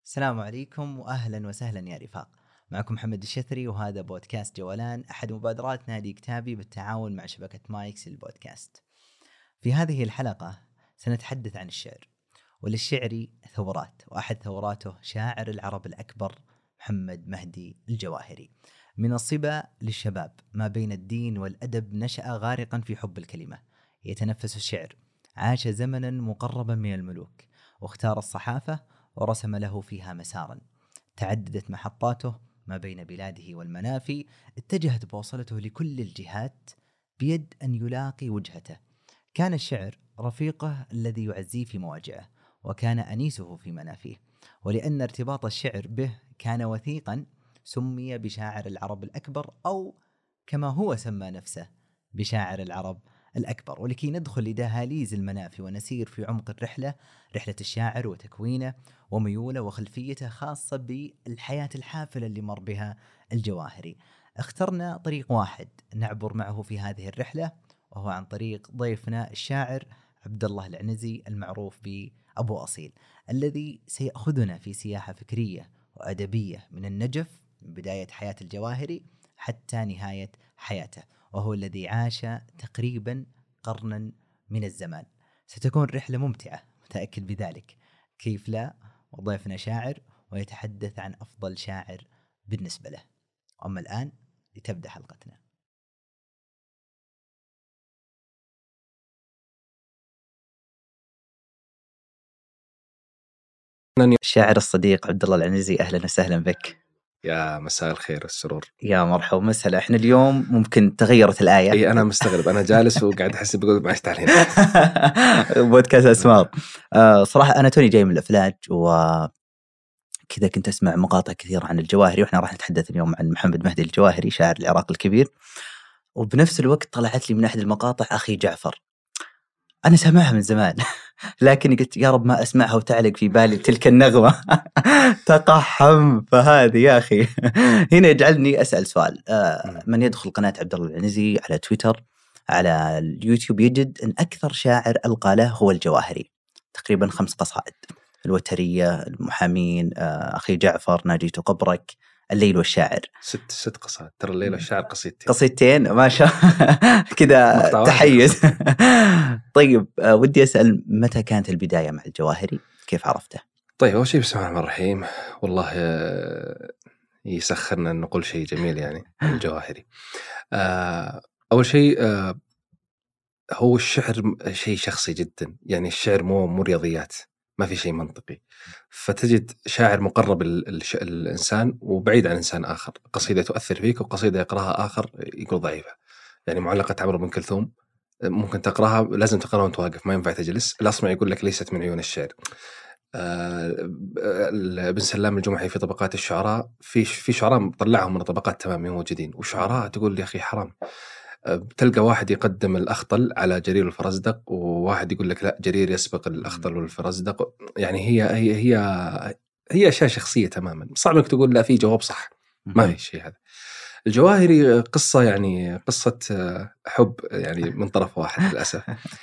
السلام عليكم وأهلا وسهلا يا رفاق. معكم محمد الشثري وهذا بودكاست جولان، أحد مبادرات نادي كتابي بالتعاون مع شبكة مايكس للبودكاست. في هذه الحلقة سنتحدث عن الشعر، وللشعر ثورات، وأحد ثوراته شاعر العرب الأكبر محمد مهدي الجواهري. من الصبا للشباب ما بين الدين والأدب نشأ غارقا في حب الكلمة، يتنفس الشعر، عاش زمنا مقربا من الملوك، واختار الصحافة ورسم له فيها مسارا. تعددت محطاته ما بين بلاده والمنافي، اتجهت بوصلته لكل الجهات بيد أن يلاقي وجهته. كان الشعر رفيقه الذي يعزيه في مواجعه، وكان أنيسه في منافيه، ولأن ارتباط الشعر به كان وثيقا سمي بشاعر العرب الأكبر، أو كما هو سمى نفسه بشاعر العرب الأكبر. ولكي ندخل لدهاليز المنافي ونسير في عمق الرحلة، رحلة الشاعر وتكوينه وميوله وخلفيته، خاصة بالحياة الحافلة اللي مر بها الجواهري، اخترنا طريق واحد نعبر معه في هذه الرحلة، وهو عن طريق ضيفنا الشاعر عبد الله العنزي المعروف بأبو أصيل، الذي سيأخذنا في سياحة فكرية وأدبية من النجف، من بداية حياة الجواهري حتى نهاية حياته، وهو الذي عاش تقريبا قرنا من الزمان. ستكون رحلة ممتعة، متأكد بذلك، كيف لا؟ وضيفنا شاعر ويتحدث عن أفضل شاعر بالنسبة له. أما الآن لتبدأ حلقتنا. الشاعر الصديق عبد الله العنزي، أهلا وسهلا بك. يا مساء الخير والسرور. يا مرحبا مسهلا. احنا اليوم ممكن تغيرت الآية. اي انا مستغرب، انا جالس وقاعد احس بقول معش تعليم. بودكاست اسمار. صراحة انا توني جاي من الافلاج وكذا، كنت اسمع مقاطع كثيرة عن الجواهري، واحنا راح نتحدث اليوم عن محمد مهدي الجواهري شاعر العراق الكبير. وبنفس الوقت طلعت لي من احد المقاطع اخي جعفر، انا سامعها من زمان لكن قلت يا رب ما اسمعها وتعلق في بالي تلك النغمة تقحم. فهذه يا اخي هنا يجعلني اسال سؤال. من يدخل قناة عبد الله العنزي على تويتر، على اليوتيوب، يجد ان اكثر شاعر القى له هو الجواهري، تقريبا 5 قصائد: الوترية، المحامين، اخي جعفر، ناجيت قبرك، الليل والشاعر. 6 قصائد، ترى الليل والشاعر قصيدتين. قصيدتين ما شاء كذا تحيز. طيب ودي أسأل، متى كانت البداية مع الجواهري؟ كيف عرفته؟ طيب أول شيء بسم الله الرحمن الرحيم، والله يسخرنا أن نقول شيء جميل يعني عن الجواهري. أول شيء هو الشعر شيء شخصي جدا، يعني الشعر مو رياضيات، ما في شيء منطقي. فتجد شاعر مقرب الإنسان وبعيد عن إنسان آخر، قصيدة تؤثر فيك وقصيدة يقرأها آخر يقول ضعيفة. يعني معلقة عمرو بن كلثوم ممكن تقرأها، لازم تقرأها وانت واقف، ما ينفع تجلس. الأصمعي يقول لك ليست من عيون الشعر. ابن سلام الجمحي في طبقات الشعراء، في شعراء طلعهم من طبقات تمام موجودين، وشعراء تقول يا أخي حرام. تلقى واحد يقدم الأخطل على جرير الفرزدق، وواحد يقول لك لا، جرير يسبق الأخطل والفرزدق. يعني هي أشياء شخصية تماما، صعب انك تقول لا في جواب صح، ما في شيء. هذا الجواهري قصة، يعني قصة حب يعني من طرف واحد للأسف.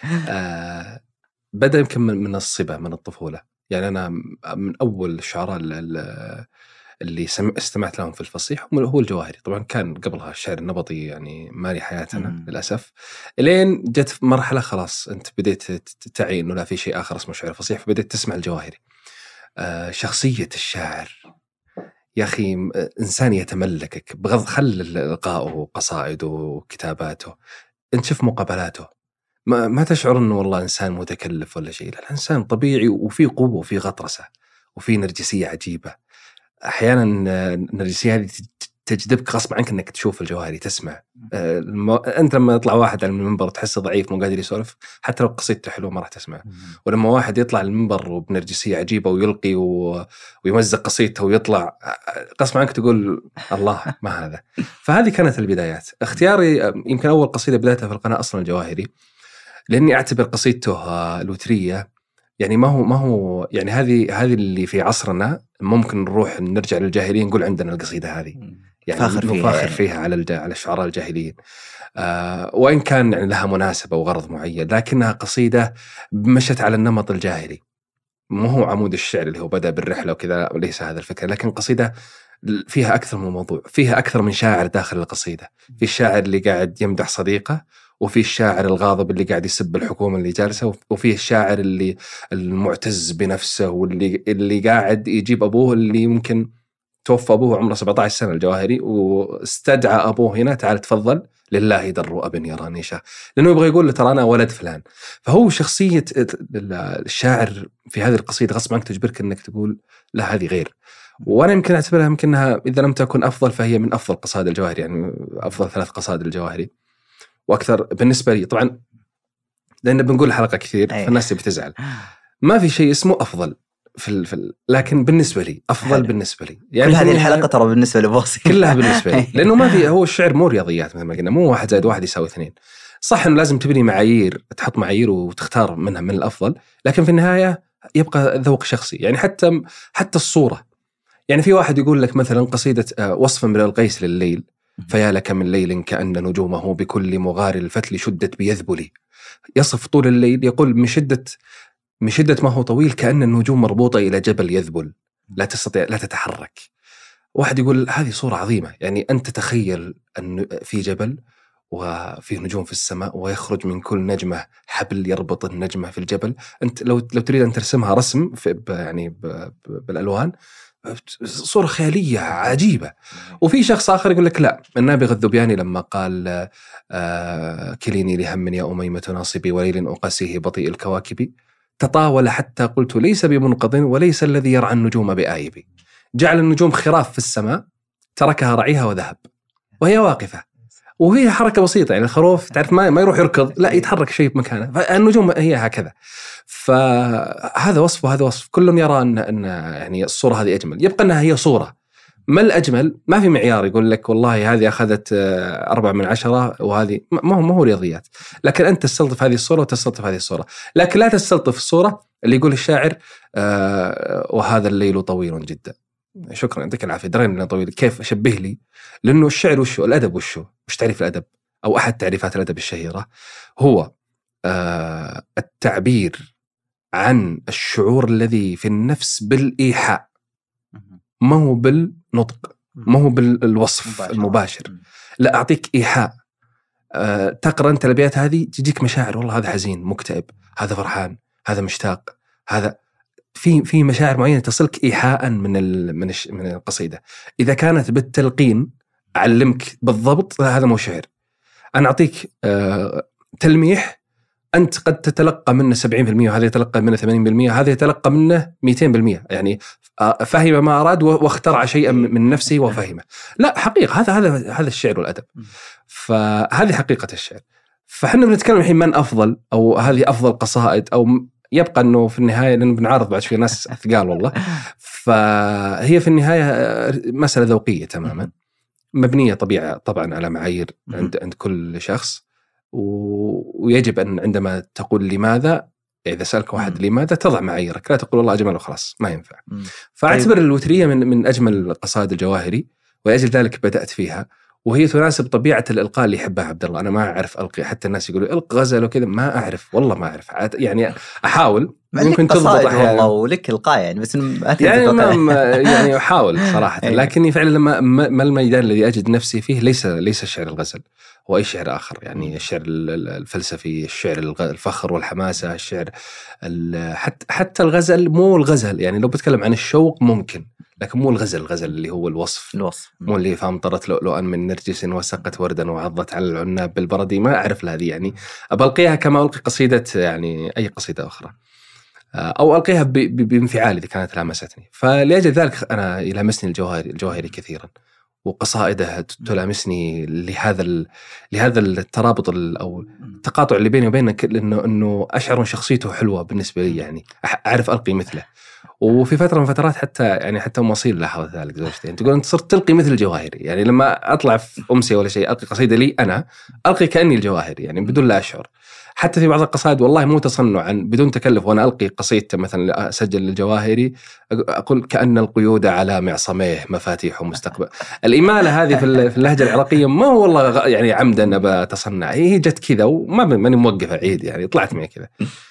بدأ يمكن من الصبا، من الطفولة. يعني أنا من أول الشعراء اللي استمعت لهم في الفصيح هو الجواهري. طبعا كان قبلها الشعر النبطي يعني مالي حياتنا للأسف، لين جت في مرحلة خلاص أنت بديت تعي إنه لا في شيء آخر اسمه شعر فصيح، فبديت تسمع الجواهري. شخصية الشاعر يا أخي إنسان يتملكك بغض، خل لقائه وقصائده وكتاباته، أنت شوف مقابلاته، ما تشعر أنه والله إنسان متكلف ولا شيء. لا، الإنسان طبيعي وفي قوة وفي غطرسة وفي نرجسية عجيبة. أحيانا النرجسية هذه تجذبك غصب عنك أنك تشوف الجواهري، تسمع. أنت لما يطلع واحد على المنبر تحسه ضعيف مو قادر يسولف، حتى لو قصيدته حلوة ما راح تسمع. ولما واحد يطلع على المنبر وبنرجسية عجيبة ويلقي ويمزق قصيدته ويطلع، غصب عنك تقول الله ما هذا. فهذه كانت البدايات. اختياري يمكن أول قصيدة بدايتها في القناة أصلا الجواهري، لأني أعتبر قصيدته الوترية يعني ما هو يعني هذه اللي في عصرنا ممكن نروح نرجع للجاهليين نقول عندنا القصيدة هذه، يعني نفاخر فيها على الشعراء الجاهليين. وإن كان يعني لها مناسبة وغرض معين، لكنها قصيدة مشت على النمط الجاهلي. مو هو عمود الشعر اللي هو بدأ بالرحلة وكذا، وليس هذا الفكرة، لكن قصيدة فيها أكثر من موضوع، فيها أكثر من شاعر داخل القصيدة. في الشاعر اللي قاعد يمدح صديقه، وفي الشاعر الغاضب اللي قاعد يسب الحكومة اللي جالسة، وفي الشاعر اللي المعتز بنفسه واللي قاعد يجيب أبوه اللي يمكن توفى أبوه عمره 17 سنة الجواهري، واستدعى أبوه هنا، تعال تفضل لله در أب يراني شاه، لأنه يبغى يقول له ترى أنا ولد فلان. فهو شخصية الشاعر في هذه القصيدة غصب عنك تجبرك أنك تقول لا هذه غير. وأنا يمكن أعتبرها يمكنها إذا لم تكن أفضل فهي من أفضل قصائد الجواهري، يعني أفضل 3 قصائد الجواهري وأكثر بالنسبة لي. طبعا لأن بنقول حلقة كثير فالناس بتزعل، ما في شيء اسمه أفضل لكن بالنسبة لي أفضل حلو. بالنسبة لي يعني كل هذه الحلقة ترى بالنسبة لبوسي كلها بالنسبة لي، لأنه ما في، هو الشعر مو رياضيات مثل ما قلنا، مو 1 زائد 1 يساوي 2. صح إنه لازم تبني معايير، تحط معايير وتختار منها من الأفضل، لكن في النهاية يبقى ذوق شخصي. يعني حتى الصورة، يعني في واحد يقول لك مثلا قصيدة وصف من القيس لليل، فيا لك من ليل كأن نجومه بكل مغار الفتل شدت بيذبلي. يصف طول الليل، يقول من شدة ما هو طويل كأن النجوم مربوطة إلى جبل يذبل، لا تستطيع لا تتحرك. واحد يقول هذه صورة عظيمة، يعني أنت تخيل أن في جبل وفي نجوم في السماء، ويخرج من كل نجمة حبل يربط النجمة في الجبل. أنت لو تريد أن ترسمها رسم يعني بالألوان، صورة خيالية عجيبة. وفي شخص آخر يقول لك لا، النابغة الذبياني لما قال كليني لهم يا أميمة ناصبي وليل أقاسيه بطيء الكواكب، تطاول حتى قلت ليس بمنقض وليس الذي يرعى النجوم بآيبي. جعل النجوم خراف في السماء، تركها رعيها وذهب وهي واقفة، وهي حركة بسيطة. يعني الخروف تعرف ما يروح يركض، لا يتحرك شيء بمكانه، فالنجوم هي هكذا. فهذا وصف وهذا وصف، كل يرى أن يعني الصورة هذه أجمل. يبقى أنها هي صورة، ما الأجمل ما في معيار يقول لك والله هذه أخذت 4 من 10 وهذه ما هو رياضيات. لكن أنت تستلطف هذه الصورة وتستلطف هذه الصورة، لكن لا تستلطف الصورة اللي يقول الشاعر وهذا الليل طويل جدا. شكرا يعطيك العافية، درين انه طويل، كيف أشبه لي؟ لأنه الشعر وشو الأدب، وش تعريف الأدب أو أحد تعريفات الأدب الشهيرة هو التعبير عن الشعور الذي في النفس بالإيحاء، ما هو بالنطق، ما هو بالوصف المباشر. لا، أعطيك إيحاء، تقرأ أنت الأبيات هذه تجيك مشاعر، والله هذا حزين مكتئب، هذا فرحان، هذا مشتاق، هذا في مشاعر معينة تصلك إيحاء من القصيدة. إذا كانت بالتلقين أعلمك بالضبط هذا مو شعر. أنا أعطيك تلميح، أنت قد تتلقى منه 70% وهذا يتلقى منه 80%، هذا يتلقى منه 200%، يعني فهم ما أراد واخترع شيئا من نفسه وفهمه. لا، حقيقة هذا الشعر والأدب، فهذه حقيقة الشعر. فحنا بنتكلم الحين من أفضل، أو هذه أفضل قصائد، أو يبقى أنه في النهاية، لأنه بنعرض بعد شوي ناس ثقال والله، فهي في النهاية مسألة ذوقية تماما، مبنية طبعا على معايير عند كل شخص. ويجب أن عندما تقول لماذا، إذا سألك واحد لماذا، تضع معاييرك، لا تقول والله أجمل وخلاص، ما ينفع. فأعتبر الوترية من أجمل قصائد الجواهري، ولأجل ذلك بدأت فيها، وهي تناسب طبيعة الإلقاء اللي يحبها عبد الله. أنا ما أعرف ألقي، حتى الناس يقولوا ألقى غزل وكذا، ما أعرف والله، ما أعرف، يعني أحاول، ممكن تضبط أحيانا والله، ولك إلقاء يعني، بس يعني أحاول صراحة. لكني فعلا ما الميدان الذي أجد نفسي فيه ليس شعر الغزل وأي شعر آخر، يعني الشعر الفلسفي، الشعر الفخر والحماسة، الشعر حتى الغزل مو الغزل، يعني لو بتكلم عن الشوق ممكن، لكن مو الغزل اللي هو الوصف مو اللي فامطرت لؤلؤا من نرجس وسقت وردا وعضت على العناب بالبردي، ما أعرف هذه، يعني أبلقيها كما ألقي قصيدة، يعني أي قصيدة أخرى، أو ألقيها بانفعال إذا كانت لامستني. فلأجل ذلك أنا يلامسني الجواهري كثيرا، وقصائده تلامسني لهذا الترابط أو التقاطع اللي بيني وبينك، إنه أشعر أن شخصيته حلوة بالنسبة لي، يعني أعرف ألقي مثله. وفي فترة من فترات حتى أم أصيل لاحظت ذلك زوجتي، تقول أنت صرت تلقي مثل الجواهري، يعني لما أطلع في أمسية ولا شيء ألقي قصيدة لي أنا، ألقي كأني الجواهري، يعني بدون لا أشعر. حتى في بعض القصائد والله مو تصنعا، بدون تكلف، وأنا ألقي قصيدة مثلا أسجل للجواهري، أقول كأن القيود على معصميه مفاتيح ومستقبل. الإمالة هذه في اللهجة العراقية ما هو والله يعني عمدا أبى أتصنع، هي جت كذا، وما ماني موقف أعيد، يعني طلعت معي كذا.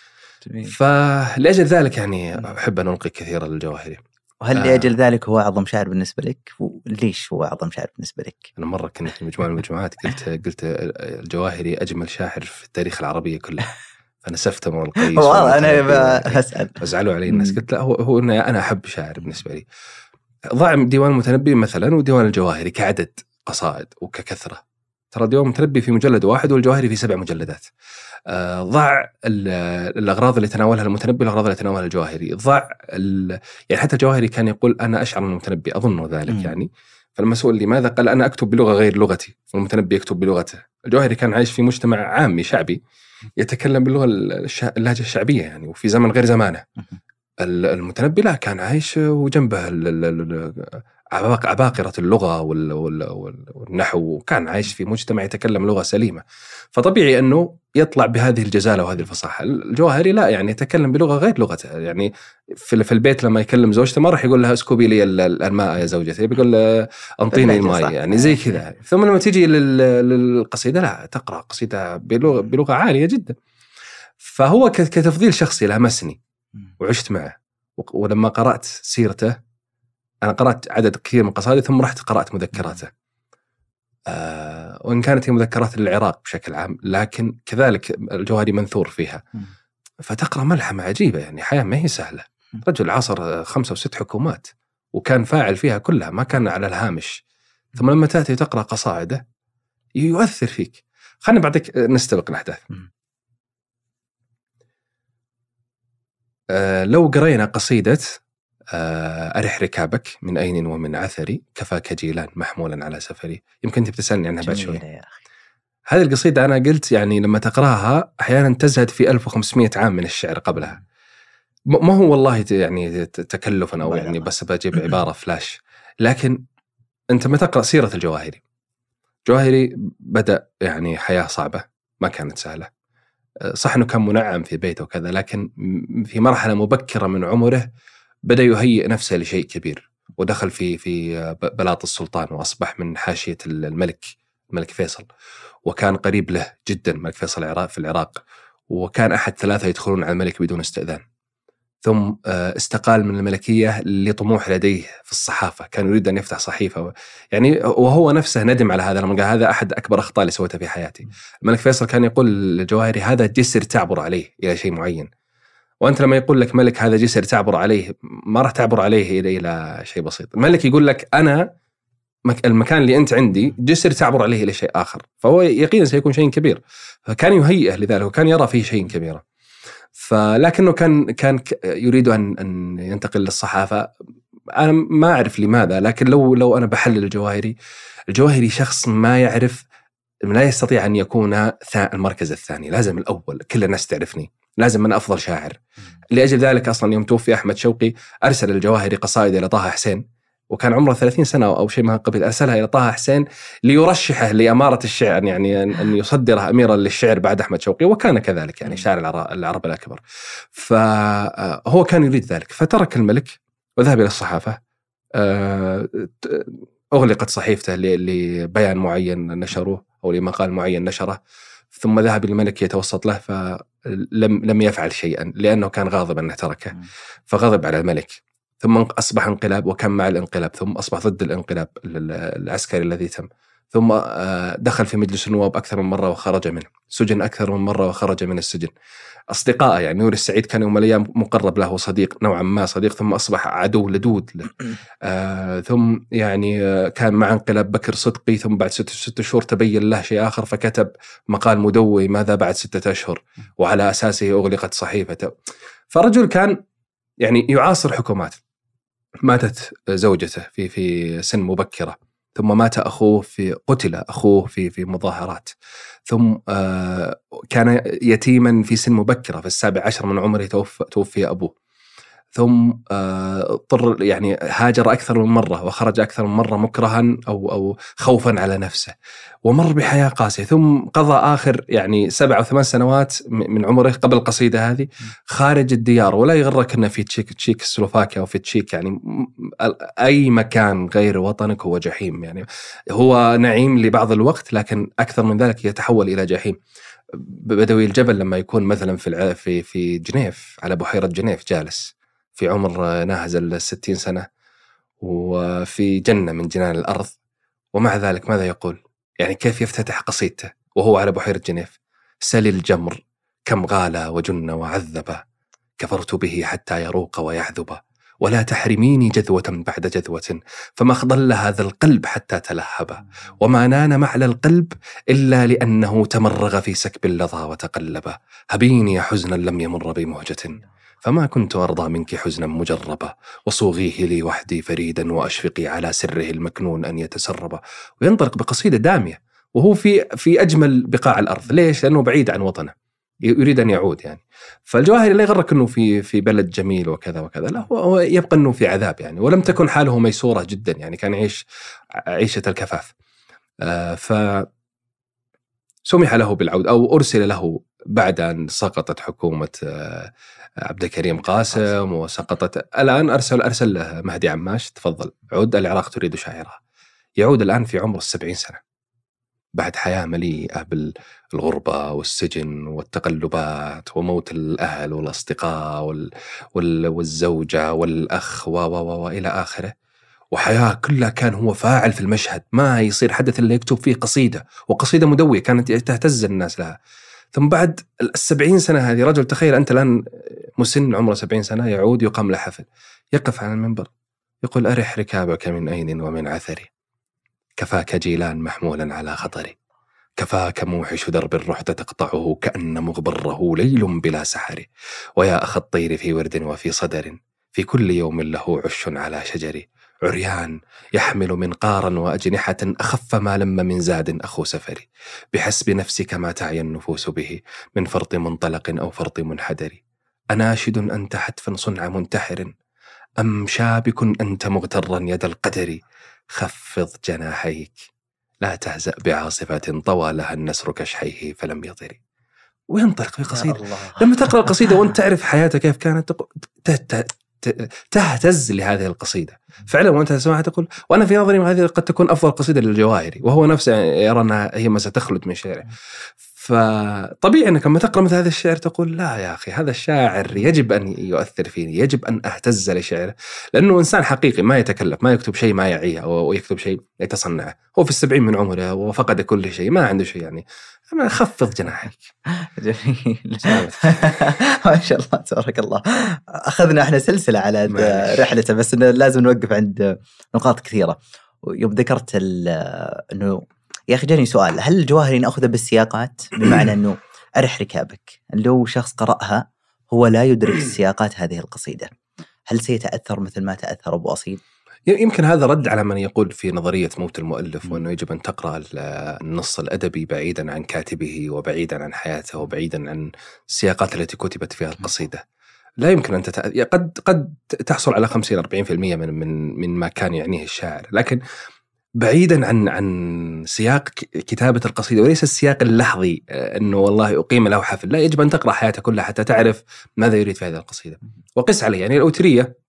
فلأجل ذلك يعني أحب أن ألقي كثيرا للجواهري. وهل لأجل ذلك هو أعظم شاعر بالنسبة لك؟ وليش هو أعظم شاعر بالنسبة لك؟ أنا مرة كنت في مجموعة من المجموعات قلت الجواهري أجمل شاعر في التاريخ العربي كله، فنسفت من القيس. والله أنا أسأل فزعلوا علي الناس. قلت لا، هو أنا أحب شاعر بالنسبة لي. ضاع ديوان المتنبي مثلا وديوان الجواهري كعدد قصائد وككثرة. ترى ديوان المتنبي في مجلد واحد والجواهري في 7 مجلدات. ضاع الأغراض اللي تناولها المتنبي والأغراض اللي تناولها الجواهري. ضاع يعني حتى الجواهري كان يقول أنا أشعر من المتنبي، أظن ذلك يعني. فلما سئل لماذا قال أنا أكتب بلغة غير لغتي والمتنبي يكتب بلغته. الجواهري كان عايش في مجتمع عامي شعبي يتكلم باللغة اللهجة الشعبية يعني، وفي زمن غير زمانه. المتنبي لا، كان عايش وجنبه عباقرة اللغة والنحو، وكان عايش في مجتمع يتكلم لغة سليمة، فطبيعي أنه يطلع بهذه الجزالة وهذه الفصاحة. الجواهري لا، يعني يتكلم بلغة غير لغته. يعني في البيت لما يكلم زوجته ما راح يقول لها اسكبي لي الماء يا زوجتي، بيقول أنطيني الماء يعني زي كذا. ثم لما تيجي للقصيدة لا، تقرأ قصيدة بلغة عالية جدا. فهو كتفضيل شخصي لمسني وعشت معه. ولما قرأت سيرته، أنا قرأت عدد كثير من قصائده ثم رحت قرأت مذكراته. وإن كانت هي مذكرات للعراق بشكل عام، لكن كذلك الجواهري منثور فيها. فتقرأ ملحمة عجيبة يعني، حياة ما هي سهلة. رجل عاصر 5 و6 حكومات وكان فاعل فيها كلها، ما كان على الهامش. ثم لما تأتي تقرأ قصائده يؤثر فيك. خلينا بعدك نستبق الأحداث. لو قرينا قصيدة أرح ركابك من أين ومن عثري كفاك جيلان محمولا على سفري، يمكن أنت بتسألني عنها بعد شوي. هذه القصيدة أنا قلت يعني لما تقرأها أحيانا تزهد في 1500 عام من الشعر قبلها. ما هو والله يعني تكلفا أو يعني بس بجيب عبارة فلاش، لكن أنت ما تقرأ سيرة الجواهري بدأ يعني حياة صعبة، ما كانت سهلة. صح أنه كان منعم في بيته وكذا، لكن في مرحلة مبكرة من عمره بدأ يهيئ نفسه لشيء كبير، ودخل في بلاط السلطان، وأصبح من حاشية الملك فيصل، وكان قريب له جدا ملك فيصل في العراق، وكان أحد 3 يدخلون على الملك بدون استئذان. ثم استقال من الملكية لطموح لديه في الصحافة، كان يريد أن يفتح صحيفة يعني، وهو نفسه ندم على هذا لما قال هذا أحد أكبر أخطاء اللي سويتها في حياتي. الملك فيصل كان يقول للجواهري هذا جسر تعبر عليه إلى شيء معين، وأنت لما يقول لك ملك هذا جسر تعبر عليه، ما راح تعبر عليه إلى شيء بسيط. الملك يقول لك أنا المكان اللي أنت عندي جسر تعبر عليه إلى شيء آخر، فهو يقينا سيكون شيء كبير، فكان يهيئه لذلك وكان يرى فيه شيء كبير. فلكنه كان يريد أن ينتقل للصحافة. أنا ما أعرف لماذا، لكن لو أنا بحلل الجواهري شخص ما يعرف، لا يستطيع أن يكون المركز الثاني، لازم الأول. كل الناس تعرفني، لازم أنا أفضل شاعر. لأجل ذلك أصلا يوم توفي أحمد شوقي أرسل الجواهري قصائد إلى طه حسين، وكان عمره 30 سنة أو شيء ما قبل، أرسلها إلى طه حسين ليرشحه لأمارة الشعر، يعني أن يصدره أميرا للشعر بعد أحمد شوقي، وكان كذلك يعني شاعر العرب الأكبر. فهو كان يريد ذلك، فترك الملك وذهب إلى الصحافة. أغلقت صحيفته لبيان معين نشروه أو لمقال معين نشره، ثم ذهب الملك يتوسط له، فلم يفعل شيئا لأنه كان غاضبا أنه تركه، فغضب على الملك. ثم أصبح انقلاب، وكان مع الانقلاب، ثم أصبح ضد الانقلاب العسكري الذي تم، ثم دخل في مجلس النواب أكثر من مرة وخرج منه، سجن أكثر من مرة وخرج من السجن. أصدقائه يعني نور السعيد كان يوم الأيام مقرب له صديق نوعا ما صديق، ثم أصبح عدو لدود له. ثم يعني كان مع انقلاب بكر صدقي، ثم بعد 6 شهور تبين له شيء آخر، فكتب مقال مدوي ماذا بعد 6 أشهر، وعلى أساسه أغلقت صحيفته. فرجل كان يعني يعاصر حكومات. ماتت زوجته في سن مبكرة، ثم مات أخوه قتل أخوه في مظاهرات، ثم كان يتيما في سن مبكرة، في 17 من عمره توفي أبوه، ثم اضطر يعني هاجر أكثر من مرة وخرج أكثر من مرة مكرها أو خوفا على نفسه، ومر بحياة قاسية. ثم قضى آخر يعني 7 أو 8 سنوات من عمره قبل القصيدة هذه خارج الديار. ولا يغرك أنه في تشيك سلوفاكيا أو في تشيك، يعني أي مكان غير وطنك هو جحيم. يعني هو نعيم لبعض الوقت، لكن أكثر من ذلك يتحول إلى جحيم. بدوي الجبل لما يكون مثلا في جنيف على بحيرة جنيف جالس في عمر ناهز 60 سنة وفي جنة من جنان الأرض، ومع ذلك ماذا يقول؟ يعني كيف يفتتح قصيدته وهو على بحيرة جنيف؟ سل الجمر كم غالى وجن وعذب، كفرت به حتى يروق ويعذب، ولا تحرميني جذوة بعد جذوة، فما أخضل هذا القلب حتى تلهب، وما نان معلى القلب إلا لأنه تمرغ في سكب اللظى وتقلب، هبيني حزنا لم يمر بمهجة، فما كنت أرضى منك حزنا مجربا، وصوغيه لي وحدي فريدا وأشفقي على سره المكنون أن يتسرب. وينطلق بقصيدة دامية وهو في أجمل بقاع الأرض. ليش؟ لأنه بعيد عن وطنه، يريد أن يعود يعني. فالجواهري لا يغرك أنه في بلد جميل وكذا وكذا، لا، هو يبقى أنه في عذاب يعني، ولم تكن حاله ميسورة جدا يعني، كان يعيش عيشة الكفاف. فسمح له بالعود أو أرسل له بعد أن سقطت حكومة عبد الكريم قاسم وسقطت. الآن أرسل له مهدي عماش، تفضل عود، العراق تريد شاعرها. يعود الآن في عمر 70 سنة بعد حياة مليئة بالغربة والسجن والتقلبات وموت الأهل والأصدقاء والزوجة والأخ وإلى آخره، وحياة كلها كان هو فاعل في المشهد، ما يصير حدث اللي يكتب فيه قصيدة، وقصيدة مدوية كانت تهتز الناس لها. ثم بعد 70 سنة هذه، رجل تخيل أنت الآن مسن عمره 70 سنة، يعود يقام له حفل، يقف على المنبر يقول: أرح ركابك من أين ومن عثري، كفاك جيلان محمولا على خطري، كفاك موحش درب الرحدة تقطعه كأن مغبره ليل بلا سحر، ويا أخ الطير في ورد وفي صدر، في كل يوم له عش على شجر، عريان يحمل منقارا وأجنحة أخف ما لم من زاد أخو سفر، بحسب نفسك ما تعي النفوس به من فرط منطلق أو فرط منحدر، أناشد أنت حتفا صنع منتحر، أم شابك أنت مغترا يد القدر، خفض جناحيك لا تهزأ بعاصفة طوى لها النسر كشحيه فلم يطر. وينطلق في قصيدة. لما تقرأ القصيدة وانت تعرف حياته كيف كانت تهتز لهذه القصيدة فعلا، وانت تسمعها تقول، وانا في نظري هذه قد تكون افضل قصيدة للجواهري، وهو نفسه يرى انها هي ما ستخلد من شعره. فطبيعي انك لما تقرأ مثل هذا الشعر تقول: لا يا اخي، هذا الشاعر يجب ان يؤثر فيني، يجب ان اهتز لشعره، لانه انسان حقيقي ما يتكلف، ما يكتب شيء ما يعيه او يكتب شيء يتصنعه. هو في 70 من عمره وفقد كل شيء، ما عنده شيء يعني. خفض جناحك. جميل. ما شاء الله تبارك الله. أخذنا احنا سلسلة على رحلته، بس إنه لازم نوقف عند نقاط كثيرة. يوم ذكرت إنه يا أخي جاني سؤال، هل الجواهري نأخذه بالسياقات؟ بمعنى إنه أرح ركابك، لو شخص قرأها هو لا يدرك السياقات هذه القصيدة، هل سيتأثر مثل ما تأثر أبو أصيل؟ يمكن هذا رد على من يقول في نظرية موت المؤلف، وأنه يجب أن تقرأ النص الأدبي بعيدا عن كاتبه وبعيدا عن حياته وبعيدا عن السياقات التي كتبت فيها القصيدة. لا يمكن أن قد تحصل على 50-40% من ما كان يعنيه الشاعر، لكن بعيدا عن سياق كتابة القصيدة، وليس السياق اللحظي أنه والله أقيم له حفل. لا، يجب أن تقرأ حياته كلها حتى تعرف ماذا يريد في هذه القصيدة. وقس عليه يعني الأوترية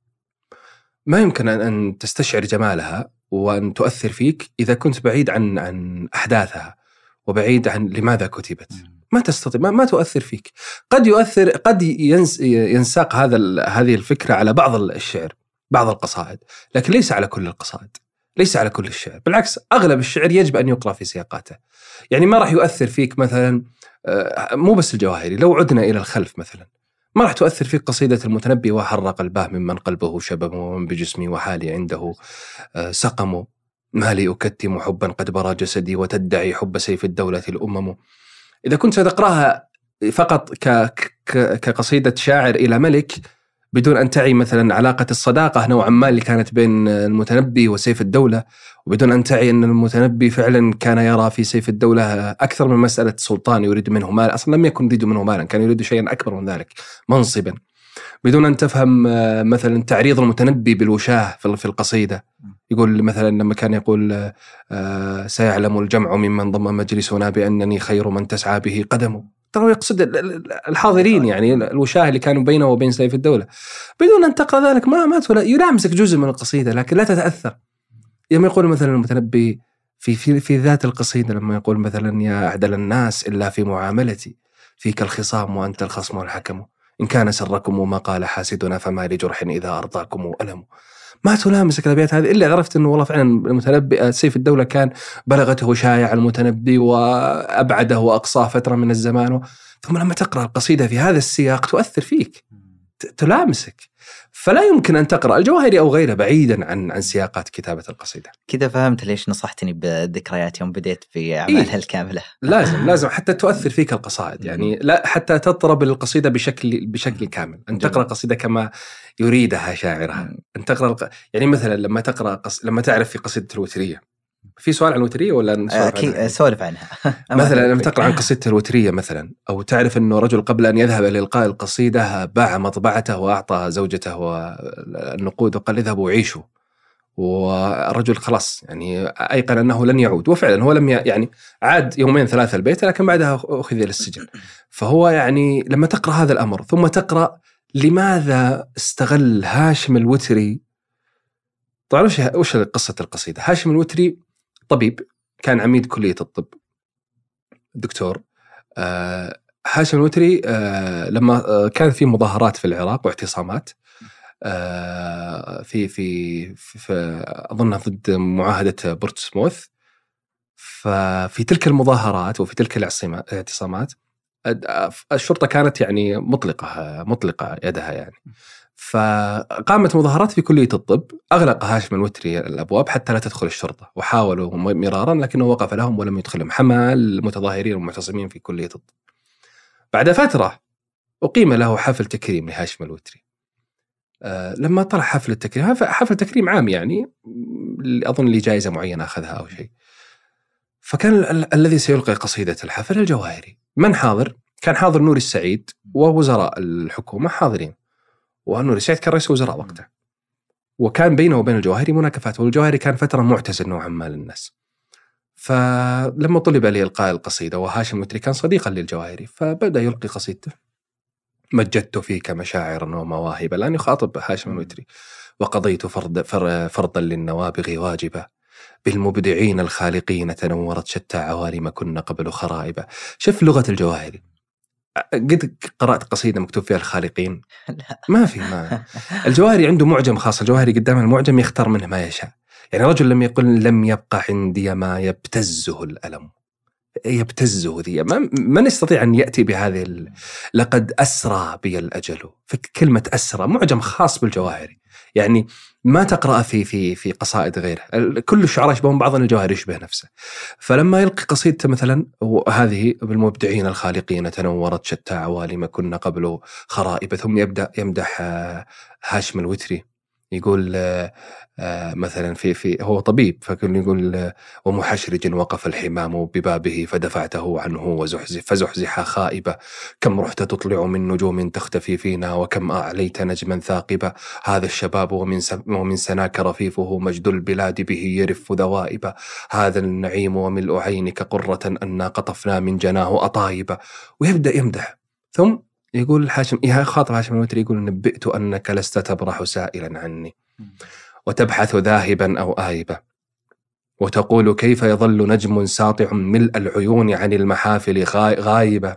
ما يمكن أن تستشعر جمالها وأن تؤثر فيك إذا كنت بعيد عن أحداثها وبعيد عن لماذا كتبت. ما تستطيع، ما تؤثر فيك. قد يؤثر، قد ينساق هذه الفكرة على بعض الشعر، بعض القصائد، لكن ليس على كل القصائد، ليس على كل الشعر. بالعكس، أغلب الشعر يجب أن يقرأ في سياقاته. يعني ما راح يؤثر فيك مثلا، مو بس الجواهري، لو عدنا إلى الخلف مثلا، ما راح تؤثر فيك قصيدة المتنبي: وحرق الباه ممن قلبه شبم ومن بجسمي وحالي عنده سقم، ما لي أكتم حبا قد برى جسدي وتدعي حب سيف الدولة الأمم. إذا كنت ستقرأها فقط كقصيدة شاعر إلى ملك بدون أن تعي مثلا علاقة الصداقة نوعا ما اللي كانت بين المتنبي وسيف الدولة، وبدون أن تعي أن المتنبي فعلا كان يرى في سيف الدولة أكثر من مسألة سلطان يريد منه مال، أصلا لم يكن يريد منه مالا، كان يريد شيئا أكبر من ذلك، منصبا. بدون أن تفهم مثلا تعريض المتنبي بالوشاه في القصيدة، يقول مثلا لما كان يقول: سيعلم الجمع ممن ضم مجلسنا بأنني خير من تسعى به قدمه. ترى يقصد الحاضرين يعني الوشاه اللي كانوا بينه وبين سيف الدولة. بدون أن تقرأ ذلك ما يلامسك جزء من القصيدة، لكن لا تتأثر. يوم يقول مثلا المتنبي في ذات القصيدة لما يقول مثلا: يا أعدل الناس إلا في معاملتي، فيك الخصام وأنت الخصم والحكم، إن كان سركم ما قال حاسدنا فما لجرح إذا أرضاكم ألم. ما تلامسك الأبيات هذه إلا عرفت أنه والله فعلا المتنبي سيف الدولة كان بلغته شايع المتنبي وأبعده وأقصاه فترة من الزمان ثم لما تقرأ القصيدة في هذا السياق تؤثر فيك، تلامسك. فلا يمكن أن تقرأ الجواهري أو غيره بعيدا عن سياقات كتابة القصيدة. كذا فهمت ليش نصحتني بالذكريات يوم بديت في أعمالها الكاملة. لازم حتى تؤثر فيك القصائد، يعني لا حتى تضرب القصيدة بشكل كامل، أن تقرأ قصيدة كما يريدها شاعرها، أن تقرأ يعني مثلا لما تقرأ لما تعرف في قصيدة الوترية، في سؤال عن الوترية ولا سولف عنها مثلا لما تقرأ عن قصيدة الوترية مثلا، أو تعرف أنه رجل قبل أن يذهب لإلقاء القصيدة باع مطبعته وأعطى زوجته النقود وقال اذهبوا وعيشوا، والرجل خلاص يعني أيقن أنه لن يعود، وفعلا هو لم يعني عاد 2-3 البيت لكن بعدها أخذ إلى السجن. فهو يعني لما تقرأ هذا الأمر ثم تقرأ لماذا استغل هاشم الوتري. طبعا وش قصة القصيدة؟ هاشم الوتري طبيب، كان عميد كلية الطب، دكتور. هاشم الوتري لما كان في مظاهرات في العراق واعتصامات في أظنها ضد معاهدة بورتسموث، ففي تلك المظاهرات وفي تلك الاعتصامات الشرطة كانت يعني مطلقة يدها يعني، فقامت مظاهرات في كلية الطب، أغلق هاشم الوتري الأبواب حتى لا تدخل الشرطة، وحاولوا مرارا لكنه وقف لهم ولم يدخلهم، حمى المتظاهرين والمعتصمين في كلية الطب. بعد فترة أقيم له حفل تكريم لهاشم الوتري. لما طلع حفل تكريم عام يعني، أظن لي جائزة معينة أخذها أو شيء، فكان الذي سيلقي قصيدة الحفل الجواهري. من حاضر؟ كان حاضر نور السعيد ووزراء الحكومة حاضرين، ونور السعيد كان رئيس وزراء وقته، وكان بينه وبين الجواهري مناكفات، والجواهري كان فترة معتزل نوعا ما للناس. فلما طلب لي إلقاء القصيدة وهاشم الوتري كان صديقا للجواهري، فبدأ يلقي قصيدته: مجدت فيك مشاعرا ومواهب، الآن يخاطب هاشم الوتري: وقضيت فرضا للنوابغ واجبا، بالمبدعين الخالقين تنورت شتى عوالم كنا قبل خرائب. شوف لغة الجواهري، قد قرأت قصيدة مكتوب فيها الخالقين؟ ما الجواهري عنده معجم خاص، الجواهري قدام المعجم يختار منه ما يشاء. يعني رجل لم يقل لم يبقى عندي ما يبتزه الألم، يبتزه ذي، من يستطيع أن يأتي بهذه لقد أسرى بي الأجل. فكلمة أسرى معجم خاص بالجواهري، يعني ما تقرأ في قصائد غيره، كل الشعراء يشبهون بعض، الجواهري يشبه نفسه. فلما يلقي قصيدته مثلا هذه: بالمبدعين الخالقين تنورت شتى عوالم كنا قبل خرائب، ثم يبدأ يمدح هاشم الوتري، يقول مثلا هو طبيب، فكان يقول: ومحشرج وقف الحمام ببابه فدفعته عنه فزحزح خائبة، كم رحت تطلع من نجوم تختفي فينا، وكم أعليت نجما ثاقبة، هذا الشباب ومن سناك رفيفه مجد البلاد به يرف ذوائب، هذا النعيم وملء عينك قرة أنا قطفنا من جناه أطايب. ويبدأ يمدح، ثم يقول خاطب هاشم الوتري يقول: نبئت أنك لست تبرح سائلا عني، وتبحث ذاهبا أو آيبا، وتقول كيف يظل نجم ساطع ملء العيون عن المحافل غايبة،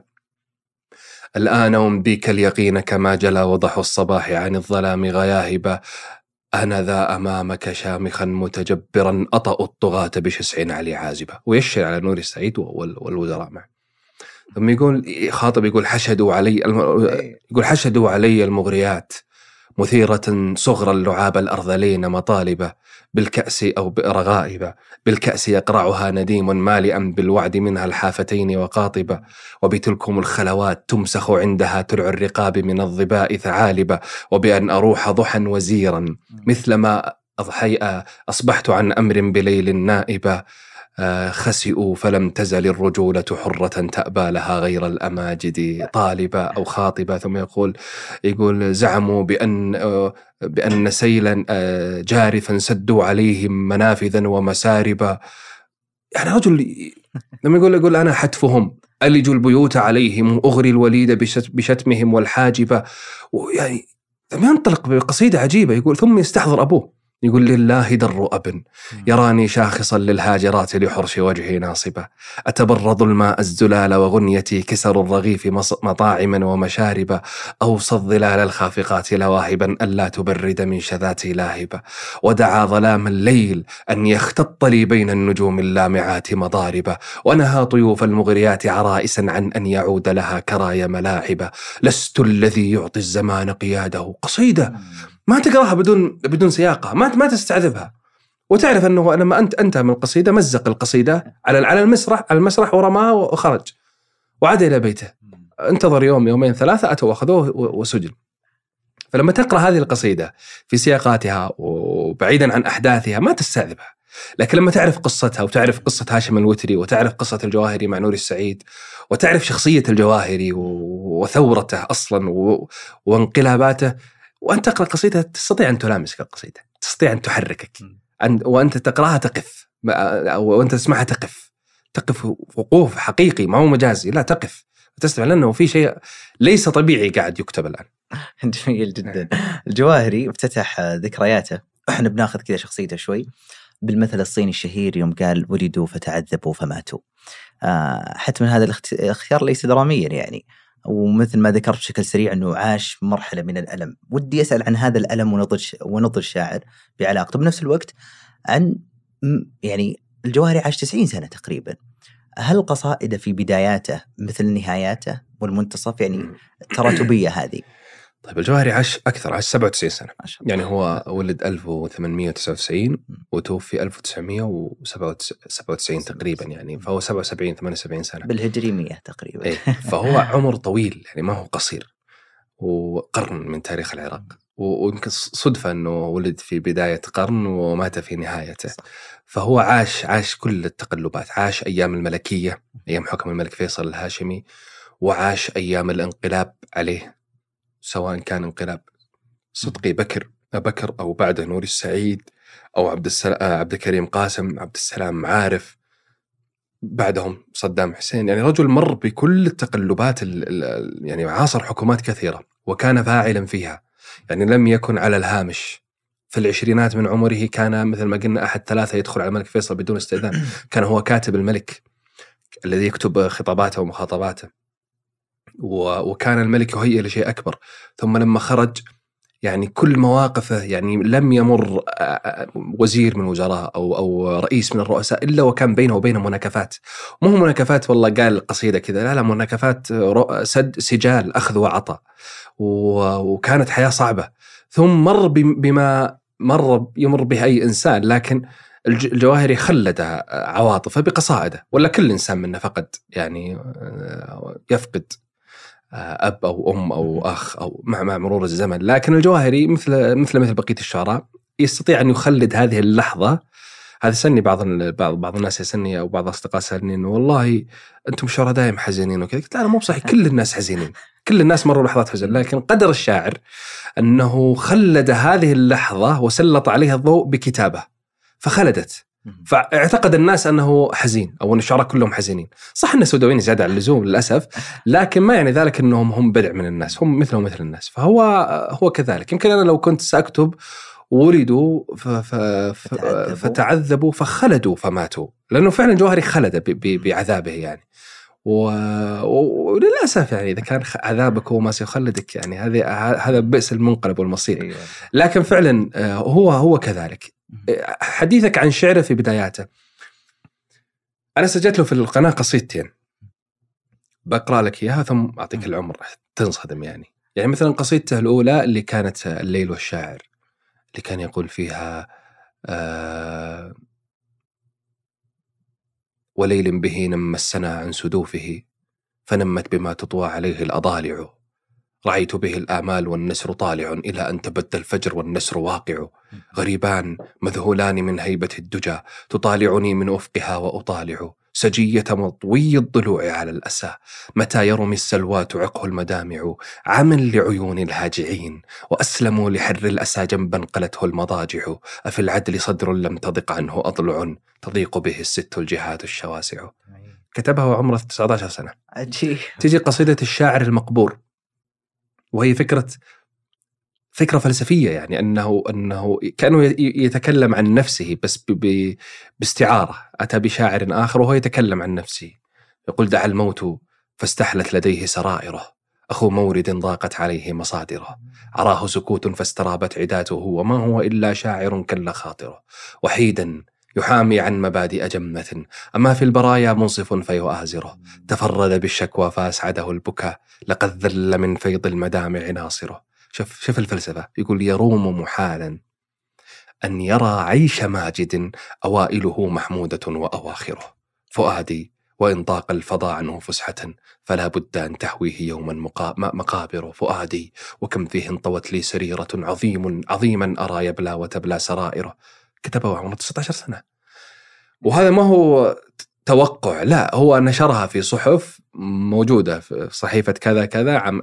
الآن أمضيك اليقين كما جلا وضح الصباح عن الظلام غياهبا، أنا ذا أمامك شامخا متجبرا أطأ الطغاة بشسع علي عازبة. ويشر على نور السعيد والوزراء معه. ثم يقول خاطب، يقول: حشدوا علي المغريات مثيرة صغرا لعاب الأرذلين مطالبة، بالكأس أو برغائب، بالكأس يقرعها نديم مالئا بالوعد منها الحافتين وقاطبة، وبتلكم الخلوات تمسخ عندها ترع الرقاب من الظباء ثعالبة، وبأن أروح ضحا وزيرا مثلما أصبحت عن أمر بليل نائبة، خسئوا فلم تزل الرجولة حرة تأبى لها غير الأماجد طالبة أو خاطبة. ثم يقول: زعموا بأن سيلا جارفا سدوا عليهم منافذا ومساربا. يعني رجل لما يقول أنا حتفهم ألج البيوت عليهم أغري الوليد بشتمهم والحاجبة. ويعني ثم ينطلق بقصيدة عجيبة، يقول: ثم يستحضر أبوه، يقول لله در أب يراني شاخصا للهاجرات لحرش وجهي ناصبة، أتبرض الماء الزلال وغنيتي كسر الرغيف مطاعما ومشاربة، أوصى الظلال الخافقات لواهبا ألا تبرد من شذاتي لاهبة، ودعا ظلام الليل أن يختط لي بين النجوم اللامعات مضاربة، ونهى طيوف المغريات عرائسا عن أن يعود لها كرايا ملاعبة، لست الذي يعطي الزمان قياده. قصيدة ما تقراها بدون سياقة، ما تستعذبها، وتعرف أنه لما أنت من القصيدة مزق القصيدة على المسرح ورماها وخرج وعاد إلى بيته، انتظر يوم يومين ثلاثة أتوا وأخذوه وسجن. فلما تقرأ هذه القصيدة في سياقاتها وبعيدا عن أحداثها ما تستعذبها، لكن لما تعرف قصتها وتعرف قصة هاشم الوتري وتعرف قصة الجواهري مع نوري السعيد وتعرف شخصية الجواهري وثورته أصلا وانقلاباته، وأنت تقرأ قصيدة تستطيع أن تلامسك القصيدة، تستطيع أن تحركك، وأنت تقرأها تقف، وأنت تسمعها تقف وقوف حقيقي ما هو مجازي، لا تقف وتستمع، لأنه في شيء ليس طبيعي قاعد يكتب الآن. جميل جدا. الجواهري افتتح ذكرياته، احنا بناخذ كذا شخصيته شوي بالمثل الصيني الشهير يوم قال ولدوا فتعذبوا فماتوا. حتما هذا الاختيار ليس دراميا يعني، ومثل ما ذكرت بشكل سريع أنه عاش مرحلة من الألم. ودي أسأل عن هذا الألم ونضج الشاعر بعلاقته بنفس الوقت عن يعني الجواهري عاش 90 سنة تقريبا، هل قصائده في بداياته مثل نهاياته والمنتصف يعني التراتبية هذه؟ طيب الجواهري عاش 97 سنة، يعني هو ولد 1899 وتوفي 1997 تقريبا، يعني فهو 77 سنة بالهجري 100 تقريبا. فهو عمر طويل يعني ما هو قصير، وقرن من تاريخ العراق، ويمكن صدفة أنه ولد في بداية قرن ومات في نهايته. فهو عاش كل التقلبات، عاش أيام الملكية، أيام حكم الملك فيصل الهاشمي، وعاش أيام الانقلاب عليه، سواء كان انقلاب صدقي بكر أو بعده نوري السعيد أو عبد الكريم قاسم، عبد السلام عارف، بعدهم صدام حسين. يعني رجل مر بكل التقلبات، يعني عاصر حكومات كثيرة وكان فاعلا فيها، يعني لم يكن على الهامش. في العشرينات من عمره كان مثل ما قلنا أحد 3 يدخل على الملك فيصل بدون استئذان، كان هو كاتب الملك الذي يكتب خطاباته ومخاطباته، وكان الملك يهيئ لشيء أكبر. ثم لما خرج يعني كل مواقفه، يعني لم يمر وزير من وزراء أو رئيس من الرؤساء إلا وكان بينه وبينه مناكفات، مو مناكفات والله قال القصيدة كذا، لا مناكفات سجال أخذ وعطاء، وكانت حياة صعبة. ثم مر بما يمر به أي إنسان، لكن الجواهري خلد عواطفه بقصائده، ولا كل إنسان منا فقد يعني يفقد أب أو أم أو أخ أو مع مرور الزمن، لكن الجواهري مثل بقية الشعراء يستطيع أن يخلد هذه اللحظة. هذا سني بعض الناس يسني أو بعض الأصدقاء سألني إنه والله أنتم الشعراء دائما حزينين وكذا، قلت لا مو بصحيح، كل الناس حزينين، كل الناس مروا لحظات حزن، لكن قدر الشاعر أنه خلد هذه اللحظة وسلط عليها الضوء بكتابة فخلدت، فاعتقد الناس أنه حزين أو أن الشعراء كلهم حزينين. صح أن سوداويين زيادة عن اللزوم للأسف، لكن ما يعني ذلك أنهم هم بدع من الناس، هم مثلهم مثل الناس. فهو كذلك. يمكن أنا لو كنت سأكتب ولدوا فتعذبوا فخلدوا فماتوا، لأنه فعلا جواهري خلد بعذابه يعني، وللأسف يعني إذا كان عذابك هو ما سيخلدك، يعني هذا بئس المنقلب والمصير. لكن فعلا هو كذلك. حديثك عن شعره في بداياته، أنا سجلت له في القناة قصيدتين بقرأ لك إياها ثم أعطيك العمر تنصدم يعني مثلا قصيدته الأولى اللي كانت الليل والشاعر، اللي كان يقول فيها وليل به نم السنا عن سدوفه فنمت بما تطوى عليه الأضالع، رأيت به الآمال والنسر طالع إلى أن تبدى الفجر والنسر واقع، غريبان مذهولان من هيبة الدجى تطالعني من أفقها وأطالع، سجية مطوي الضلوع على الأسى متى يرمي السلوى تعقه المدامع، عمل لعيون الهاجعين وأسلموا لحر الأسى جنبا قلته المضاجع، أفي العدل صدر لم تضق عنه أضلع تضيق به الست الجهات الشواسع. كتبها وعمره 19 سنة. عجيب. تيجي قصيدة الشاعر المقبور، وهي فكرة فلسفية، يعني أنه كأنه يتكلم عن نفسه بس باستعارة. أتى بشاعر آخر وهو يتكلم عن نفسه، يقول: دعا الموت فاستحلت لديه سرائره، أخو مورد ضاقت عليه مصادره، عراه سكوت فاسترابت عداته، وما هو إلا شاعر كلا خاطره، وحيدا يحامي عن مبادئ جمة، أما في البرايا منصف فيؤازره، تفرد بالشكوى فأسعده البكاء، لقد ذل من فيض المدامع ناصره. شوف الفلسفة، يقول: يروم محالا أن يرى عيش ماجد، أوائله محمودة وأواخره، فؤادي وإن ضاق الفضاء عنه فسحة، فلا بد أن تحويه يوما مقابر، فؤادي وكم فيه انطوت لي سريرة، عظيما أرى يبلى وتبلى سرائره. كتبه عمره 19 سنة، وهذا ما هو توقع، لا، هو نشرها في صحف موجودة في صحيفة كذا كذا عام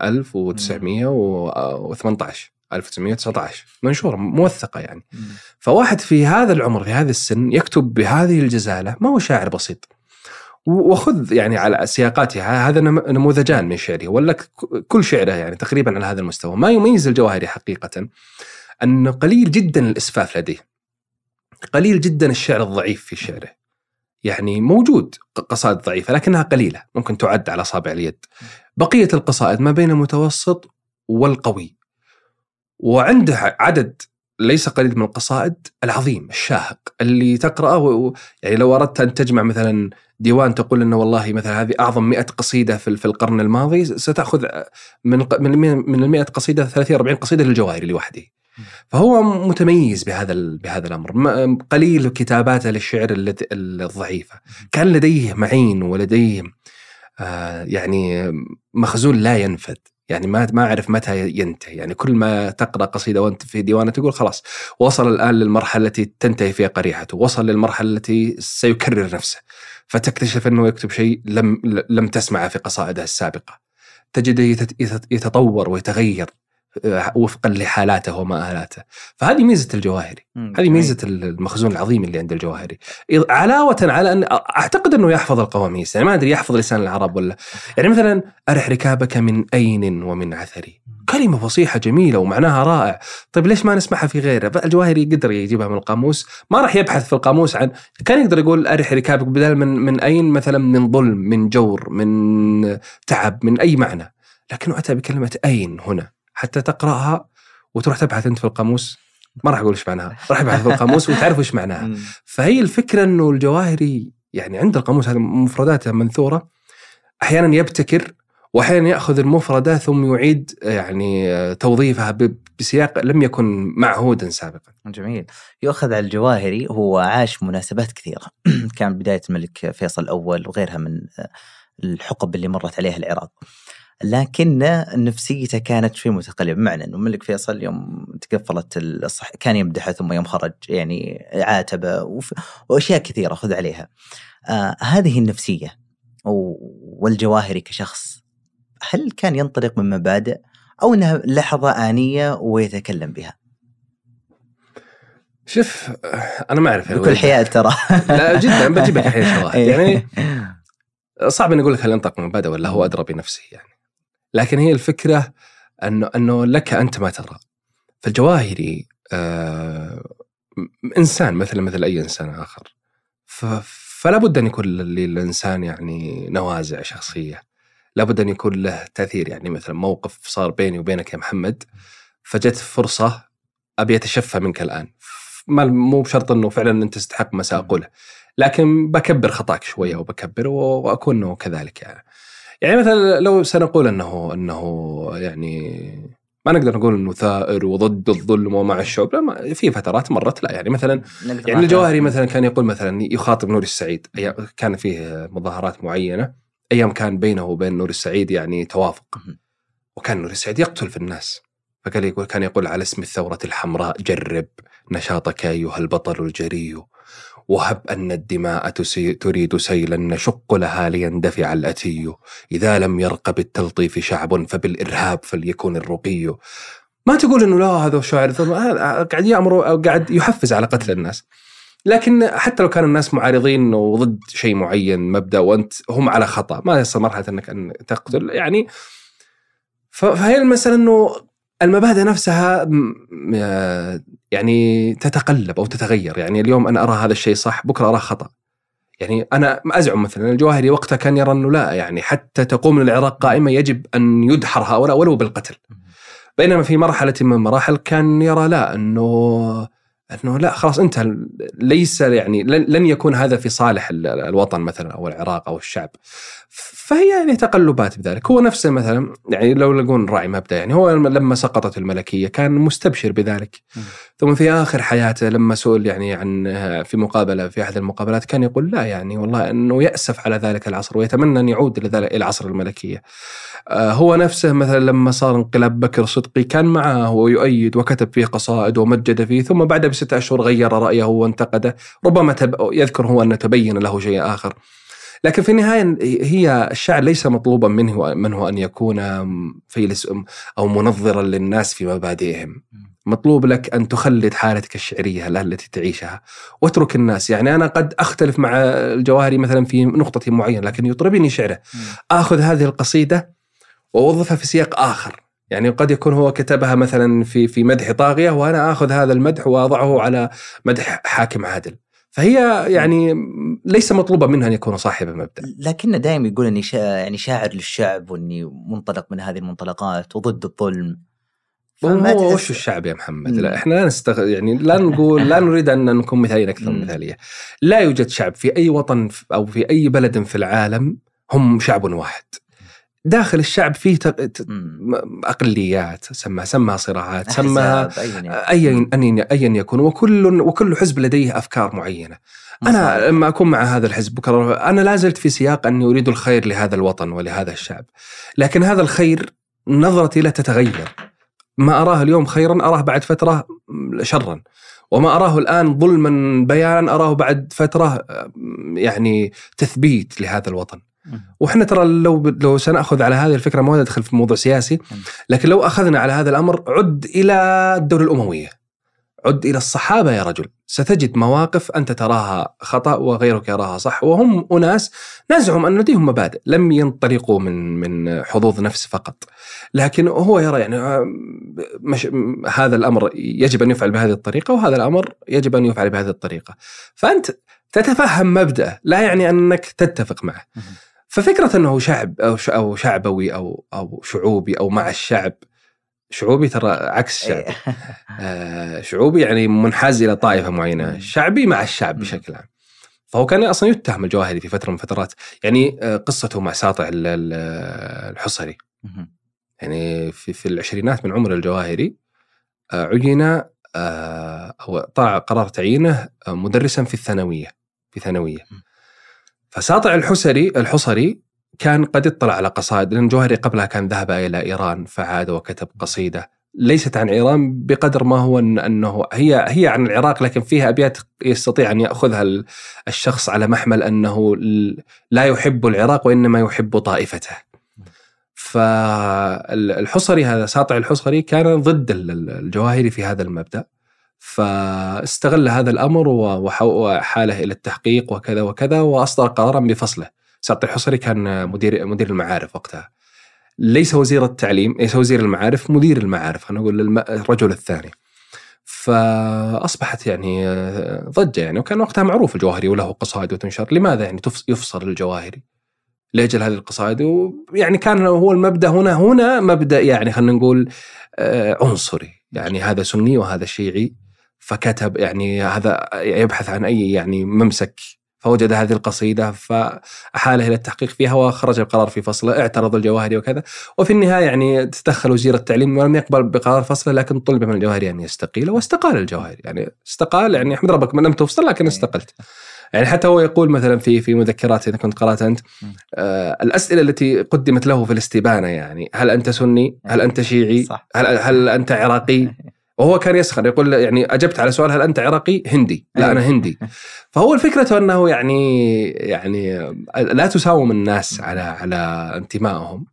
1919 منشورة موثقة يعني. فواحد في هذا العمر في هذا السن يكتب بهذه الجزالة، ما هو شاعر بسيط. وخذ يعني على سياقاتها هذا نموذجان من شعره، ولا كل شعره يعني تقريبا على هذا المستوى. ما يميز الجواهري حقيقة أنه قليل جدا الإسفاف لديه، قليل جدا الشعر الضعيف في شعره. يعني موجود قصائد ضعيفة لكنها قليلة، ممكن تعد على أصابع اليد. بقية القصائد ما بين المتوسط والقوي، وعنده عدد ليس قليل من القصائد العظيم الشاهق اللي تقرأه. يعني لو أردت أن تجمع مثلا ديوان تقول إنه والله مثلا هذه أعظم 100 قصيدة في القرن الماضي، ستأخذ من 100 قصيدة 30-40 قصيدة للجواهري لوحده. فهو متميز بهذا الأمر. قليل كتاباته للشعر الضعيفة، كان لديه معين ولديه يعني مخزون لا ينفد، يعني ما أعرف متى ينتهي. يعني كل ما تقرأ قصيدة وانت في ديوانه تقول خلاص وصل الآن للمرحلة التي تنتهي فيها قريحته، وصل للمرحلة التي سيكرر نفسه، فتكتشف أنه يكتب شيء لم تسمعه في قصائده السابقة. تجده يتطور ويتغير وفقا لحالاته ومآلاته. فهذه ميزة الجواهري، هذه ميزة المخزون العظيم اللي عند الجواهري، علاوة على أن أعتقد أنه يحفظ القواميس. يعني ما أدري يحفظ لسان العرب ولا. يعني مثلا أرح ركابك من أين ومن عثري، كلمة فصيحة جميلة ومعناها رائع. طيب ليش ما نسمعها في غيره؟ الجواهري قدر يجيبها من القاموس، ما راح يبحث في القاموس عن، كان يقدر يقول أرح ركابك بدل من أين، مثلا من ظلم، من جور، من تعب، من أي معنى، لكنه أتى بكلمة أين هنا حتى تقرأها وتروح تبحث أنت في القاموس. ما راح أقول إيش معناها، راح يبحث في القاموس وتعرف إيش معناها. فهي الفكرة أنه الجواهري يعني عند القاموس هذه مفرداتها منثورة، أحيانا يبتكر وأحيانا يأخذ المفردات ثم يعيد يعني توظيفها بسياق لم يكن معهودا سابقا. جميل. يؤخذ على الجواهري هو عاش مناسبات كثيرة كان بداية الملك فيصل الأول وغيرها من الحقب اللي مرت عليها العراق، لكن نفسيته كانت شوي متقلبة، بمعنى أنه الملك فيصل يوم تقفلت كان يمدحه، ثم يوم خرج يعني عاتبه وأشياء كثيرة خذ عليها. هذه النفسية والجواهري كشخص، هل كان ينطلق من مبادئ أو أنها لحظة آنية ويتكلم بها؟ شوف أنا ما أعرف بكل حياء ترى لا جدا بجيب لك الحين شواهد. يعني صعب أن أقول لك هل ينطلق من مبادئ ولا هو أدرى بنفسه يعني. لكن هي الفكرة أنه لك أنت ما ترى. فالجواهري إنسان مثل أي إنسان آخر، فلا بد أن يكون للإنسان يعني نوازع شخصية، لا بد أن يكون له تأثير. يعني مثلا موقف صار بيني وبينك يا محمد، فجت فرصة أبي أتشفى منك الآن، مو بشرط أنه فعلا أنت تستحق ما سأقوله، لكن بكبر خطأك شوية وبكبر وأكون كذلك. يعني مثلا لو سنقول أنه يعني ما نقدر نقول أنه ثائر وضد الظلم ومع الشعب، لا، في فترات مرت لا. يعني مثلا يعني الجواهري مثلا كان يقول مثلا يخاطب نور السعيد، كان فيه مظاهرات معينة أيام كان بينه وبين نور السعيد يعني توافق، وكان نور السعيد يقتل في الناس، كان يقول على اسم الثورة الحمراء جرب نشاطك أيها البطل الجري، وهب أن الدماء تريد سيلا نشق لها ليندفع الأتي، إذا لم يرقب التلطيف شعب فبالإرهاب فليكن الرقي. ما تقول إنه لا هذا شاعر قاعد يأمر أو قاعد يحفز على قتل الناس، لكن حتى لو كان الناس معارضين وضد شيء معين مبدأ وأنت هم على خطأ، ما يصل مرحلة أنك أن تقتل يعني. فهي المسألة أنه المبادئ نفسها يعني تتقلب أو تتغير. يعني اليوم أنا أرى هذا الشيء صح، بكرة أراه خطأ. يعني أنا أزعم مثلا الجواهري وقتها كان يرى أنه لا، يعني حتى تقوم العراق قائمة يجب أن يدحر هؤلاء ولو بالقتل. بينما في مرحلة من المراحل كان يرى لا، أنه لا خلاص انت ليس يعني لن يكون هذا في صالح الوطن مثلا أو العراق أو الشعب. فهي يعني تقلبات بذلك. هو نفسه مثلا يعني لو نقول راعي مبدأ، يعني هو لما سقطت الملكية كان مستبشر بذلك. ثم في آخر حياته لما سئل يعني عن في مقابلة في أحد المقابلات كان يقول لا، يعني والله أنه يأسف على ذلك العصر ويتمنى أن يعود إلى عصر الملكية. هو نفسه مثلا لما صار انقلاب بكر صدقي كان معه ويؤيد وكتب فيه قصائد ومجد فيه، ثم بعد ب6 أشهر غير رأيه وانتقده. ربما يذكر هو أن تبين له شيء آخر. لكن في النهاية هي الشاعر ليس مطلوبا منه أن يكون فيلس أو منظرا للناس في مبادئهم. مطلوب لك أن تخلد حالتك الشعرية التي تعيشها واترك الناس. يعني أنا قد أختلف مع الجواهري مثلا في نقطة معينة، لكن يطربني شعره. أخذ هذه القصيدة ووظفها في سياق آخر. يعني قد يكون هو كتبها مثلا في مدح طاغية، وأنا أخذ هذا المدح وأضعه على مدح حاكم عادل. فهي يعني ليس مطلوبا منها أن يكون صاحب مبدأ. لكنه دائما يقول أني يعني شاعر للشعب، وأني منطلق من هذه المنطلقات وضد الظلم. هو وش الشعب يا محمد؟ لا إحنا لا يعني لا نقول لا نريد أن نكون مثاليين أكثر من مثالية. لا يوجد شعب في أي وطن أو في أي بلد في العالم هم شعب واحد. داخل الشعب فيه أقليات، سمها صراعات، سمها أيا يكون، وكل حزب لديه أفكار معينة. أنا لما أكون مع هذا الحزب بكرة أنا لازلت في سياق أني أريد الخير لهذا الوطن ولهذا الشعب، لكن هذا الخير نظرتي له تتغير. ما أراه اليوم خيرا أراه بعد فترة شرا، وما أراه الآن ظلما بيانا أراه بعد فترة يعني تثبيت لهذا الوطن. وإحنا ترى لو سنأخذ على هذه الفكرة، ما ندخل في موضوع سياسي، لكن لو أخذنا على هذا الأمر عد إلى الدولة الأموية، عد إلى الصحابة يا رجل، ستجد مواقف أنت تراها خطأ وغيرك يراها صح، وهم أناس نزعم أن لديهم مبادئ لم ينطلقوا من حظوظ نفس فقط، لكن هو يرى يعني هذا الأمر يجب أن يفعل بهذه الطريقة وهذا الأمر يجب أن يفعل بهذه الطريقة. فأنت تتفهم مبدأ لا يعني أنك تتفق معه. ففكرة أنه شعب أو شعبوي أو شعوبي أو مع الشعب، شعوبي ترى عكس شعب. شعوبي يعني منحاز إلى طائفة معينة، شعبي مع الشعب بشكل عام. فهو كان أصلا يتهم الجواهري في فترة من فترات، يعني قصته مع ساطع الحصري، يعني في العشرينات من عمر الجواهري عين أو طلع قرار تعيينه مدرسا في ثانوية. فساطع الحصري كان قد اطلع على قصائد، لأن الجواهري قبلها كان ذهب إلى إيران فعاد وكتب قصيدة ليست عن إيران بقدر ما هو أنه هي عن العراق، لكن فيها أبيات يستطيع أن يأخذها الشخص على محمل أنه لا يحب العراق وإنما يحب طائفته. فالحصري هذا ساطع الحصري كان ضد الجواهري في هذا المبدأ، فاستغل هذا الأمر وحاله إلى التحقيق وكذا وكذا، وأصدر قرارا بفصله. ساطع الحصري كان مدير المعارف وقتها، ليس وزير التعليم، ليس وزير المعارف، مدير المعارف، خلينا نقول الرجل الثاني. فأصبحت يعني ضجة يعني، وكان وقتها معروف الجواهري وله قصائد وتنشر. لماذا يعني يفصل الجواهري لأجل هذه القصائد؟ ويعني كان هو المبدأ هنا مبدأ يعني خلينا نقول عنصري، يعني هذا سني وهذا شيعي، فكتب يعني هذا يبحث عن أي يعني ممسك، فوجد هذه القصيدة فأحاله إلى التحقيق فيها وخرج القرار في فصله. اعترض الجواهري وكذا، وفي النهاية يعني تدخل وزير التعليم ولم يقبل بقرار فصله، لكن طلب من الجواهري أن يستقيل، واستقال الجواهري. يعني استقال، يعني أحمد ربك لم تفصل لكن استقلت. يعني حتى هو يقول مثلا في مذكرات إذا كنت قرأت أنت الأسئلة التي قدمت له في الاستبانة، يعني هل أنت سني؟ هل أنت شيعي؟ هل أنت عراقي؟ وهو كان يسخر يقول يعني أجبت على سؤال هل أنت عراقي؟ هندي. لا أنا هندي. فهو الفكرة أنه يعني لا تساوم الناس على انتمائهم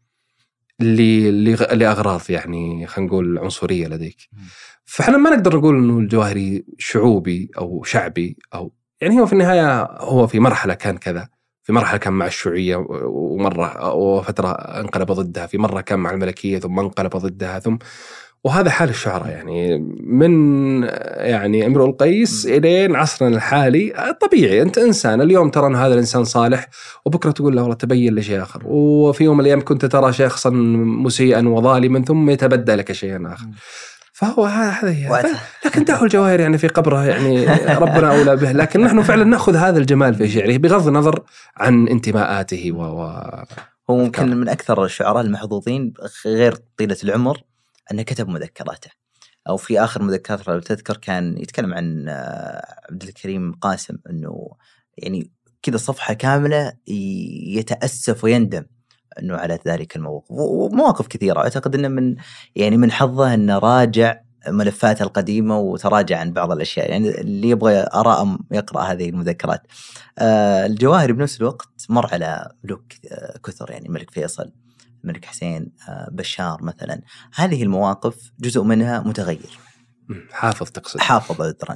لأغراض يعني خلينا نقول عنصرية لديك. فإحنا ما نقدر نقول إنه الجواهري شعوبي أو شعبي، أو يعني هو في النهاية هو في مرحلة كان كذا، في مرحلة كان مع الشيوعية ومرة وفترة انقلب ضدها، في مرة كان مع الملكية ثم انقلب ضدها، ثم وهذا حال الشعراء يعني من يعني امرؤ القيس إلين عصرنا الحالي. طبيعي أنت إنسان، اليوم ترى أن هذا الإنسان صالح وبكرة تقول له والله تبين لشيء آخر، وفي يوم من الأيام كنت ترى شخصا مسيئا وظالما ثم يتبدى لك شيئا آخر. فهو هذا لكن دعوا الجواهر يعني في قبره يعني ربنا أولى به، لكن نحن فعلا نأخذ هذا الجمال في شعره بغض النظر عن انتماءاته هو ممكن من أكثر الشعراء المحظوظين غير طيلة العمر أنه كتب مذكراته، أو في آخر مذكراته لو تذكر كان يتكلم عن عبد الكريم قاسم، أنه يعني كذا صفحة كاملة يتأسف ويندم أنه على ذلك الموقف، ومواقف كثيرة. أعتقد أنه من حظه أنه راجع ملفاته القديمة وتراجع عن بعض الأشياء، يعني اللي يبغى آراء يقرأ هذه المذكرات. الجواهري بنفس الوقت مر على ملوك كثر، يعني الملك فيصل، الملك حسين، بشار مثلا. هذه المواقف جزء منها متغير. حافظ تقصد؟ حافظ عذرا.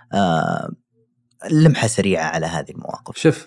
لمحة سريعة على هذه المواقف. شوف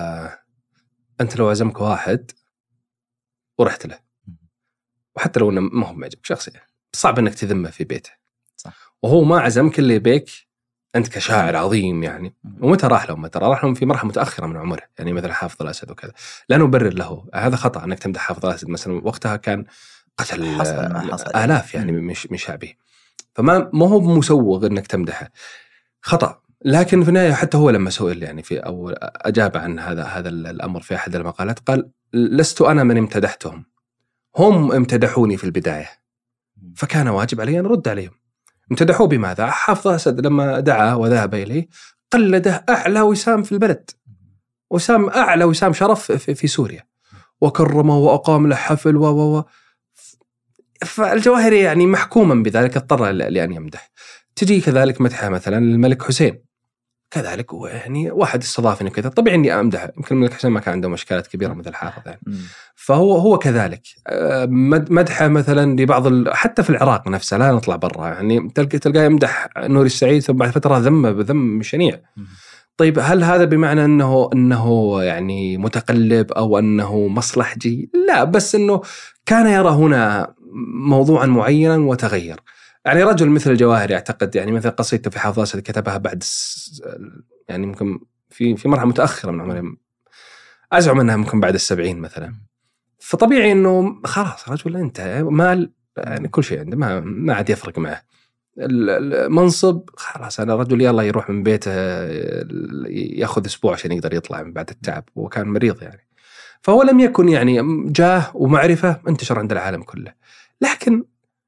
أنت لو عزمك واحد ورحت له، وحتى لو أنه ما هو معجب شخصيا، صعب أنك تذمه في بيته. صح. وهو ما عزمك اللي بيك أنت كشاعر عظيم يعني. ومتى راح لهم؟ متى راح لهم؟ في مرحلة متأخرة من عمره، يعني مثلا حافظ الأسد وكذا. لا نبرر له، هذا خطأ أنك تمدح حافظ الأسد مثلا، وقتها كان قتل آلاف يعني من شعبه، فما هو مسوغ أنك تمدحه، خطأ. لكن في النهاية حتى هو لما سئل يعني في أو أجاب عن هذا الأمر في أحد المقالات، قال لست أنا من امتدحتهم، هم امتدحوني في البداية، فكان واجب علي أن أرد عليهم. امتدحوه بماذا؟ حافظ الأسد لما دعا وذهب إليه قلده أعلى وسام في البلد، وسام أعلى وسام شرف في سوريا، وكرمه وأقام له حفل فالجواهري يعني محكوما بذلك اضطر لأن يمدح. تجي كذلك مدحه مثلا الملك حسين، كذلك يعني واحد استضافني كذا، طبيعي إني أمدحه. يمكن الملك حسين ما كان عنده مشكلات كبيرة مثل حافظ يعني. فهو كذلك مدحه مثلا لبعض حتى في العراق نفسه، لا نطلع برا يعني، تلقى يمدح نور السعيد ثم بعد فترة ذم شنيع. طيب هل هذا بمعنى أنه يعني متقلب أو أنه مصلحجي؟ لا، بس أنه كان يرى هنا موضوعا معينا وتغير. يعني رجل مثل الجواهري أعتقد يعني مثل قصيدته في حافظ الأسد كتبها بعد يعني ممكن في مرحلة متأخرة من عمره، أزعم أنها ممكن بعد 70 مثلا. فطبيعي أنه خلاص رجل انتهى، مال يعني كل شيء عنده ما عاد يفرق معه، المنصب خلاص. أنا رجل يلا يروح من بيته يأخذ أسبوع عشان يقدر يطلع من بعد التعب، وكان مريض يعني. فهو لم يكن يعني جاه ومعرفة انتشر عند العالم كله. لكن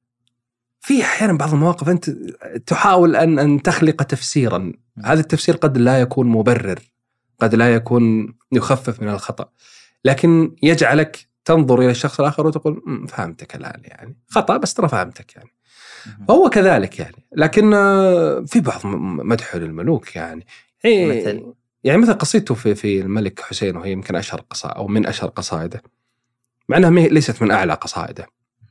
في أحيانا بعض المواقف أنت تحاول أن تخلق تفسيرا، هذا التفسير قد لا يكون مبرر، قد لا يكون يخفف من الخطأ، لكن يجعلك تنظر إلى الشخص الآخر وتقول فهمتك الآن، يعني خطأ بس ترى فهمتك يعني. فهو كذلك يعني. لكن في بعض مدح للملوك يعني مثل قصيدته في الملك حسين، وهي يمكن أشهر قصائد أو من أشهر قصائده، مع أنها ليست من أعلى قصائده.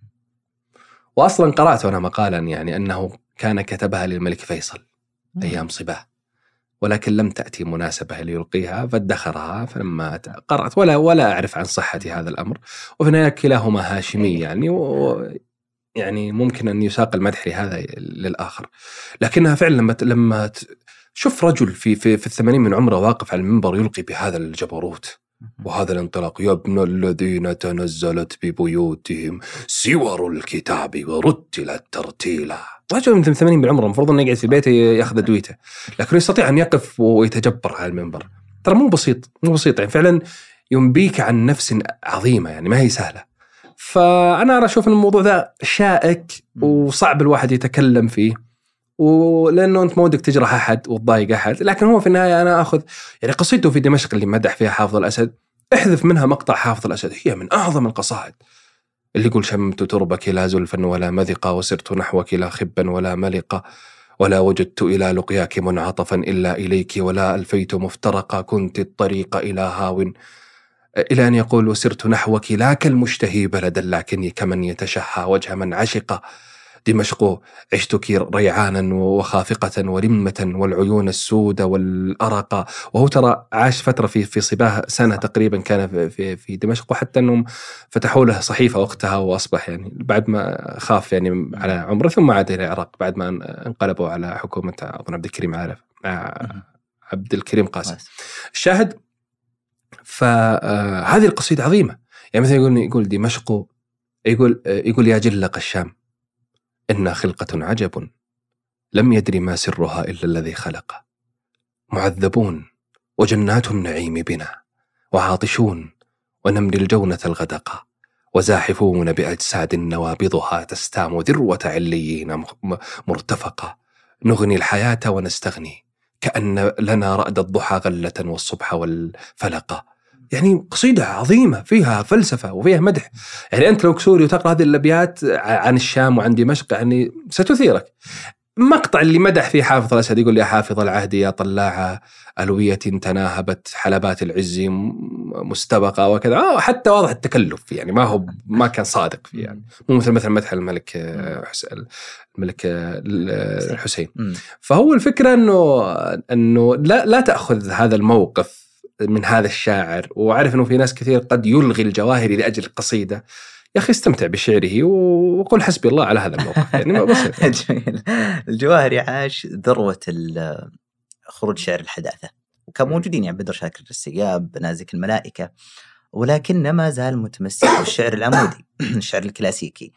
وأصلا قرأت أنا مقالا يعني أنه كان كتبها للملك فيصل أيام صباه، ولكن لم تأتي مناسبة ليلقيها فادخرها. فلما قرأت ولا أعرف عن صحة هذا الأمر، وفي النهاية كلاهما هاشمي يعني، يعني ممكن أن يساق المدح لهذا للآخر. لكنها فعلا لما شوف رجل في 80 من عمره واقف على المنبر يلقي بهذا الجبروت وهذا الانطلاق: يا ابن الذين تنزلت ببيوتهم سور الكتاب ورتلت ترتيلا. رجل من 80 بالعمر المفروض أن يقعد في بيته يأخذ أدويته، لكن يستطيع أن يقف ويتجبر على المنبر. ترى مو بسيط يعني، فعلا ينبيك عن نفس عظيمة يعني، ما هي سهلة. فأنا أشوف أن الموضوع ذا شائك وصعب الواحد يتكلم فيه، ولأنه أنت ما ودك تجرح أحد وتضايق أحد. لكن هو في النهاية أنا أخذ يعني قصيدته في دمشق اللي مدح فيها حافظ الأسد، احذف منها مقطع حافظ الأسد، هي من أعظم القصائد، اللي يقول: شمت تربك لا زلفا ولا مذقا، وسرت نحوك لا خبا ولا ملقا، ولا وجدت إلى لقياك منعطفا إلا إليك، ولا ألفيت مفترقا، كنت الطريق إلى هاو، إلى أن يقول: وسرت نحوك لا كالمشتهي بلدا، لكني كمن يتشهى وجه من عشق، دمشق عشتك ريعانا وخافقة ورمة والعيون السودة والأرق. وهو ترى عاش فترة في صباه سنة تقريبا كان في دمشق، وحتى أنهم فتحوا له صحيفة وقتها وأصبح يعني بعد ما خاف يعني على عمره، ثم عاد إلى العراق بعد ما انقلبوا على حكومة أظن عبد الكريم قاسم. الشاهد فهذه القصيدة عظيمة. يعني مثلا يقول دمشق، يقول يا جلق الشام إن خلقة عجب لم يدري ما سرها إلا الذي خلق، معذبون وجنات النعيم بنا، وعاطشون ونمل الجونة الغدقة، وزاحفون بأجساد نوابضها تستام ذروة عليين مرتفقة، نغني الحياة ونستغني كأن لنا رأد الضحى غلة والصبح والفلقة. يعني قصيدة عظيمة فيها فلسفة وفيها مدح. يعني أنت لو سوري وتقرأ هذه الأبيات عن الشام وعن دمشق يعني ستثيرك. مقطع اللي مدح فيه حافظ الأسد يقول يا حافظ العهد يا طلاع ألوية تناهبت حلبات العز مستبقة وكذا. حتى واضح التكلف يعني ما كان صادق فيه، يعني مو مثل مدح الملك الحسين. فهو الفكرة أنه لا تأخذ هذا الموقف من هذا الشاعر، وعارف أنه في ناس كثير قد يلغي الجواهري لأجل القصيدة. يا أخي استمتع بشعره وقل حسبي الله على هذا الموقف. يعني جميل. الجواهري عاش ذروة خروج شعر الحداثة، وكان موجودين يعني بدر شاكر السياب، نازك الملائكة، ولكن ما زال متمسك بالشعر العمودي الشعر الكلاسيكي.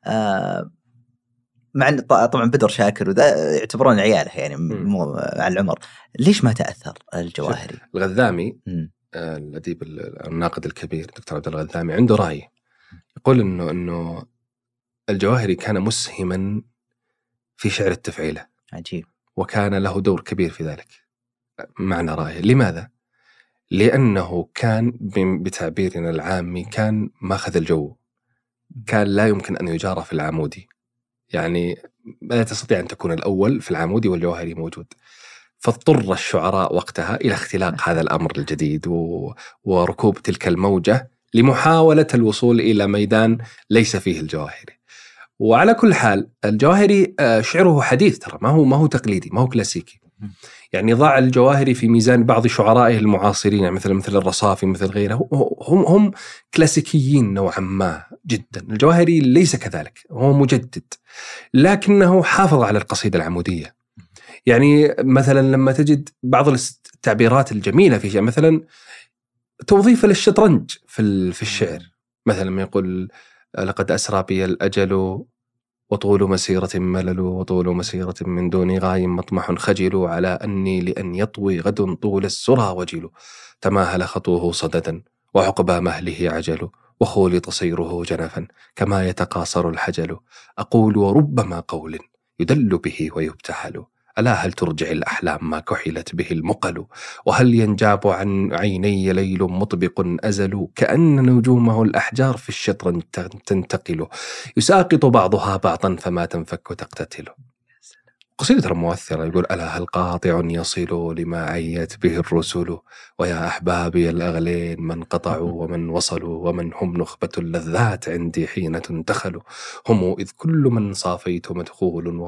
مع طبعا بدر شاكر وذا يعتبرون عياله يعني على العمر. ليش ما تأثر الجواهري؟ الغذامي الأديب الناقد الكبير دكتور عبد الله الغذامي عنده رأي يقول إنه الجواهري كان مسهما في شعر التفعيلة. عجيب. وكان له دور كبير في ذلك. معنى رأيه لماذا؟ لأنه كان بتعبيرنا العامي كان ماخذ الجو، كان لا يمكن أن يجارى في العمودي، يعني لا تستطيع أن تكون الأول في العمودي والجواهري موجود. فاضطر الشعراء وقتها إلى اختلاق هذا الأمر الجديد وركوب تلك الموجة لمحاولة الوصول إلى ميدان ليس فيه الجواهري. وعلى كل حال الجواهري شعره حديث ترى، ما هو تقليدي، ما هو كلاسيكي. يعني ضع الجواهري في ميزان بعض شعرائه المعاصرين، يعني مثل الرصافي مثل غيره، هم كلاسيكيين نوعا ما جدا. الجواهري ليس كذلك، هو مجدد لكنه حافظ على القصيدة العمودية. يعني مثلا لما تجد بعض التعبيرات الجميلة في شيء، مثلا توظيفه للشطرنج في الشعر، مثلا ما يقول لقد أسرى بي الأجل وطول مسيرة ملل وطول مسيرة من دون غاية مطمح خجل على أني لأن يطوي غد طول السرى وجل تماهل خطوه صددا وعقبى مهله عجل وخولط سيره جنفا كما يتقاصر الحجل أقول وربما قول يدل به ويبتحل ألا هل ترجع الأحلام ما كحلت به المقل وهل ينجاب عن عيني ليل مطبق أزل كأن نجومه الأحجار في الشطرنج تنتقل يساقط بعضها بعضا فما تنفك تقتتل. قصيدة مؤثرة. يقول ألا هل قاطع يصل لما عيت به الرسل ويا أحبابي الأغلين من قطعوا ومن وصلوا ومن هم نخبة اللذات عندي حين تنتخل هم إذ كل من صافيت مدخول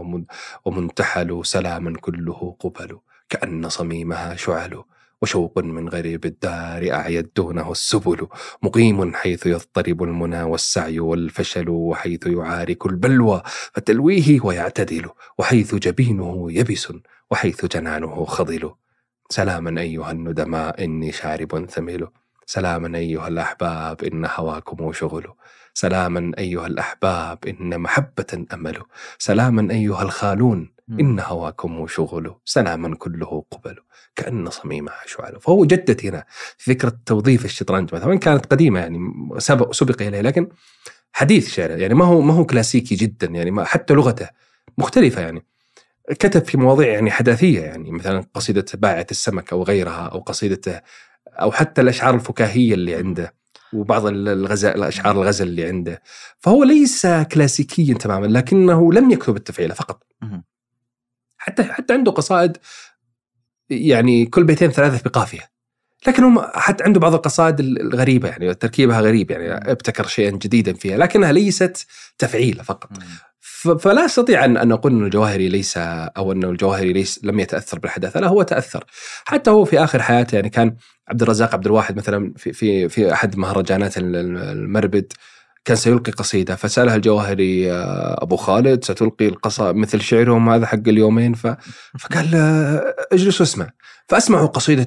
ومنتحل سلاما كله قبل كأن صميمها شعل وشوق من غريب الدار أعيد دونه السبل مقيم حيث يضطرب المنى والسعي والفشل وحيث يعارك البلوى فتلويه ويعتدل وحيث جبينه يبس وحيث جنانه خضل سلاما أيها الندماء إني شارب ثمل سلاما أيها الأحباب إن هواكم شغل سلاما أيها الأحباب إن محبة أمل سلاما أيها الخالون إن هواكم شغل سلاما كله قبل كأن صميمها شعل. فهو جدد هنا فكرة توظيف الشطرنج مثلا، وإن كانت قديمة يعني سبق إليه، لكن حديث شعر يعني ما هو كلاسيكي جدا، يعني حتى لغته مختلفة. يعني كتب في مواضيع يعني حداثية، يعني مثلا قصيدة باعة السمك أو غيرها، أو قصيدته أو حتى الأشعار الفكاهية اللي عنده وبعض الأشعار الغزل اللي عنده. فهو ليس كلاسيكيا تماما، لكنه لم يكتب التفعيلة فقط. حتى عنده قصائد يعني كل بيتين ثلاثة بقافية، لكنه حتى عنده بعض القصائد الغريبة يعني تركيبها غريب يعني ابتكر شيئا جديدا فيها لكنها ليست تفعيلة فقط. فلا أستطيع أن أقول أن الجواهري ليس أو أن الجواهري لم يتأثر بالحداثة، لا هو تأثر. حتى هو في آخر حياته يعني كان عبد الرزاق عبد الواحد مثلا في أحد مهرجانات المربد كان سيلقي قصيدة فسألها الجواهري أبو خالد ستلقي القصائد مثل شعرهم هذا حق اليومين فقال اجلس واسمع. فأسمعوا قصيدة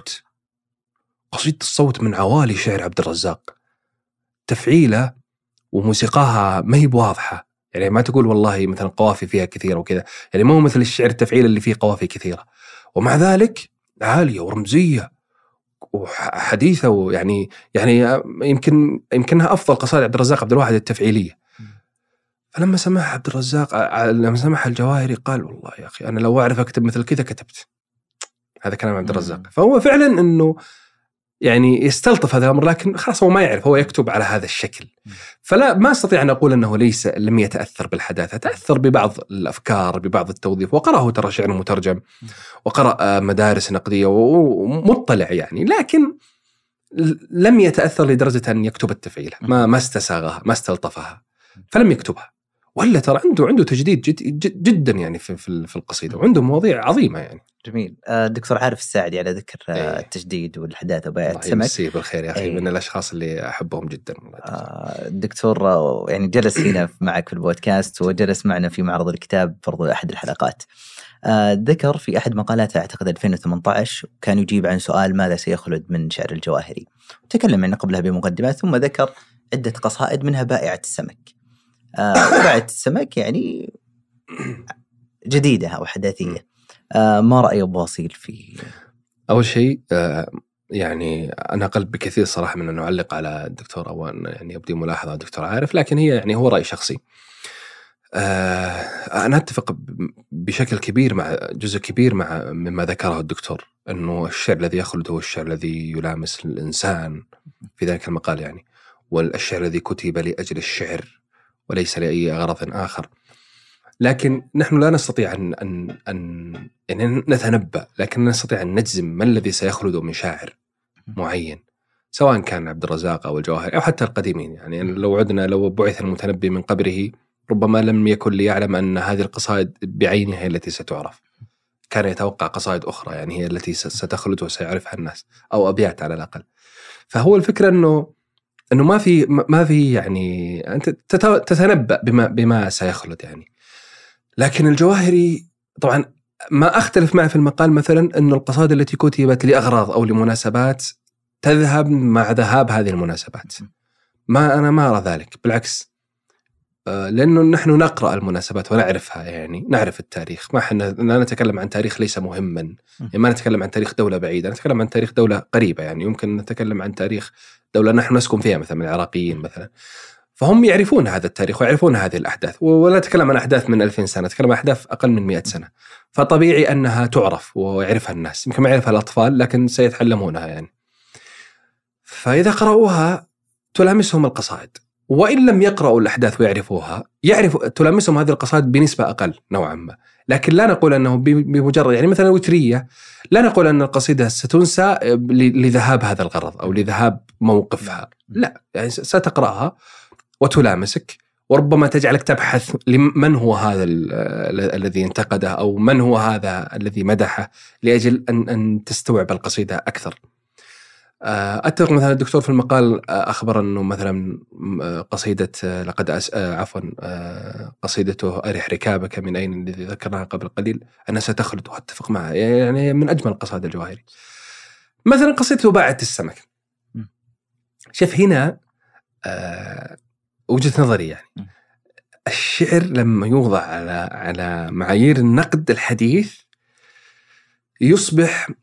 الصوت من عوالي شعر عبد الرزاق، تفعيلة وموسيقاها ما هي بواضحة يعني ما تقول والله مثلا قوافي فيها كثيرة وكذا يعني ما هو مثل الشعر التفعيل اللي فيه قوافي كثيرة، ومع ذلك عالية ورمزية وحديثة ويعني يمكنها أفضل قصائد عبد الرزاق عبد الواحد التفعيلية. فلما سمعها عبد الرزاق لما سمعها الجواهري قال والله يا أخي أنا لو أعرف أكتب مثل كذا كتبت. هذا كلام عبد الرزاق. فهو فعلا أنه يعني يستلطف هذا الأمر لكن خلاص هو ما يعرف، هو يكتب على هذا الشكل. فلا ما استطيع أن أقول أنه لم يتأثر بالحداثة، تأثر ببعض الأفكار ببعض التوظيف، وقرأه ترى شعر مترجم وقرأ مدارس نقدية ومطلع يعني، لكن لم يتأثر لدرجة أن يكتب التفعيلة، ما استساغها ما استلطفها فلم يكتبها. ولا ترى عنده تجديد جدا يعني في القصيدة، وعنده مواضيع عظيمة يعني. جميل. دكتور عارف الساعدي على ذكر التجديد والحداثة وبيع السمك. الله يمسيه بالخير يا أخي، من الأشخاص اللي أحبهم جدا. الدكتور يعني جلس هنا معك في البودكاست وجلس معنا في معرض الكتاب برضو أحد الحلقات. ذكر في أحد مقالاته أعتقد 2018 كان يجيب عن سؤال ماذا سيخلد من شعر الجواهري، وتكلم عنه قبلها بمقدمات، ثم ذكر عدة قصائد منها بائعة السمك. بائعة السمك يعني جديدة أو حداثية. ما رأي أبو أصيل في؟ أول شيء يعني أنا أقل بكثير صراحة من أن أعلق على الدكتور أو أن يعني أبدي ملاحظة على الدكتور عارف، لكن هي يعني هو رأي شخصي. أنا أتفق بشكل كبير مع جزء كبير مما ذكره الدكتور، أنه الشعر الذي يخلد هو الشعر الذي يلامس الإنسان في ذلك المقال يعني، والشعر الذي كتب لأجل الشعر وليس لأي غرض آخر. لكن نحن لا نستطيع أن يعني نتنبأ، لكن نستطيع أن نجزم ما الذي سيخلد من شاعر معين، سواء كان عبد الرزاق أو الجواهري أو حتى القديمين. يعني لو بعث المتنبي من قبره ربما لم يكن ليعلم أن هذه القصائد بعينها هي التي ستعرف، كان يتوقع قصائد أخرى يعني هي التي ستخلد وسيعرفها الناس، أو أبيات على الأقل. فهو الفكرة أنه ما في يعني أنت تتنبأ بما سيخلد يعني. لكن الجواهري طبعا ما أختلف معه في المقال مثلا أن القصائد التي كتبت لأغراض أو لمناسبات تذهب مع ذهاب هذه المناسبات. أنا ما أرى ذلك، بالعكس، لأنه نحن نقرأ المناسبات ونعرفها، يعني نعرف التاريخ. لا نتكلم عن تاريخ ليس مهما، يعني ما نتكلم عن تاريخ دولة بعيدة، نتكلم عن تاريخ دولة قريبة. يعني يمكن نتكلم عن تاريخ دولة نحن نسكن فيها مثلا العراقيين مثلا، فهم يعرفون هذا التاريخ ويعرفون هذه الأحداث، ولا نتكلم عن أحداث من 2000 سنة، نتكلم عن أحداث أقل من 100 سنة. فطبيعي أنها تعرف ويعرفها الناس، يمكن ما يعرفها الأطفال لكن سيتعلمونها يعني. فإذا قرأوها تلامسهم القصائد، وإن لم يقرأوا الأحداث ويعرفوها تلامسهم هذه القصائد بنسبة أقل نوعا ما. لكن لا نقول أنه بمجرد يعني مثلا الوترية لا نقول أن القصيدة ستنسى لذهاب هذا الغرض أو لذهاب موقفها، لا، يعني ستقرأها وتلامسك، وربما تجعلك تبحث من هو هذا الذي انتقده أو من هو هذا الذي مدحه، لأجل أن تستوعب القصيدة أكثر. أتفق مثلا الدكتور في المقال أخبر أنه مثلا قصيدة قصيدته أرح ركابك من أين الذي ذكرناها قبل قليل أنها ستخلد، وأتفق معها، يعني من أجمل قصائد الجواهري. مثلا قصيدته باعت السمك، شوف هنا وجهة نظري يعني الشعر لما يوضع على معايير النقد الحديث يصبح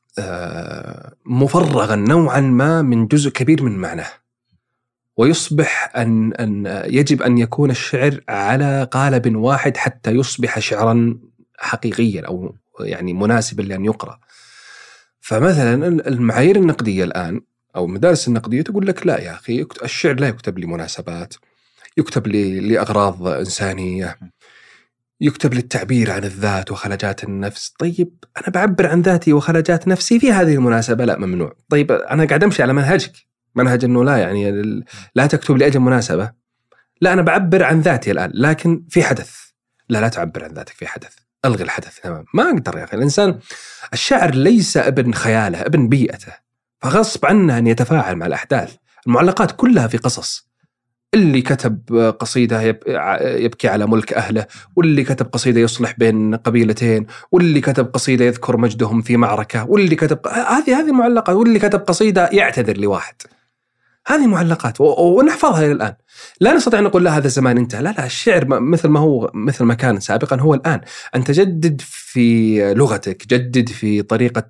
مفرغا نوعا ما من جزء كبير من معناه، ويصبح أن يجب أن يكون الشعر على قالب واحد حتى يصبح شعرا حقيقيا أو يعني مناسبا لأن يقرأ. فمثلا المعايير النقدية الآن أو المدارس النقدية تقول لك لا يا أخي، الشعر لا يكتب لمناسبات، يكتب لأغراض إنسانية، يكتب للتعبير عن الذات وخلجات النفس. طيب أنا بعبر عن ذاتي وخلجات نفسي في هذه المناسبة، لا ممنوع. طيب أنا قاعد أمشي على منهجك، منهج أنه لا يعني لا تكتب لأجل مناسبة، لا أنا بعبر عن ذاتي الآن لكن في حدث، لا تعبر عن ذاتك في حدث، ألغي الحدث تمام. ما أقدر يا أخي، الإنسان الشاعر ليس ابن خياله، ابن بيئته، فغصب عنه أن يتفاعل مع الأحداث. المعلقات كلها في قصص، اللي كتب قصيدة يبكي على ملك أهله، واللي كتب قصيدة يصلح بين قبيلتين، واللي كتب قصيدة يذكر مجدهم في معركة، واللي كتب هذه معلقات، واللي كتب قصيدة يعتذر لواحد. هذه معلقات ونحفظها إلى الآن. لا نستطيع أن نقول لا هذا الزمان انتهى، لا الشعر مثل ما كان سابقا هو الآن. أن تجدد في لغتك، جدد في طريقة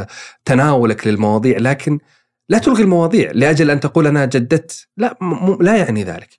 تناولك للمواضيع، لكن لا تلغي المواضيع لأجل أن تقول أنا جددت، لا يعني ذلك.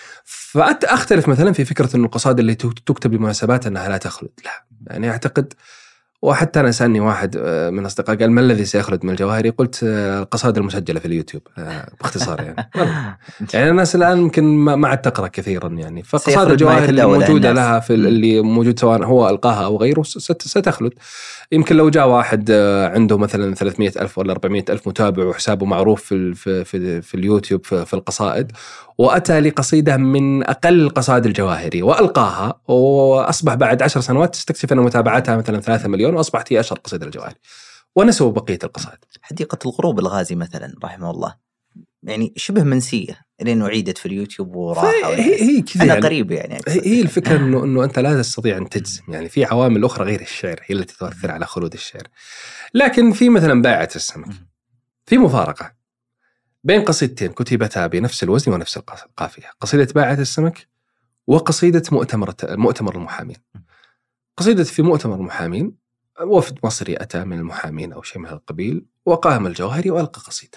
فأختلف مثلا في فكرة أن القصائد اللي تكتب لمناسبات أنها لا تخلد، لا يعني أعتقد. وحتى أنا سألني واحد من أصدقاء قال ما الذي سيخلد من الجواهري؟ قلت القصائد المسجلة في اليوتيوب باختصار يعني. يعني الناس الآن يمكن ما عاد تقرأ كثيرا يعني، فقصائد الجواهري اللي موجودة لها في اللي موجود سواء هو ألقاها أو غيره ستخلد. يمكن لو جاء واحد عنده مثلا 300,000 ولا 400,000 متابع وحسابه معروف في اليوتيوب في القصائد، وأتى لقصيدة من أقل قصائد الجواهري وألقاها، وأصبح بعد 10 سنوات تستكشف أن متابعتها مثلا 3 مليون، وأصبحت هي أشهر قصيدة الجواهري، ونسوا بقية القصائد. حديقة الغروب الغازي مثلا رحمه الله يعني شبه منسية لأنه عيدت في اليوتيوب وراحة. هي كذا أنا يعني قريب يعني هي الفكرة إنه أنت لا تستطيع أن تجزم، يعني في عوامل أخرى غير الشعر هي التي تؤثر على خلود الشعر. لكن في مثلا بائعة السمك، في مفارقة بين قصيدتين كتبتا بنفس الوزن ونفس القافية، قصيدة بائعة السمك وقصيدة مؤتمر المحامين. قصيدة في مؤتمر المحامين، وفد مصري أتى من المحامين أو شيء من القبيل، وقام الجوهري وألقى قصيدة.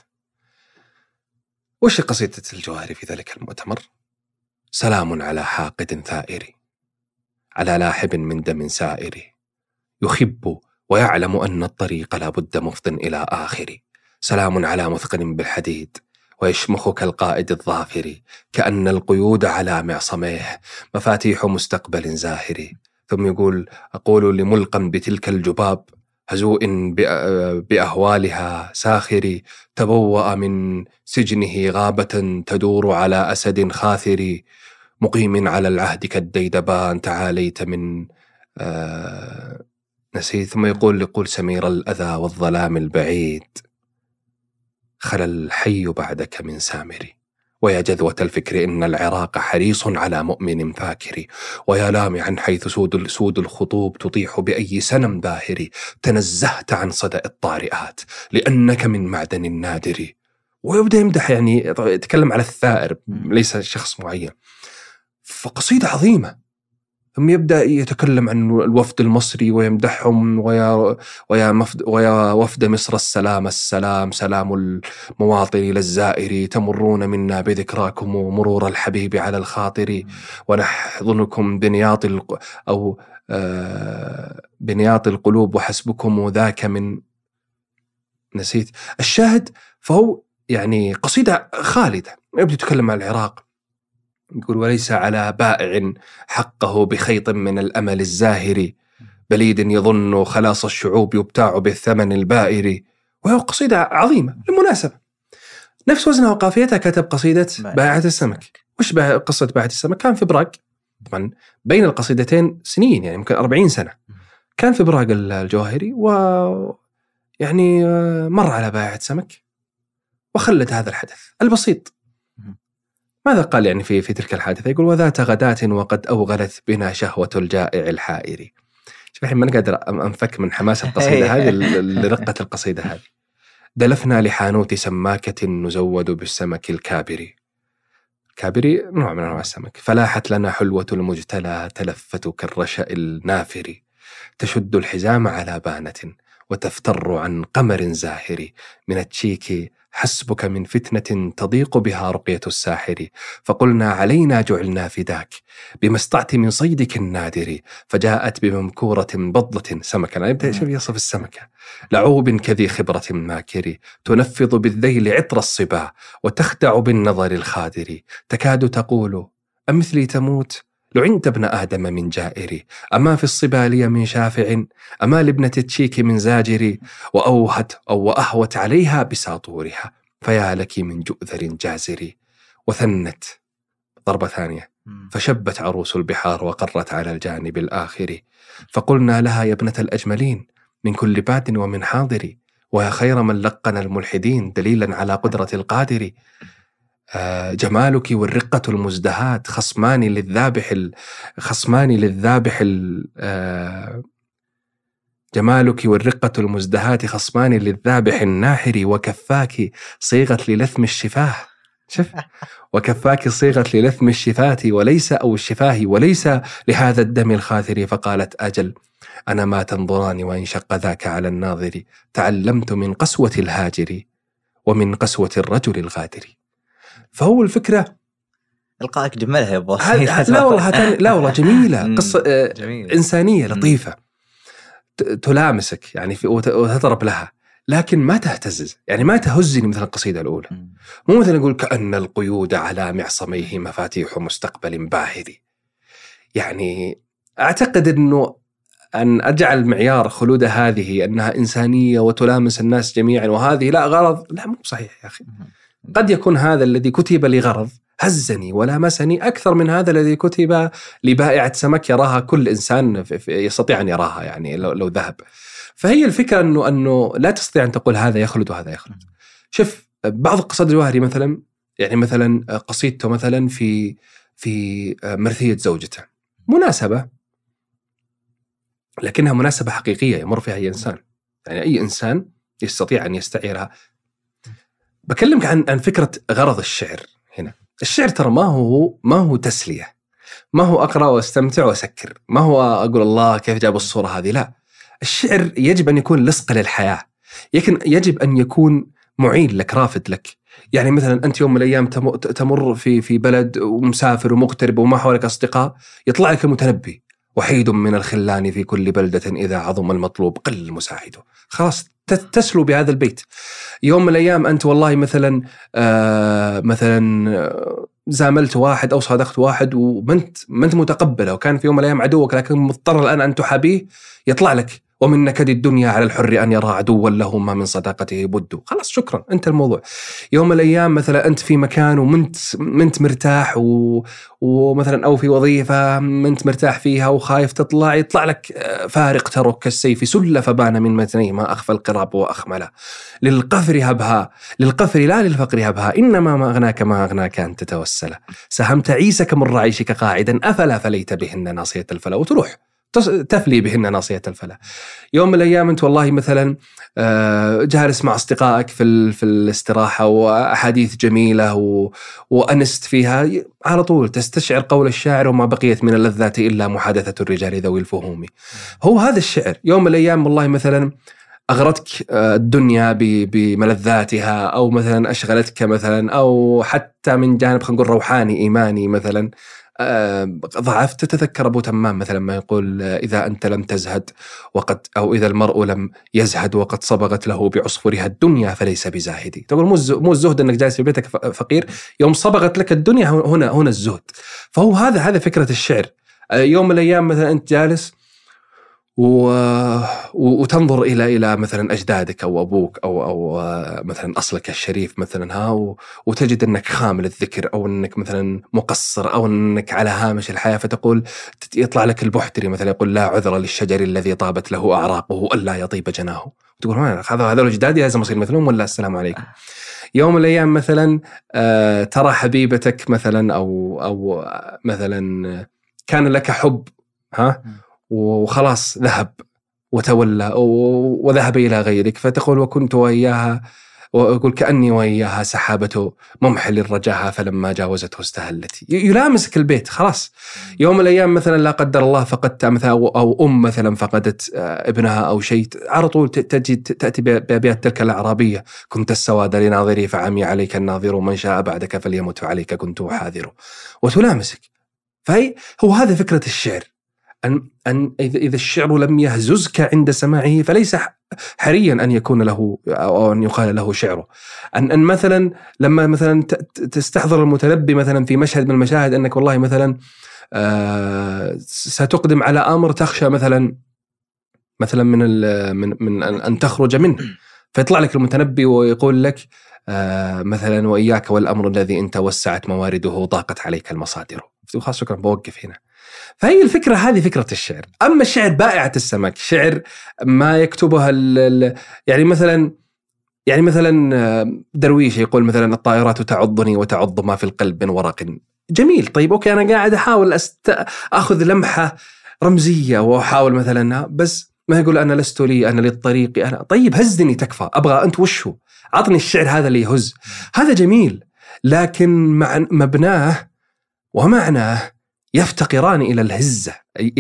وش قصيدة الجوهري في ذلك المؤتمر؟ سلام على حاقد ثائر، على لاحب من دم سائر، يخب ويعلم أن الطريق لا بد مفض إلى آخر. سلام على مثقل بالحديد، ويشمخ كالقائد الظافر، كأن القيود على معصميه مفاتيح مستقبل زاهر. ثم يقول أقول لملقا بتلك الجباب، هزوء بأهوالها ساخر، تبوأ من سجنه غابة تدور على أسد خاثر، مقيم على العهد كالديدبان، تعاليت من نسيت. ثم يقول سمير الأذى والظلام البعيد، خلى الحي بعدك من سامري، ويا جذوة الفكر إن العراق حريص على مؤمن فاكر، ويا لامعا حيث سود الخطوب تطيح بأي سنم باهر، تنزهت عن صدأ الطارئات لأنك من معدن النادر. ويبدأ يمدح، يعني يتكلم على الثائر ليس شخص معين، فقصيدة عظيمة. ثم يبدأ يتكلم عن الوفد المصري ويمدحهم، ويا وفد مصر السلام، سلام المواطن للزائر، تمرون منا بذكراكم مرور الحبيب على الخاطر، ونحضنكم بنياط القلوب، وحسبكم ذاك من نسيت. الشاهد فهو يعني قصيدة خالدة. يبدأ يتكلم عن العراق، يقول وليس على بائع حقه بخيط من الأمل الزاهر، بليد يظن خلاص الشعوب يبتاع بالثمن البائر. وهو قصيدة عظيمة بالمناسبة، نفس وزنها وقافيتها. كتب قصيدة بائعة السمك. وش قصة بائعة السمك؟ كان في براغ، طبعا بين القصيدتين سنين، يعني يمكن 40 سنة. كان في براغ الجواهري، ويعني مر على بائعة سمك وخلد هذا الحدث البسيط. ماذا قال يعني في تلك الحادثة؟ يقول وذات غداة وقد أوغلت بنا شهوة الجائع الحائر. شوف الحين ما نقدر أنفك من حماس القصيدة هذه لرقة القصيدة هذه. دلفنا لحانوت سماكة نزود بالسمك الكابري. كابري نوع من أنواع السمك. فلاحت لنا حلوة المجتلى تلفت كالرشأ النافر، تشد الحزام على بانة وتفتر عن قمر زاهر، من التشيك حسبك من فتنة تضيق بها رقية الساحر، فقلنا علينا جعلنا فداك بما استطعت من صيدك النادر، فجاءت بممكورة بضلة سمكة. أنا يبدأ يصف السمكة، لعوب كذي خبرة ماكر، تنفض بالذيل عطر الصبا وتخدع بالنظر الخادر، تكاد تقول أمثلي تموت لعنت ابن آدم من جائري، أما في الصبالية من شافع، أما لابنة تشيك من زاجري، وأهوت عليها بساطورها، فيا لك من جؤذر جازري. وثنت ضربة ثانية، فشبت عروس البحار وقرت على الجانب الآخر، فقلنا لها يا ابنة الأجملين من كل باد ومن حاضر، ويا خير من لقن الملحدين دليلا على قدرة القادر. جمالك والرقة المزدهات خصمان للذابح جمالك والرقة المزدهات خصمان للذابح الناحر، وكفاك صيغت للثم الشفاه. شوف، وكفاك صيغت للثم الشفاه وليس لهذا الدم الخاثر. فقالت أجل أنا ما تنظران وإن شق ذاك على الناظر، تعلمت من قسوة الهاجر ومن قسوة الرجل الغادر. فهو الفكرة القائك جملها يا أبو. لا والله جميلة، قصة جميلة. إنسانية لطيفة تلامسك يعني وتضرب لها، لكن ما تهتزز، يعني ما تهزني مثل القصيدة الأولى. مو مثلا يقول كأن القيود على معصميه مفاتيح مستقبل باهر. يعني أعتقد أنه أن أجعل معيار خلود هذه أنها إنسانية وتلامس الناس جميعا وهذه لا غرض، لا مو صحيح يا أخي. قد يكون هذا الذي كتب لغرض هزني ولامسني أكثر من هذا الذي كتب لبائعة سمك يراها كل إنسان يستطيع أن يراها، يعني لو ذهب. فهي الفكرة أنه لا تستطيع أن تقول هذا يخلد وهذا يخلد. شوف بعض القصائد الجواهري مثلا، يعني مثلا قصيدته مثلا في مرثية زوجته، مناسبة لكنها مناسبة حقيقية يمر فيها أي إنسان، يعني أي إنسان يستطيع أن يستعيرها. بكلمك عن فكرة غرض الشعر هنا. الشعر ترى ما هو تسلية، ما هو أقرأ واستمتع وأسكر، ما هو أقول الله كيف جاب الصورة هذه، لا. الشعر يجب أن يكون لصق للحياة، يجب أن يكون معين لك، رافد لك. يعني مثلا أنت يوم من الأيام تمر في بلد ومسافر ومغترب وما حولك أصدقاء، يطلع لك المتنبي وحيد من الخلان في كل بلدة إذا عظم المطلوب قل مساعده. خلاص تسلو بهذا البيت. يوم من الأيام أنت والله مثلا زاملت واحد أو صادقت واحد ومنت متقبله، وكان في يوم من الأيام عدوك لكن مضطر الآن أن تحابيه، يطلع لك ومن نكد الدنيا على الحر أن يرى عدوا له ما من صداقته بد. خلاص شكرا، أنت الموضوع. يوم من الأيام مثلا أنت في مكان ومنت مرتاح ومثلا أو في وظيفة منت مرتاح فيها وخايف تطلع، يطلع لك فارق ترك كالسيف سل فبان من متنيه ما أخفى القراب وأخمله. للقفر هبها، للقفر لا للفقر هبها، إنما ما أغناك أن تتوسل. سهمت عيسك من رعيشك قاعدا أفلا فليت بهن ناصية الفلا، وتروح تفلي بهن ناصية الفلا. يوم من الأيام أنت والله مثلا جالس مع أصدقائك في الاستراحة وأحاديث جميلة وأنست فيها، على طول تستشعر قول الشاعر وما بقيت من اللذات إلا محادثة الرجال ذوي الفهوم. هو هذا الشعر. يوم من الأيام والله مثلا أغرتك الدنيا بملذاتها، أو مثلا أشغلتك مثلا، أو حتى من جانب خلينا نقول روحاني إيماني مثلا ضعفت. تتذكر أبو تمام مثلا ما يقول إذا أنت لم تزهد أو إذا المرء لم يزهد وقد صبغت له بعصفرها الدنيا فليس بزاهدي. تقول مو الزهد أنك جالس في بيتك فقير، يوم صبغت لك الدنيا هنا الزهد. فهو هذا فكرة الشعر. يوم من الأيام مثلا أنت جالس وتنظر إلى مثلا أجدادك أو أبوك أو مثلا أصلك الشريف مثلا وتجد أنك خامل الذكر، أو أنك مثلا مقصر، أو أنك على هامش الحياة، فتقول يطلع لك البحتري مثلا يقول لا عذر للشجر الذي طابت له أعراقه ألا يطيب جناه. تقول هذا الأجدادي لازم أصير مثلهم ولا السلام عليكم. يوم من الأيام مثلا ترى حبيبتك مثلا أو مثلا كان لك حب وخلاص ذهب وتولى وذهب إلى غيرك، فتقول وكنت وإياها، وأقول كأني وإياها سحابة ممحل رجاها فلما جاوزته استهلت. يلامسك البيت خلاص. يوم من الأيام مثلا لا قدر الله فقدت مثلا أو مثلا فقدت ابنها أو شيء، على طول تأتي بأبيات تلك الأعرابية: كنت السواد لناظري فعمي عليك الناظر، من شاء بعدك فليمت عليك كنت حاذر، وتلامسك. فهي هو هذا فكرة الشعر. أن إذا الشعر لم يهززك عند سماعه فليس حريا أن يكون له أو أن يقال له شعره. أن مثلا لما مثلا تستحضر المتنبي مثلا في مشهد من المشاهد أنك والله مثلا ستقدم على أمر تخشى مثلا من أن تخرج منه، فيطلع لك المتنبي ويقول لك مثلا وإياك والأمر الذي إن توسعت موارده ضاقت عليك المصادر. خلاص شكرا بوقف هنا. فهي الفكرة هذه فكرة الشعر. أما الشعر بائعة السمك، شعر ما يكتبها يعني مثلا درويش يقول مثلا الطائرات تعضني وتعض ما في القلب من ورق. جميل، طيب أوكي، أنا قاعد أحاول أخذ لمحة رمزية وأحاول مثلا، بس ما يقول أنا لست لي، أنا للطريق، أنا طيب هزني تكفى، أبغى أنت وشه، عطني الشعر هذا اللي يهز. هذا جميل، لكن مبناه ومعناه يفتقران إلى الهزة،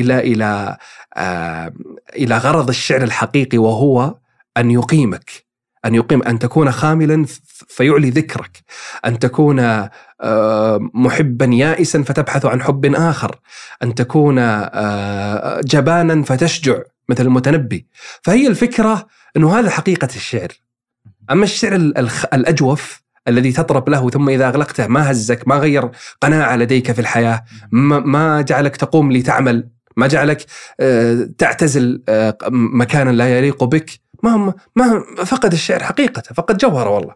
إلى غرض الشعر الحقيقي، وهو أن يقيمك، أن تكون خاملا فيعلي ذكرك، أن تكون محبا يائسا فتبحث عن حب آخر، أن تكون جبانا فتشجع مثل المتنبي. فهي الفكرة أنه هذا حقيقة الشعر. أما الشعر الأجوف الذي تطرب له ثم إذا أغلقته ما هزك، ما غير قناعة لديك في الحياة، ما جعلك تقوم لتعمل، ما جعلك تعتزل مكانا لا يليق بك، ما فقد الشعر حقيقته، فقد جوهره والله.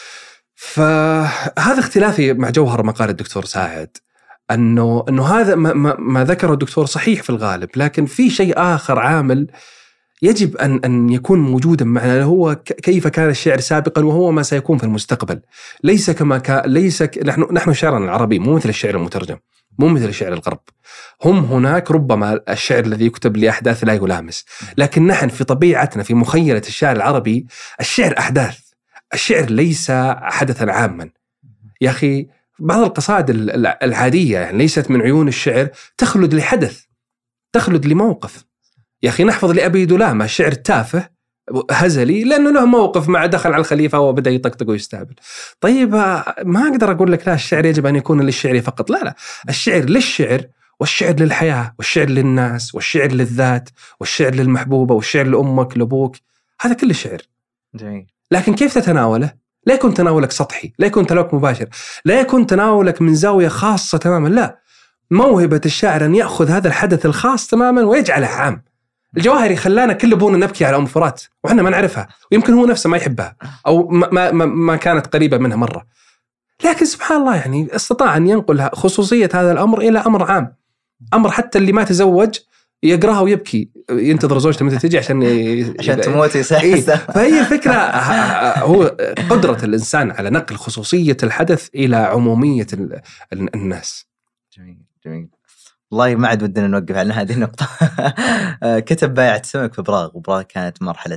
فهذا اختلافي مع جوهر مقال الدكتور ساعد، أنه هذا ما ذكره الدكتور صحيح في الغالب، لكن في شيء آخر عامل يجب أن يكون موجودا معنا، هو كيف كان الشعر سابقا وهو ما سيكون في المستقبل. ليس كما نحن شعرنا العربي مو مثل الشعر المترجم، مو مثل الشعر الغرب. هم هناك ربما الشعر الذي يكتب لأحداث لا يلامس، لكن نحن في طبيعتنا في مخيلة الشعر العربي الشعر أحداث، الشعر ليس حدثا عاما. يا أخي بعض القصائد العادية يعني ليست من عيون الشعر، تخلد لحدث، تخلد لموقف. يا أخي نحفظ لأبي دلامة شعر تافه هزلي لأنه له موقف مع دخل على الخليفة وبدأ يطقطق ويستهبل. طيب ما أقدر أقول لك لا، الشعر يجب أن يكون للشعر فقط، لا، الشعر للشعر، والشعر للحياة، والشعر للناس، والشعر للذات، والشعر للمحبوبة، والشعر لأمك لأبوك، هذا كل شعر. جميل. لكن كيف تتناوله؟ لا يكون تناولك سطحي، لا يكون تناولك مباشر، لا يكون تناولك من زاوية خاصة تماما، لا. موهبة الشاعر أن يأخذ هذا الحدث الخاص تماما ويجعله عام. الجواهري خلانا كل ابونا نبكي على أم فرات وإحنا ما نعرفها، ويمكن هو نفسه ما يحبها أو ما كانت قريبة منها مرة، لكن سبحان الله يعني استطاع أن ينقل خصوصية هذا الأمر إلى أمر عام، أمر حتى اللي ما تزوج يقرأها ويبكي، ينتظر زوجته متى تجي عشان تموت يسحسه. فهي الفكرة، هو قدرة الإنسان على نقل خصوصية الحدث إلى عمومية الناس. جميل. والله ما عاد ودنا نوقف على هذه النقطة. كتب بائعة السمك في براغ، وبراغ كانت مرحلة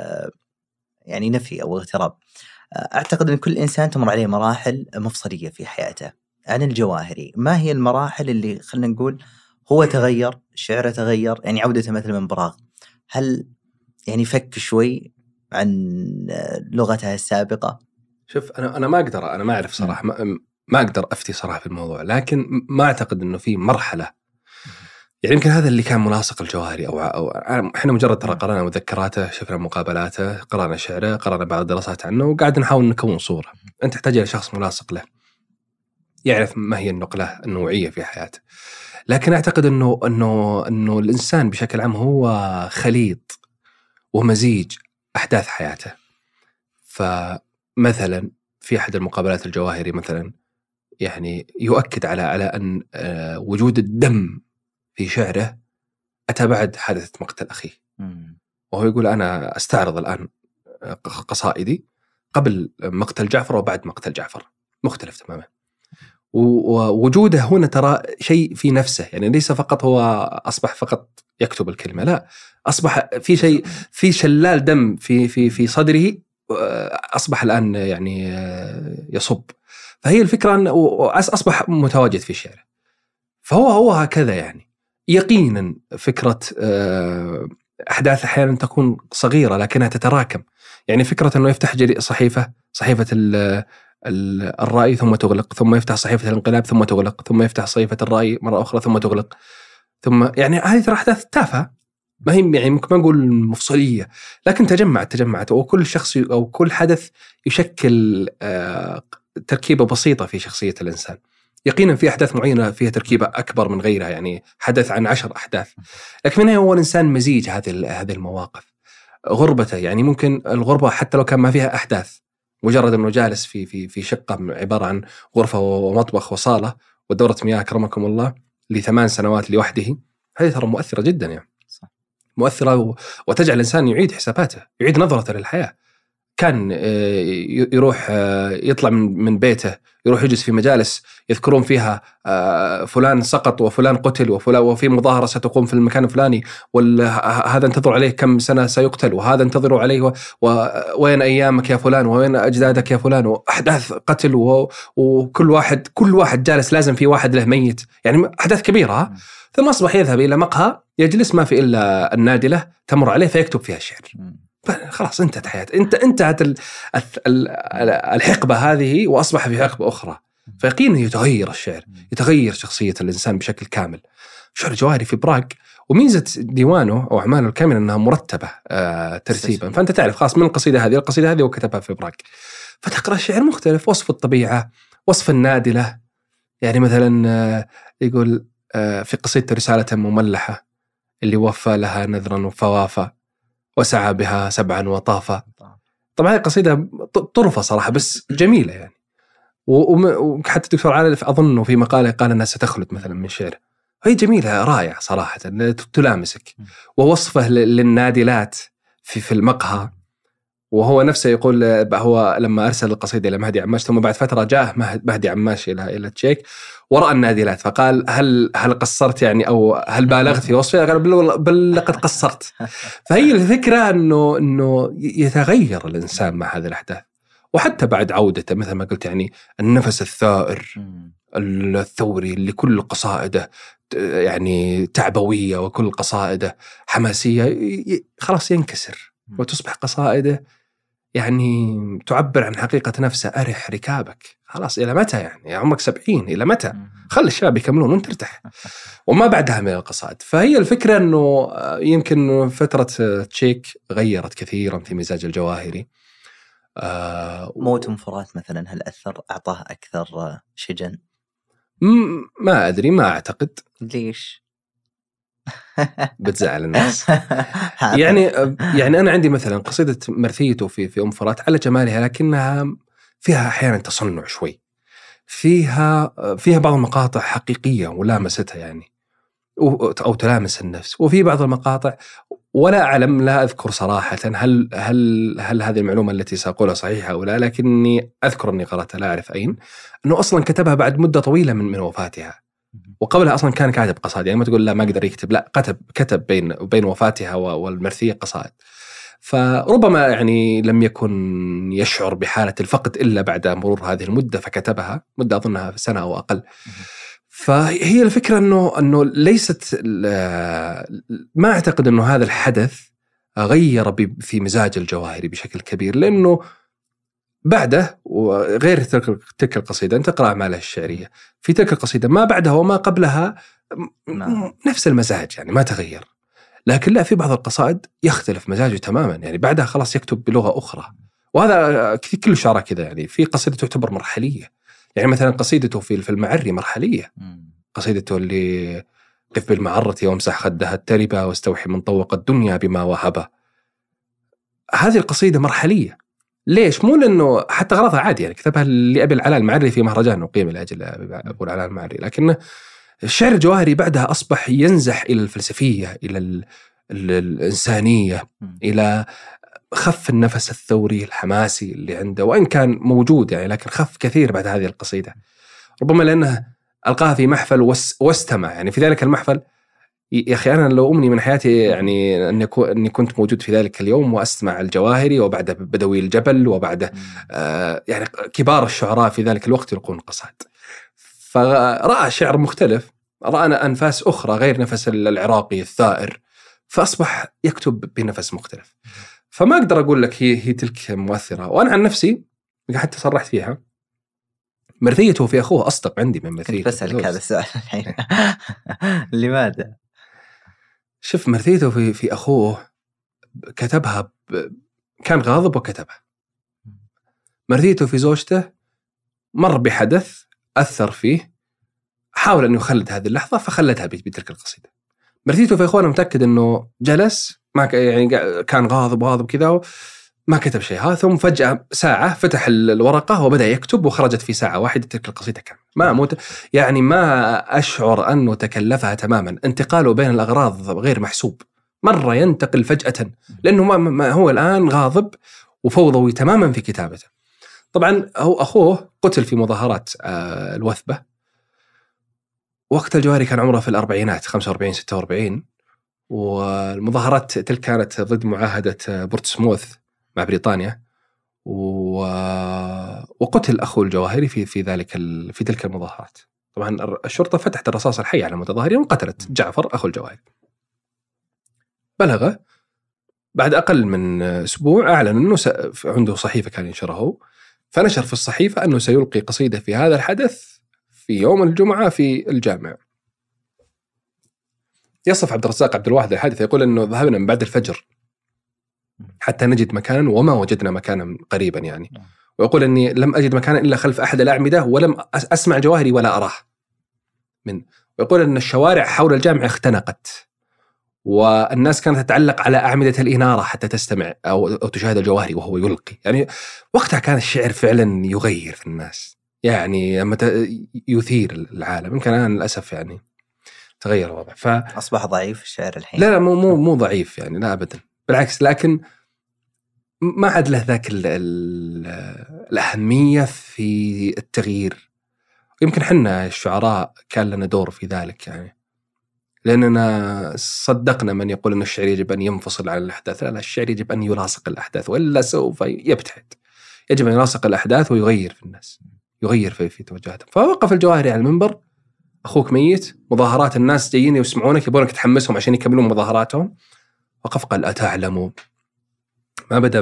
يعني نفي أو اغتراب. أعتقد أن كل إنسان تمر عليه مراحل مفصلية في حياته. عن الجواهري، ما هي المراحل اللي خلنا نقول هو تغير، شعره تغير، يعني عودته مثل من براغ، هل يعني فك شوي عن لغتها السابقة؟ شوف أنا ما أقدر، أنا ما أعرف صراحة، ما أقدر أفتي صراحة في الموضوع، لكن ما أعتقد أنه في مرحلة، يعني يمكن هذا اللي كان ملاصق الجواهري أو إحنا مجرد ترى قرأنا مذكراته، شفنا مقابلاته، قرأنا شعره، قرأنا بعض الدراسات عنه، وقاعد نحاول نكون صورة. أنت تحتاج إلى شخص ملاصق له يعرف ما هي النقلة النوعية في حياته. لكن أعتقد أنه الإنسان بشكل عام هو خليط ومزيج أحداث حياته. فمثلا في أحد المقابلات الجواهري مثلا يعني يؤكد على أن وجود الدم في شعره أتى بعد حادثة مقتل أخيه، وهو يقول أنا أستعرض الآن قصائدي قبل مقتل جعفر وبعد مقتل جعفر، مختلف تماما. ووجوده هنا ترى شيء في نفسه، يعني ليس فقط هو أصبح فقط يكتب الكلمة، لا، أصبح في شيء، في شلال دم في صدره أصبح الآن يعني يصب. فهي الفكرة أنه أصبح متواجد في الشعر. فهو هكذا يعني يقينا فكرة أحداث أحيانا تكون صغيرة لكنها تتراكم. يعني فكرة أنه يفتح صحيفة الرأي ثم تغلق، ثم يفتح صحيفة الانقلاب ثم تغلق، ثم يفتح صحيفة الرأي مرة أخرى ثم تغلق. ثم يعني هذه ترى أحداث تافهة، ما هي يعني ممكن ما نقول مفصلية، لكن تجمعت وكل شخص أو كل حدث يشكل تركيبة بسيطة في شخصية الإنسان. يقينا في أحداث معينة فيها تركيبة أكبر من غيرها، يعني حدث عن 10 أحداث، لكن منها هو الإنسان مزيج هذه المواقف. غربته يعني ممكن الغربة حتى لو كان ما فيها أحداث، مجرد أنه جالس في شقة عبارة عن غرفة ومطبخ وصالة ودورة مياه أكرمكم الله ل8 سنوات لوحده، هذه ترى مؤثرة جدا يعني. صح. مؤثرة وتجعل الإنسان يعيد حساباته، يعيد نظرته للحياة. كان يروح يطلع من بيته، يروح يجلس في مجالس يذكرون فيها فلان سقط وفلان قتل وفي مظاهرة ستقوم في المكان الفلاني، وهذا انتظر عليه كم سنة سيقتل، وهذا انتظروا عليه وين أيامك يا فلان، وين أجدادك يا فلان، وأحداث قتل وكل واحد جالس لازم في واحد له ميت، يعني أحداث كبيرة. ثم أصبح يذهب إلى مقهى يجلس ما في إلا النادلة تمر عليه فيكتب فيها الشعر. خلاص انتهت حياته، انتهت الحقبة هذه وأصبح في حقبة أخرى. فيقينا يتغير الشعر، يتغير شخصية الإنسان بشكل كامل. شعر الجواهري في براغ، وميزة ديوانه أو أعماله الكاملة أنها مرتبة ترتيبا، فأنت تعرف خلاص من القصيدة هذه وكتبها في براغ، فتقرأ الشعر مختلف، وصف الطبيعة، وصف النادلة. يعني مثلا يقول في قصيدة رسالة مملحة اللي وفى لها نذرا وفوافى وسعى بها 7 وطافا. طبعا هذه قصيدة طرفة صراحة بس جميلة يعني. وحتى الدكتور عارف أظنه في مقالة قال أنها ستخلد مثلا من شعر، هي جميلة رائعة صراحة تلامسك. ووصفه للنادلات في المقهى، وهو نفسه يقول هو لما أرسل القصيدة إلى مهدي عماش ثم بعد فترة جاء مهدي عماش إلى تشيك ورأى النادلات فقال هل قصرت يعني أو هل بالغت في وصفها؟ قال بل لقد قصرت. فهي الفكرة أنه يتغير الإنسان مع هذه الأحداث، وحتى بعد عودته مثل ما قلت يعني النفس الثائر الثوري اللي كل قصائده يعني تعبوية وكل قصائده حماسية خلاص ينكسر وتصبح قصائده يعني تعبر عن حقيقة نفسه. أرح ركابك، خلاص إلى متى يعني عمرك 70 إلى متى؟ خلي الشباب يكملون وانت ترتاح. وما بعدها من القصائد. فهي الفكرة أنه يمكن فترة تشيك غيرت كثيرا في مزاج الجواهري. موت فرات مثلا هل أثر أعطاه أكثر شجن؟ ما أدري، ما أعتقد. ليش؟ بتزعل الناس. يعني أنا عندي مثلا قصيدة مرثيته في أم فرات على جمالها، لكنها فيها أحيانا تصنع شوي، فيها بعض المقاطع حقيقية ولامستها يعني أو تلامس النفس، وفي بعض المقاطع ولا أعلم، لا أذكر صراحة هل هذه المعلومة التي سأقولها صحيحة أو لا، لكني أذكر أني قرأتها لا أعرف أين، أنه أصلا كتبها بعد مدة طويلة من وفاتها، وقبلها أصلا كان كاتب قصائد. يعني ما تقول لا ما قدر يكتب، لا كتب بين وفاتها والمرثية قصائد. فربما يعني لم يكن يشعر بحالة الفقد إلا بعد مرور هذه المدة فكتبها، مدة أظنها سنة أو أقل. فهي الفكرة أنه ليست، ما أعتقد أنه هذا الحدث غير في مزاج الجواهري بشكل كبير، لأنه بعده وغير تلك القصيدة أنت تقرأ أعماله الشعرية في تلك القصيدة ما بعدها وما قبلها نفس المزاج يعني ما تغير. لكن لا، في بعض القصائد يختلف مزاجه تماما، يعني بعدها خلاص يكتب بلغة أخرى، وهذا كل شعراء كذا. يعني في قصيدة تعتبر مرحلية، يعني مثلا قصيدته في المعري مرحلية، قصيدته اللي قف بالمعرة وامسح خدها التربة واستوحي من طوق الدنيا بما وهبه، هذه القصيدة مرحلية. ليش؟ مو لأنه حتى غلطها عادي، يعني كتبها لأبي العلاء المعري في مهرجان أقيم لأجل أبو العلاء المعري، لكن الشعر الجواهري بعدها أصبح ينزح إلى الفلسفية، إلى الإنسانية، إلى خف النفس الثوري الحماسي اللي عنده، وإن كان موجود يعني لكن خف كثير بعد هذه القصيدة، ربما لأنه ألقاها في محفل واستمع يعني في ذلك المحفل. يا أخي أنا لو أمني من حياتي يعني أني كنت موجود في ذلك اليوم وأستمع الجواهري وبعد بدوي الجبل وبعد يعني كبار الشعراء في ذلك الوقت يلقون قصائد. فرأى شعر مختلف، رأى أنفاس أخرى غير نفس العراقي الثائر، فأصبح يكتب بنفس مختلف. فما أقدر أقول لك هي تلك مؤثرة. وأنا عن نفسي حتى صرحت فيها، مرثيته في أخوه أصدق عندي من مرثيته. بسألك هذا السؤال الحين. لماذا؟ شوف مرثيته في أخوه كتبها كان غاضب وكتبها. مرثيته في زوجته مر بحدث أثر فيه، حاول أن يخلد هذه اللحظة فخلدها بتلك القصيدة. مرثيته في أخوه أنا متأكد أنه جلس يعني كان غاضب كذا ما كتب شيء، ثم فجأة ساعة فتح الورقة وبدأ يكتب وخرجت في ساعة واحدة تلك القصيدة كاملة. يعني ما أشعر أنه تكلفها تماما. انتقاله بين الأغراض غير محسوب، مرة ينتقل فجأة لأنه ما هو الآن غاضب وفوضوي تماما في كتابته. طبعا هو أخوه قتل في مظاهرات الوثبة، وقت الجوهري كان عمره في الأربعينات 45-46، والمظاهرات تلك كانت ضد معاهدة بورتسموث مع بريطانيا، وقتل أخو الجواهري في تلك المظاهرات. طبعا الشرطة فتحت الرصاص الحي على متظاهرين وقتلت جعفر أخو الجواهري. بلغ بعد أقل من أسبوع أعلن أنه عنده صحيفة كان ينشرها، فنشر في الصحيفة أنه سيلقي قصيدة في هذا الحدث في يوم الجمعة في الجامع. يصف عبد الرزاق عبد الواحد الحادث يقول أنه ذهبنا من بعد الفجر حتى نجد مكانا وما وجدنا مكانا قريبا يعني، ويقول أني لم أجد مكانا إلا خلف أحد الأعمدة ولم أسمع جواهري ولا أراه ويقول أن الشوارع حول الجامع اختنقت والناس كانت تتعلق على أعمدة الإنارة حتى تستمع أو تشاهد الجواهري وهو يلقي. يعني وقتها كان الشعر فعلا يغير في الناس، يعني يثير العالم. يمكن الآن للأسف يعني تغير الوضع، أصبح ضعيف الشعر الحين. لا مو ضعيف يعني، لا أبدا بالعكس، لكن ما عاد له ذاك الأهمية في التغيير. يمكن حنا الشعراء كان لنا دور في ذلك يعني، لأننا صدقنا من يقول أن الشعر يجب أن ينفصل عن الأحداث. لا، الشعر يجب أن يلاصق الأحداث وإلا سوف يبتعد. يجب أن يلاصق الأحداث ويغير في الناس، يغير في توجهاتهم. فوقف الجواهري على المنبر، أخوك ميت، مظاهرات الناس جايين يسمعونك يبونك تحمسهم عشان يكملون مظاهراتهم. وقف قال أتعلموا، ما بدأ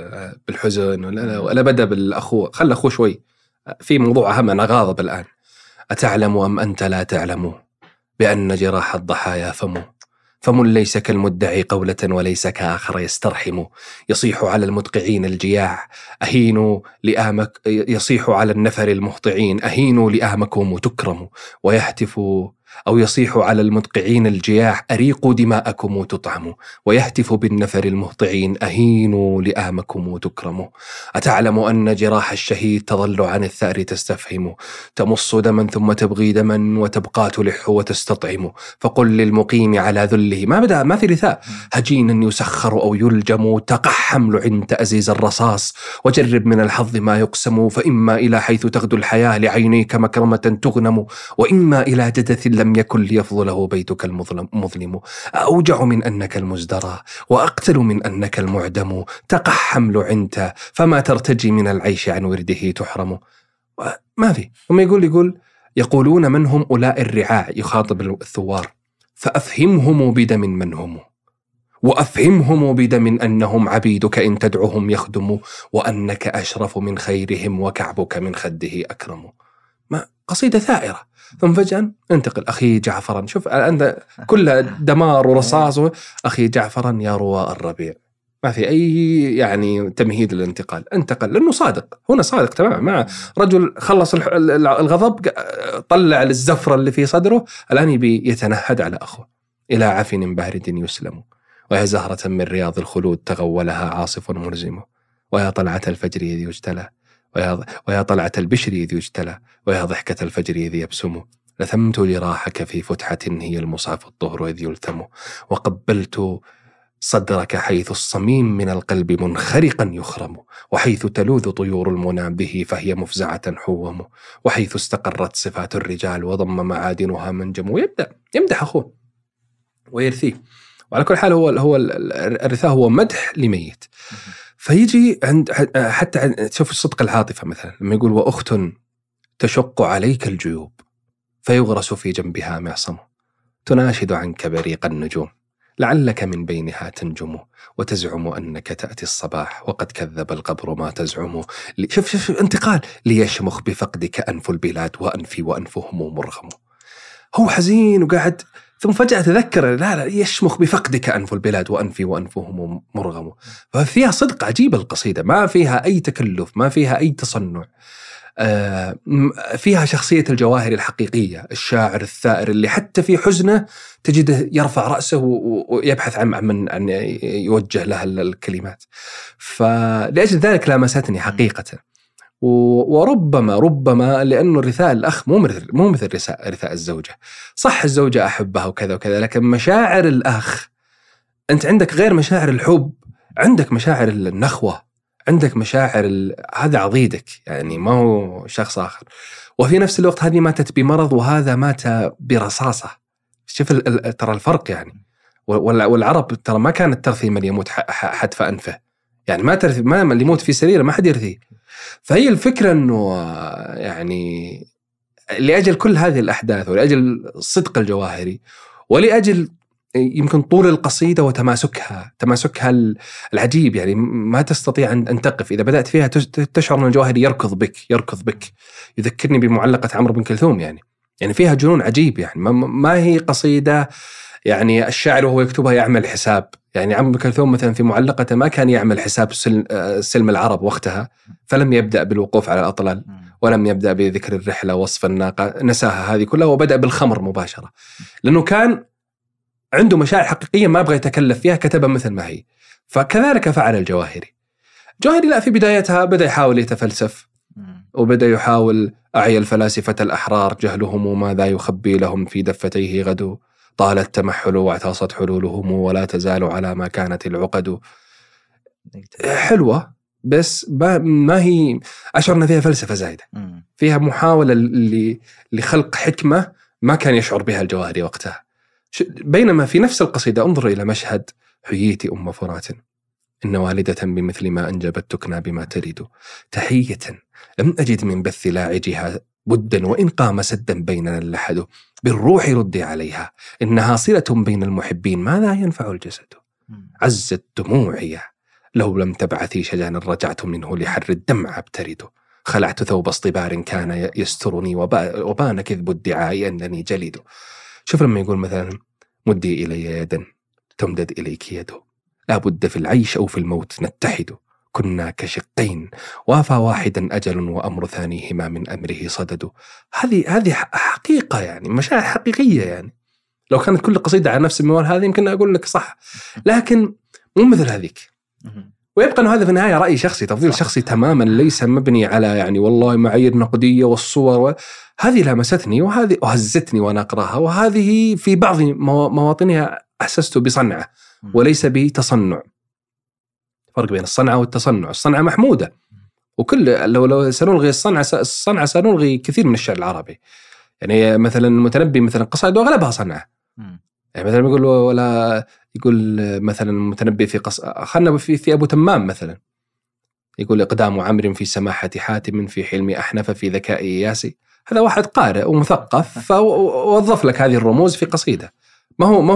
بالحزن ولا بدأ بالأخوة، خلى أخوه شوي في موضوع أهم. أنا غاضب الآن. أتعلم أم أنت لا تعلم بأن جراح الضحايا فم ليس كالمدعي قولة وليس كآخر يسترحم. يصيح على المدقعين الجياع أهينوا لآمك، يصيح على النفر المهطعين أهينوا لآمكم تكرموا. ويهتف أو يصيح على المدقعين الجياع أريقوا دماءكم تطعموا. ويهتف بالنفر المهطعين أهينوا لآمكم تكرموا. أتعلم أن جراح الشهيد تظل عن الثأر تستفهم، تمص دما ثم تبغي دما وتبقى تلح وتستطعم. فقل للمقيم على ذله، ما في رثاء، هجينا يسخر أو يلجم. تقحم لعنت أزيز الرصاص وجرب من الحظ ما يقسم. فإما إلى حيث تغدو الحياة لعينيك مكرمة تغنم، وإما إلى جدث لم يكن ليفضله بيتك المظلم. أوجع من أنك المزدرى وأقتل من أنك المعدم. تقحم لعنت فما ترتجي من العيش عن ورده تحرم. ما في. هم يقولون من هم أولاء الرعاع، يخاطب الثوار، فأفهمهم بدم من هم، وأفهمهم بدم أنهم عبيدك إن تدعهم يخدموا، وأنك أشرف من خيرهم وكعبك من خده أكرم. ما قصيدة ثائرة. ثم فجأة انتقل أخي جعفرا، شوف أنت كل دمار ورصاص، أخي جعفرا يا رواء الربيع. ما في أي يعني تمهيد للانتقال، انتقل لأنه صادق. هنا صادق تماما مع رجل خلص الغضب، طلع للزفرة اللي في صدره، الآن يبي يتنهد على أخوه. إلى عفن بارد يسلم، ويا زهرة من رياض الخلود تغولها عاصف ملزم. ويا طلعة الفجر إذ يجتلى، ويا طلعة البشر إذ يجتلى، ويا ضحكة الفجر إذ يبسم. لثمت جراحك في فتحة هي المصعف الطهر إذ يلتم، وقبلت صدرك حيث الصميم من القلب منخرقا يخرم، وحيث تلوذ طيور المنى به فهي مفزعة حوم، وحيث استقرت صفات الرجال وضم معادنها منجم. ويبدأ يمدح أخوه ويرثيه. وعلى كل حال هو الرثاء هو مدح لميت. فيجي عند حتى تشوف الصدق العاطفة مثلا لما يقول وأخت تشق عليك الجيوب فيغرس في جنبها معصم، تناشد عنك بريق النجوم لعلك من بينها تنجم، وتزعم أنك تأتي الصباح وقد كذب القبر ما تزعم. شوف انتقال. ليشمخ بفقدك أنف البلاد وأنفي وأنفهم مرغم. هو حزين وقاعد ثم فجأة تذكر لا يشمخ بفقدك أنف البلاد وأنفي وأنفهم مرغم. ففيها صدق عجيب القصيدة، ما فيها أي تكلف، ما فيها أي تصنع، فيها شخصية الجواهري الحقيقية، الشاعر الثائر اللي حتى في حزنه تجده يرفع رأسه ويبحث عن يوجه له الكلمات. فلأجل ذلك لامستني حقيقة. وربما لأنه رثاء الأخ مو مثل رثاء الزوجة. صح الزوجة أحبها وكذا وكذا، لكن مشاعر الأخ أنت عندك غير مشاعر الحب، عندك مشاعر النخوة، عندك مشاعر هذا عضيدك، يعني ما هو شخص آخر. وفي نفس الوقت هذه ماتت بمرض وهذا مات برصاصة. شوف ترى الفرق يعني. والعرب ترى ما كانت ترثي من يموت حتف أنفه، يعني ما ترثي، ما اللي يموت في سريره ما حد يرثيه. فهي الفكرة أنه يعني لأجل كل هذه الأحداث ولأجل صدق الجواهري ولأجل يمكن طول القصيدة وتماسكها العجيب، يعني ما تستطيع أن تقف. إذا بدأت فيها تشعر أن الجواهري يركض بك. يذكرني بمعلقة عمرو بن كلثوم، يعني فيها جنون عجيب. يعني ما هي قصيدة يعني الشاعر وهو يكتبها يعمل حساب. يعني عمرو بن كلثوم مثلا في معلقته ما كان يعمل حساب سلم العرب وقتها، فلم يبدأ بالوقوف على الأطلال ولم يبدأ بذكر الرحلة وصف الناقة، نساها هذه كلها وبدأ بالخمر مباشرة، لأنه كان عنده مشاعر حقيقية ما أبغى يتكلف فيها، كتبها مثل ما هي. فكذلك فعل الجواهري. لا في بدايتها بدأ يحاول يتفلسف، وبدأ يحاول أعي الفلاسفة الأحرار جهلهم ماذا يخبي لهم في دفتيه غدو، طال التمحل واعتصت حلولهم ولا تزال على ما كانت العقد. حلوة بس ما هي، أشعرنا فيها فلسفة زايدة، فيها محاولة لخلق حكمة ما كان يشعر بها الجواهري وقتها. بينما في نفس القصيدة انظر إلى مشهد: حييت أم فرات إن والدة بمثل ما أنجبت تكنى بما تريد، تحية لم أجد من بث لاعجها بدا وإن قام سدا بيننا اللحد، بالروح ردي عليها إنها صلة بين المحبين ماذا ينفع الجسد، عزت دموعي لو لم تبعثي شجان رجعت منه لحر الدمع أبترد، خلعت ثوب اصطبار كان يسترني وبان كذب الدعاء أنني جلد. شوف لما يقول مثلا: مدي إلي يدا تمدد إليك يده، لا بد في العيش أو في الموت نتحد، كنا كشقين وافى واحدا أجل وأمر ثانيهما من أمره صدد. هذه حقيقة، يعني مشاعر حقيقية. يعني لو كانت كل قصيدة على نفس الموال هذه يمكن أقول لك صح، لكن مو مثل هذيك. ويبقى أنه هذا في النهاية رأي شخصي، تفضيل شخصي تماما، ليس مبني على يعني والله معايير نقدية والصور هذه لمستني وهذه وهزتني وأنا أقرأها، وهذه في بعض مواطنها أحسست بصنعة وليس بتصنع. فرق بين الصنعة والتصنع. الصنعة محمودة، وكل لو سنلغي الصنعة سنلغي كثير من الشعر العربي. يعني مثلا المتنبي مثلا قصائده أغلبها صنعة. يعني مثلا يقول مثلا المتنبي في خلنا في أبو تمام مثلا يقول: إقدام عمرو في سماحة حاتم في حلم أحنف في ذكاء إياسي. هذا واحد قارئ ومثقف فوظف لك هذه الرموز في قصيدة. ما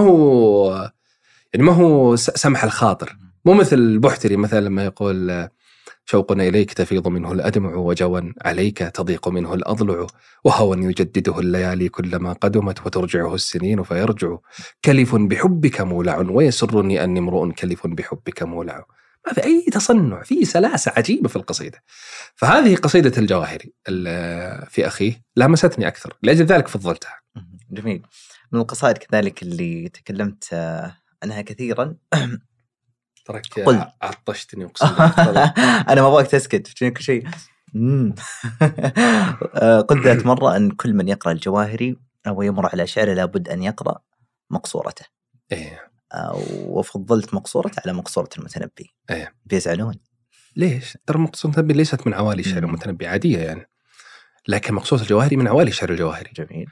هو سمح الخاطر. مو مثل البحتري مثلا لما يقول: شوقنا إليك تفيض منه الأدمع وجوا عليك تضيق منه الأضلع، وهوى يجدده الليالي كلما قدمت وترجعه السنين فيرجع، كلف بحبك مولع ويسرني أني امرؤ كلف بحبك مولع. ما في أي تصنع، في سلاسة عجيبة في القصيدة. فهذه قصيدة الجواهري في أخيه لامستني أكثر، لأجل ذلك فضلتها. جميل. من القصائد كذلك اللي تكلمت عنها كثيرا ترك عطشتني أقسم أنا ما أبغاك تسكت في كل شيء. قلت ذات مرة أن كل من يقرأ الجواهري أو يمر على شعره لابد أن يقرأ مقصورته. وفضلت مقصورته على مقصورة المتنبي. بيزعلون. ليش؟ ترى مقصورة المتنبي ليست من عوالي شعر المتنبي، عادية يعني، لكن مقصورة الجواهري من عوالي شعر الجواهري. جميل.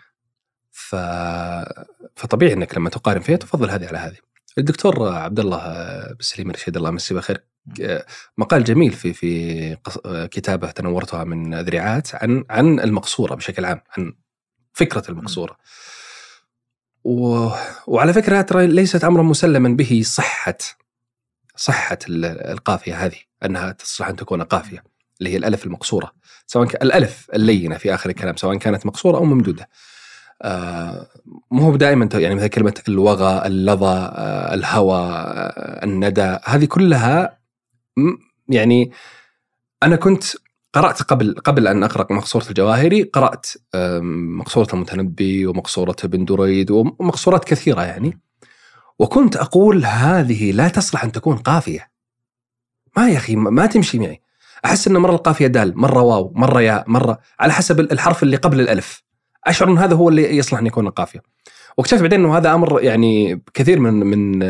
فطبيعي أنك لما تقارن فيها تفضل هذه على هذه. الدكتور عبد الله بسليم رشيد الله مسيه بخير مقال جميل في كتابه تنورتها من ذريعات عن المقصورة بشكل عام، عن فكرة المقصورة. وعلى فكرة ترى ليست أمرا مسلما به صحة القافية هذه، أنها تصلح أن تكون قافية، اللي هي الألف المقصورة، سواء الألف اللينة في آخر الكلام سواء كانت مقصورة أو ممدودة. مو دائما يعني مثل كلمة الوغى، اللظى، الهوى، الندى، هذه كلها يعني أنا كنت قرأت قبل أن أقرأ مقصورة الجواهري، قرأت مقصورة المتنبي ومقصورة ابن دريد ومقصورات كثيرة يعني، وكنت أقول هذه لا تصلح أن تكون قافية. ما يا أخي ما تمشي معي. أحس أن مرة القافية دال، مرة واو، مرة ياء، مرة على حسب الحرف اللي قبل الألف. أشعر أن هذا هو اللي يصلح أن يكون قافية. واكتشفت بعدين أنه هذا أمر يعني كثير من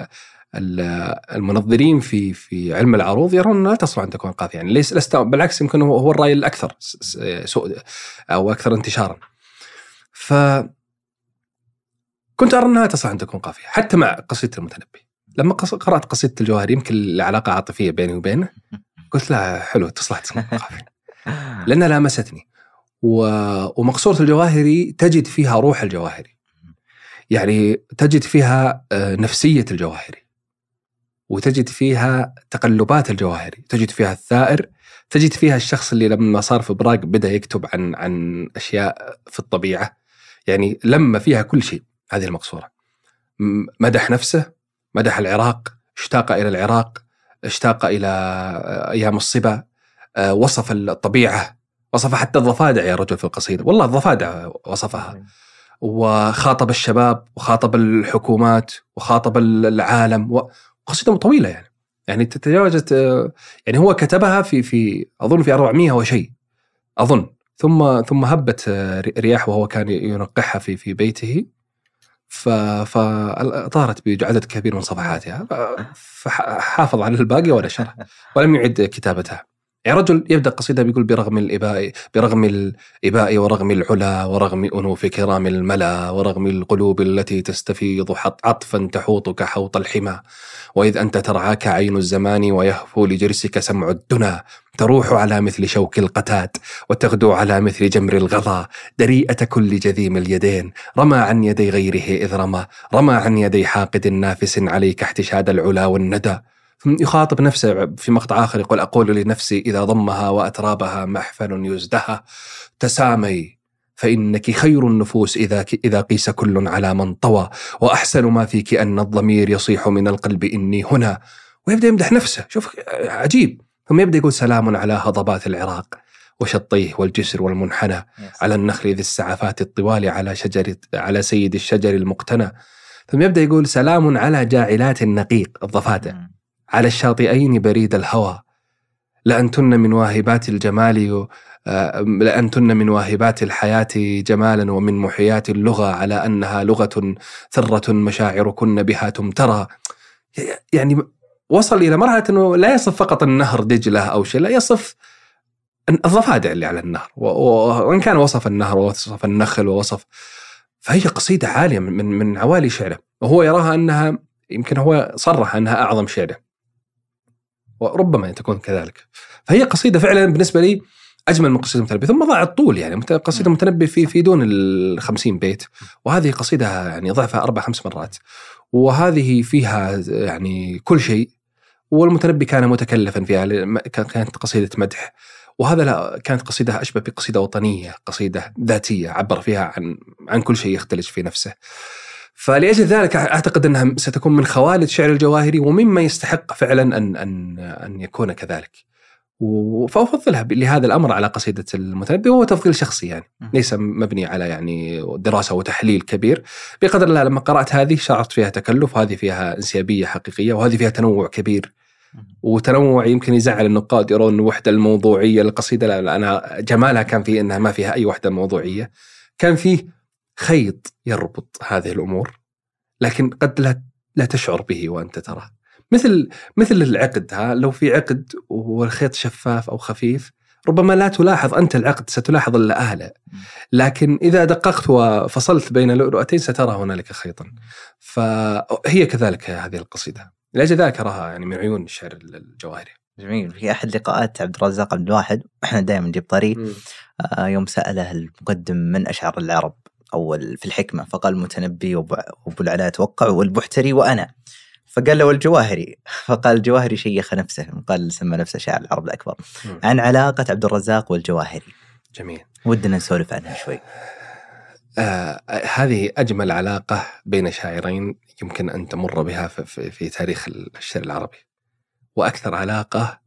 المنظرين في علم العروض يرون أنها لا تصلح أن تكون قافية، يعني ليس بالعكس، يمكن هو الرأي الأكثر أو أكثر انتشارا. فكنت أرى أنها تصلح أن تكون قافية حتى مع قصيدة المتنبي. لما قرأت قصيدة الجواهري يمكن العلاقة عاطفية بيني وبينه، قلت لا حلو تصلح تكون قافية لأنها لامستني. ومقصورة الجواهري تجد فيها روح الجواهري، يعني تجد فيها نفسية الجواهري، وتجد فيها تقلبات الجواهري، تجد فيها الثائر، تجد فيها الشخص اللي لما صار في براق بدأ يكتب عن أشياء في الطبيعة، يعني لما فيها كل شيء. هذه المقصورة مدح نفسه، مدح العراق، اشتاق إلى العراق، اشتاق إلى أيام الصبا، وصف الطبيعة، وصف حتى الضفادع يا رجل في القصيدة، والله الضفادع وصفها، وخاطب الشباب وخاطب الحكومات وخاطب العالم. قصيدة طويلة يعني تتجاوزت، يعني هو كتبها في أظن في 400 وشيء أظن، ثم هبت رياح وهو كان ينقحها في بيته، فطارت بعدد كبير من صفحاتها، فحافظ على الباقي ونشرها ولم يعد كتابتها. يعني رجل يبدأ قصيدة بيقول برغم الإباء ورغم العلا ورغم أنوف كرام الملا ورغم القلوب التي تستفيض عطفا تحوطك حوط الحمى، وإذ أنت ترعاك عين الزمان ويهفو لجرسك سمع الدنا، تروح على مثل شوك القتاد وتغدو على مثل جمر الغضا، دريئة كل جذيم اليدين رمى عن يدي غيره إذ رمى عن يدي حاقد نافس عليك احتشاد العلا والندى. يخاطب نفسه في مقطع آخر يقول أقول لنفسي إذا ضمها وأترابها محفل يزدها، تسامي فإنك خير النفوس إذا قيس كل على من طوى، وأحسن ما فيك أن الضمير يصيح من القلب إني هنا. ويبدأ يمدح نفسه، شوف عجيب. ثم يبدأ يقول سلام على هضبات العراق وشطيه والجسر والمنحنى، على النخل ذي السعفات الطوال على سيد الشجر المقتنى. ثم يبدأ يقول سلام على جاعلات النقيق الضفادع، على الشاطئين بريد الهوى، لأنتن من واهبات الجمال لأنتن من واهبات الحياة جمالا ومن محيات اللغة، على أنها لغة ثرة مشاعركن بها تمترى. يعني وصل إلى مرحلة أنه لا يصف فقط النهر دجلة أو شيء، لا يصف الضفادع اللي على النهر، وإن كان وصف النهر ووصف النخل ووصف. فهي قصيدة عالية من عوالي شعره، وهو يراها أنها يمكن هو صرح أنها أعظم شعره، وربما تكون كذلك. فهي قصيدة فعلا بالنسبة لي أجمل من قصيدة المتنبي. ثم ضاع الطول، يعني قصيدة المتنبي في دون 50 بيت، وهذه قصيدة يعني ضعفها 4-5 مرات، وهذه فيها يعني كل شيء. والمتنبي كان متكلفا فيها، كانت قصيدة مدح، وهذا لا، كانت قصيدة أشبه بقصيدة وطنية، قصيدة ذاتية عبر فيها عن كل شيء يختلج في نفسه. فلأجل ذلك أعتقد أنها ستكون من خوالد شعر الجواهري، ومما يستحق فعلا أن يكون كذلك. فأفضلها لهذا الأمر على قصيدة المتنبي، وهو تفضيل شخصي يعني ليس مبني على يعني دراسة وتحليل كبير. بقدر الله لما قرأت هذه شعرت فيها تكلف، وهذه فيها انسيابية حقيقية، وهذه فيها تنوع كبير، وتنوع يمكن يزعل النقاد يرون وحدة الموضوعية للقصيدة. لا، أنا جمالها كان فيه أنها ما فيها أي وحدة موضوعية، كان فيه خيط يربط هذه الأمور، لكن قد لا تشعر به وأنت تراه. مثل العقد، لو في عقد والخيط شفاف أو خفيف ربما لا تلاحظ أنت العقد، ستلاحظ الأهله، لكن إذا دققت وفصلت بين لؤلؤتين سترى هنالك خيطا. فهي كذلك هذه القصيدة، لأجل ذلك أراها يعني من عيون الشعر الجواهري. جميل. في أحد لقاءات عبد الرزاق عبد الواحد إحنا دائما نجيب طريق، يوم سأله المقدم من أشعر العرب أول في الحكمة، فقال المتنبي وأبو العلاء توقع والبحتري وأنا، فقال له الجواهري، فقال الجواهري شيخ نفسه، قال سمى نفسه شاعر العرب الأكبر. عن علاقة عبد الرزاق والجواهري، جميل، ودنا نسولف عنها شوي. هذه أجمل علاقة بين شاعرين يمكن أن تمر بها في تاريخ الشعر العربي، وأكثر علاقة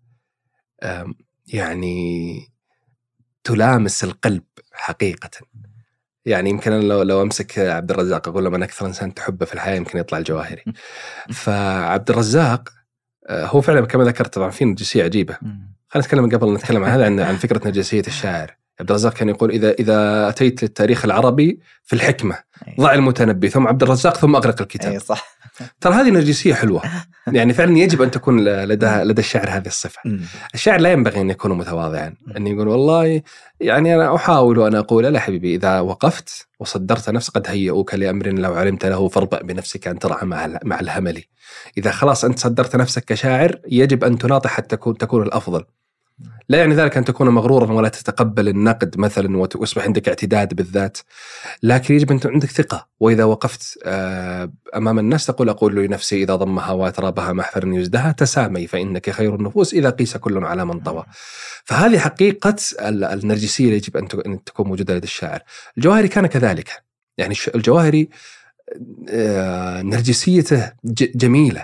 يعني تلامس القلب حقيقة. يعني يمكن لو أمسك عبد الرزاق أقول له من أكثر إنسان تحبه في الحياة، يمكن يطلع الجواهري. فعبد الرزاق هو فعلا كما ذكرت طبعا في نرجسية عجيبة. خلينا نتكلم قبل نتكلم عن هذا عن فكرة نرجسية الشاعر. عبد الرزاق كان يقول إذا أتيت للتاريخ العربي في الحكمة ضع المتنبي ثم عبد الرزاق ثم أغرق الكتاب. صح. ترى هذه نرجسية حلوة، يعني فعلا يجب أن تكون لدى الشاعر هذه الصفة. الشاعر لا ينبغي أن يكون متواضعا، أن يقول والله يعني أنا أحاول وأنا أقول لا حبيبي، إذا وقفت وصدرت نفسك قد هيئوك لأمر لو علمت له فاربأ بنفسك أن ترعى مع الهمل. إذا خلاص أنت صدرت نفسك كشاعر يجب أن تناطح حتى تكون الأفضل. لا يعني ذلك أن تكون مغرورا ولا تتقبل النقد مثلا وتصبح عندك اعتداد بالذات، لكن يجب أن تكون عندك ثقة. وإذا وقفت أمام الناس تقول أقول لنفسي إذا ضمها وأترابها محفر يزدها تسامي فإنك خير النفوس إذا قيس كل على من طوى. فهذه حقيقة النرجسية اللي يجب أن تكون موجودة لدى الشاعر. الجواهري كان كذلك، يعني الجواهري نرجسيته جميلة.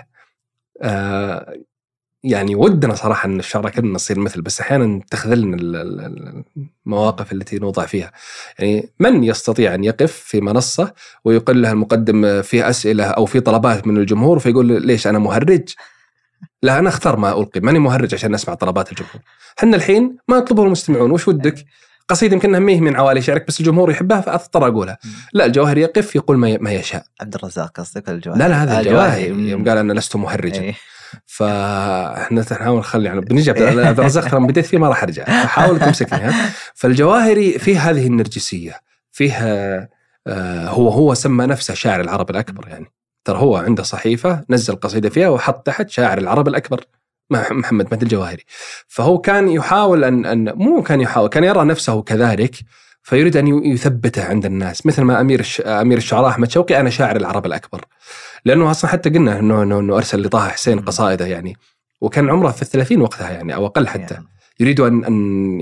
يعني ودنا صراحة أن الشعراء كنا نصير مثل، بس أحيانا تخذلنا المواقف التي نوضع فيها. يعني من يستطيع أن يقف في منصة ويقول لها المقدم فيه أسئلة أو في طلبات من الجمهور فيقول ليش أنا مهرج؟ لا، أنا أختار ما ألقي، ماني مهرج عشان أسمع طلبات الجمهور. حنا الحين ما يطلبه المستمعون، وش ودك؟ قصيدة يمكنها ميه من عوالي شعرك بس الجمهور يحبها فأضطر أقولها. لا، الجواهري يقف يقول ما يشاء. عبد الرزاق قصدك الجواهري؟ لا هذا الجواهري يوم قال أنا لست مهرجا. فاحنا نحاول نخلي يعني بنجي عبد الرزاق ترى بديت فيه ما راح ارجع، حاول تمسكني. فالجواهري فيه هذه النرجسيه، فيها هو سمى نفسه شاعر العرب الاكبر. يعني ترى هو عنده صحيفه نزل قصيده فيها وحط تحت شاعر العرب الاكبر محمد مهدي الجواهري. فهو كان يحاول ان مو كان يحاول، كان يرى نفسه كذلك، فيريد ان يثبته عند الناس، مثل ما امير الشعراء احمد شوقي انا شاعر العرب الاكبر. لأنه أصلا حتى قلنا إنه أرسل لطه حسين قصائده يعني، وكان عمره في 30 وقتها يعني أو أقل حتى. يريد أن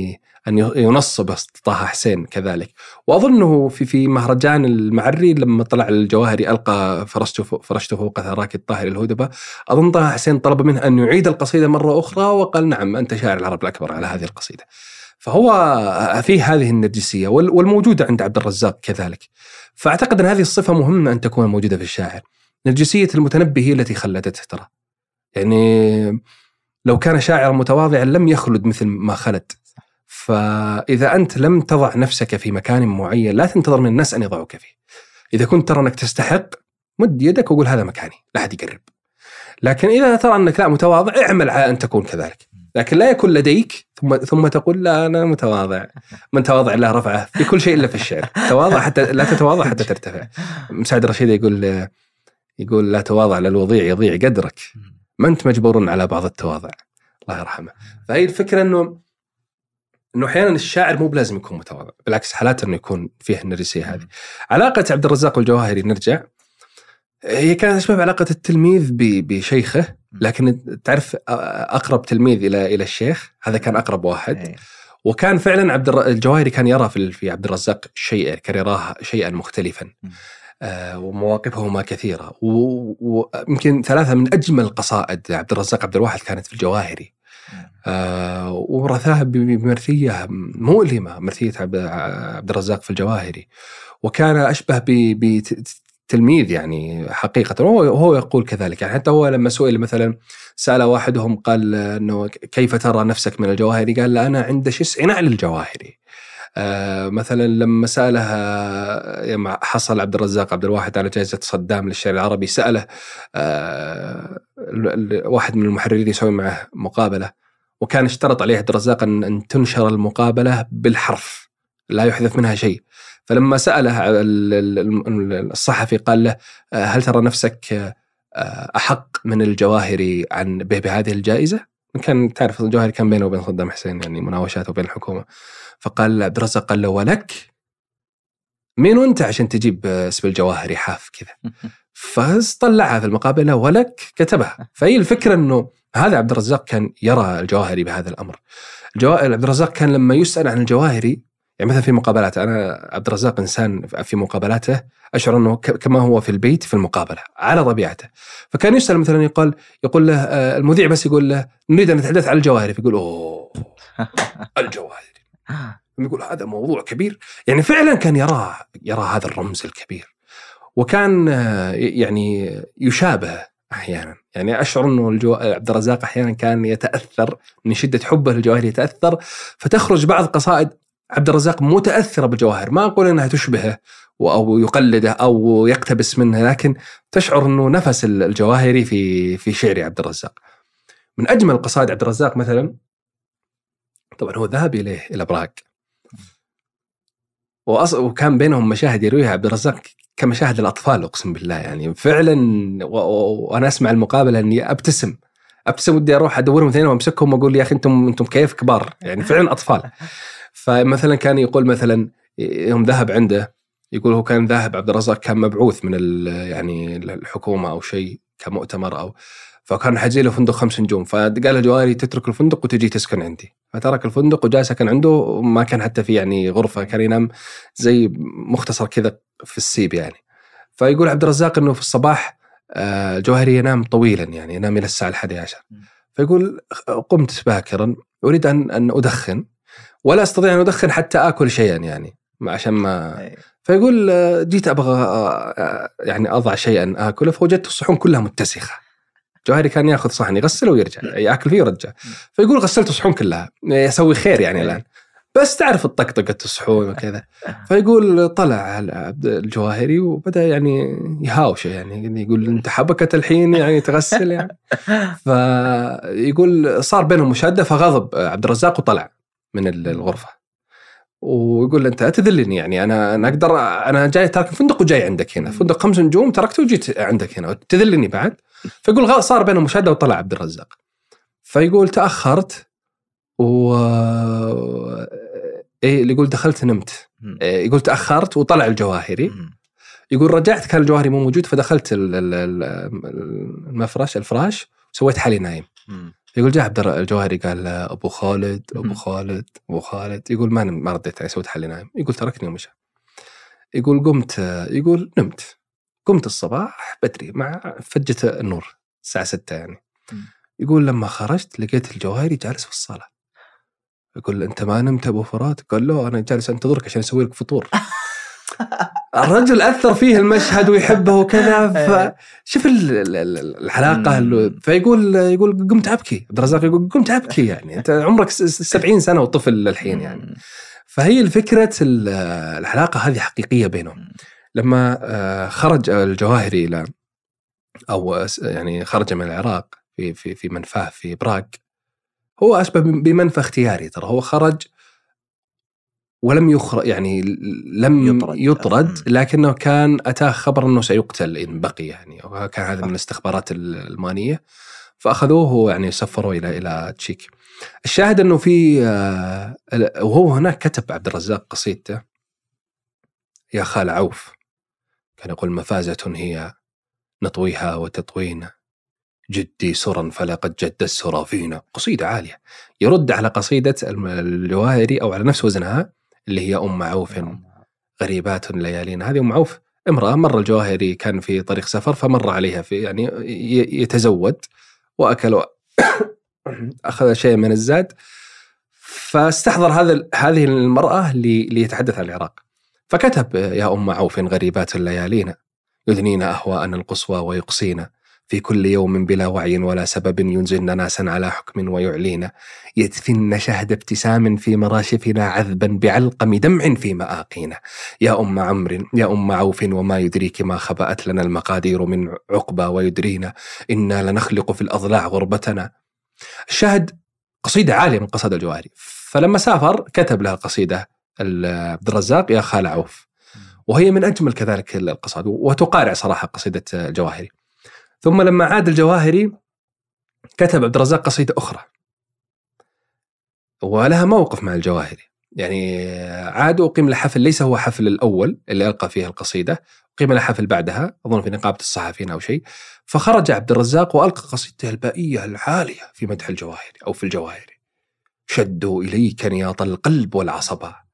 ينصب طه حسين كذلك. وأظنه في مهرجان المعري لما طلع الجواهري ألقى فرشت فوق ثراك الطاهر الهدبة، أظن طه حسين طلب منه أن يعيد القصيدة مرة أخرى وقال نعم أنت شاعر العرب الأكبر على هذه القصيدة. فهو فيه هذه النرجسية والموجودة عند عبد الرزاق كذلك. فأعتقد أن هذه الصفة مهمة أن تكون موجودة في الشاعر. نرجسية المتنبي هي التي خلدته ترى. يعني لو كان شاعر متواضعا لم يخلد مثل ما خلد. فإذا أنت لم تضع نفسك في مكان معين لا تنتظر من الناس أن يضعوك فيه. إذا كنت ترى أنك تستحق مد يدك وقول هذا مكاني لا أحد يقرب. لكن إذا ترى أنك لا متواضع اعمل على أن تكون كذلك. لكن لا يكون لديك ثم تقول لا أنا متواضع. من تواضع الله رفعه في كل شيء إلا في الشعر. تواضع حتى لا تتواضع حتى ترتفع. مساعد رشيد يقول لا تواضع للوضيع يضيع قدرك، ما أنت مجبور على بعض التواضع، الله يرحمه. فهي الفكرة إنه أحيانا الشاعر مو بلازم يكون متواضع، بالعكس حالات إنه يكون فيه النرجسية هذه. علاقة عبد الرزاق والجواهري نرجع، هي كانت أشبه علاقة التلميذ بشيخه، لكن تعرف أقرب تلميذ إلى الشيخ هذا كان أقرب واحد. وكان فعلا الجواهري كان يرى في عبد الرزاق شيء، كان يراه شيئا مختلفا. ومواقفهما كثيرة، ويمكن 3 من أجمل قصائد عبد الرزاق عبد الواحد كانت في الجواهري. ورثاها بمرثية مؤلمة، مرثية عبد الرزاق في الجواهري، وكان أشبه تلميذ يعني حقيقة. وهو يقول كذلك يعني. حتى هو لما سئل مثلا سأل واحدهم قال إنه كيف ترى نفسك من الجواهري؟ قال لا أنا عند شسع نعل الجواهري. مثلا لما سألها حصل عبد الرزاق عبد الواحد على جائزة صدام للشعر العربي، سأله واحد من المحررين يسوي معه مقابلة، وكان اشترط عليه عبد الرزاق أن تنشر المقابلة بالحرف لا يحذف منها شيء. فلما سأله الصحفي قال له هل ترى نفسك أحق من الجواهري بهذه الجائزة؟ كان تعرف الجواهري كان بينه وبين صدام حسين يعني مناوشات وبين الحكومة. فقال عبد الرزاق قال له ولك مين أنت عشان تجيب اسم الجواهري حاف كذا؟ فطلعها في المقابلة ولك كتبها. فهي الفكرة أنه هذا عبد الرزاق كان يرى الجواهري بهذا الأمر. عبد الرزاق كان لما يسأل عن الجواهري يعني مثلا في مقابلات، أنا عبد الرزاق إنسان في مقابلاته أشعر أنه كما هو في البيت في المقابلة على طبيعته. فكان يسأل مثلا يقول له المذيع بس يقول له نريد أن نتحدث عن الجواهري، فيقول أوه الجواهري، يقول هذا موضوع كبير. يعني فعلا كان يرى هذا الرمز الكبير، وكان يعني يشابه أحيانا. يعني أشعر أنه عبد الرزاق أحيانا كان يتأثر من شدة حبه للجواهري، يتأثر، فتخرج بعض قصائد عبد الرزاق متأثرة بالجواهر. ما أقول أنها تشبهه أو يقلده أو يقتبس منه، لكن تشعر أنه نفس الجواهري في شعر عبد الرزاق. من أجمل قصائد عبد الرزاق مثلا، طبعا هو ذهب إلى براغ، وكان بينهم مشاهد يرويها عبد الرزاق كمشاهد الأطفال، أقسم بالله. يعني فعلا وأنا أسمع المقابلة أني أبتسم ودي أروح أدورهم اثنين وأمسكهم وأقول يا أخي أنتم كيف كبار، يعني فعلا أطفال. فمثلا كان يقول مثلا يوم ذهب عنده، يقول هو كان ذاهب عبد الرزاق كان مبعوث من يعني الحكومة أو شيء كمؤتمر فكان حجي له فندق 5 نجوم، فقال الجواهري تترك الفندق وتجي تسكن عندي، فترك الفندق وجاء سكن عنده. ما كان حتى في يعني غرفة، كان ينام زي مختصر كذا في السيب يعني. فيقول عبد الرزاق إنه في الصباح الجواهري ينام طويلا، يعني ينام إلى الساعة 11. فيقول قمت باكرا أريد أن أدخن، ولا أستطيع أن أدخن حتى آكل شيئا، يعني عشان ما. فيقول جيت أبغى يعني أضع شيئا آكله، فوجدت الصحون كلها متسخة. جواهري كان يأخذ صحن يغسله ويرجع يأكل فيه ويرجع. فيقول غسلت الصحون كلها، يسوي خير يعني الآن، بس تعرف الطقطقة الصحون وكذا. فيقول طلع الجواهري وبدأ يعني يهاوشه، يعني يقول أنت حبكت الحين يعني تغسل يعني. فيقول صار بينهم مشادة، فغضب عبد الرزاق وطلع من الغرفة، ويقول أنت أتذلني، يعني أنا أقدر، أنا جاي ترك الفندق وجاي عندك هنا، فندق 5 نجوم تركته وجيت عندك هنا، تذلني بعد. فيقول صار بينهم مشادة وطلع عبد الرزاق. فيقول تأخرت اللي يقول دخلت نمت، يقول تأخرت وطلع الجواهري. يقول رجعت كان الجواهري مو موجود، فدخلت الفراش وسويت حالي نايم. يقول جاء عبد الجواهري قال أبو خالد أبو خالد أبو خالد. يقول ما رديت عليه، سويت حالي نايم. يقول تركني ومشى. يقول قمت، يقول نمت، قمت الصباح بدري مع فجة النور الساعة 6 يعني. يقول لما خرجت لقيت الجواهري جالس في الصالة. يقول أنت ما نمت أبو فرات؟ قال له أنا جالس أنتظرك عشان أسوي لك فطور. الرجل أثر فيه المشهد ويحبه وكذا. فشوف الحلاقة. فيقول قمت أبكي. عبد الرزاق يقول قمت أبكي، يعني أنت عمرك 70 سنة وطفل الحين يعني. فهي الفكرة الحلاقة هذه حقيقية بينهم. لما خرج الجواهري إلى أو يعني خرج من العراق في منفاه في براغ، هو أشبه بمنفى اختياري. ترى هو خرج ولم يخرج، يعني لم يطرد، لكنه كان أتاه خبر أنه سيقتل إن بقي يعني، وكان هذا من الاستخبارات الألمانية، فأخذوه يعني سفروا إلى تشيك. الشاهد أنه في وهو هناك كتب عبد الرزاق قصيدته يا خال عوف، كان يقول مفازة هي نطويها وتطوينا، جدي سرا فلقد جد السرى فينا. قصيدة عالية يرد على قصيدة الجواهري أو على نفس وزنها اللي هي أم عوف غريبات ليالينا. هذه أم عوف امرأة مر الجواهري، كان في طريق سفر فمر عليها في يعني يتزود وأكل أخذ شيء من الزاد، فاستحضر هذه المرأة ليتحدث عن العراق، فكتب يا أم عوف غريبات ليالينا، يدنين أهواءنا القصوى ويقصينا، في كل يوم بلا وعي ولا سبب ينزلن ناسا على حكم ويعلينا، يدفن شهد ابتسام في مراشفنا عذبا بعلقم دمع في مآقينا. يا أم عمرو يا أم عوف وما يدريك ما خبأت لنا المقادير من عقبى ويدرينا، إنا لنخلق في الأضلاع غربتنا. الشاهد قصيدة عالية من قصائد الجواهري. فلما سافر كتب لها قصيدة عبد الرزاق يا خال عوف، وهي من أجمل كذلك القصائد، وتقارع صراحة قصيدة الجواهري. ثم لما عاد الجواهري كتب عبد الرزاق قصيدة أخرى ولها موقف مع الجواهري، يعني عاد وقيم له حفل، ليس هو حفل الأول اللي ألقى فيه القصيدة، قيم له حفل بعدها أظن في نقابة الصحفيين أو شيء، فخرج عبد الرزاق وألقى قصيدته البائية العالية في مدح الجواهري أو في الجواهري. شدوا إليك نياط القلب والعصبة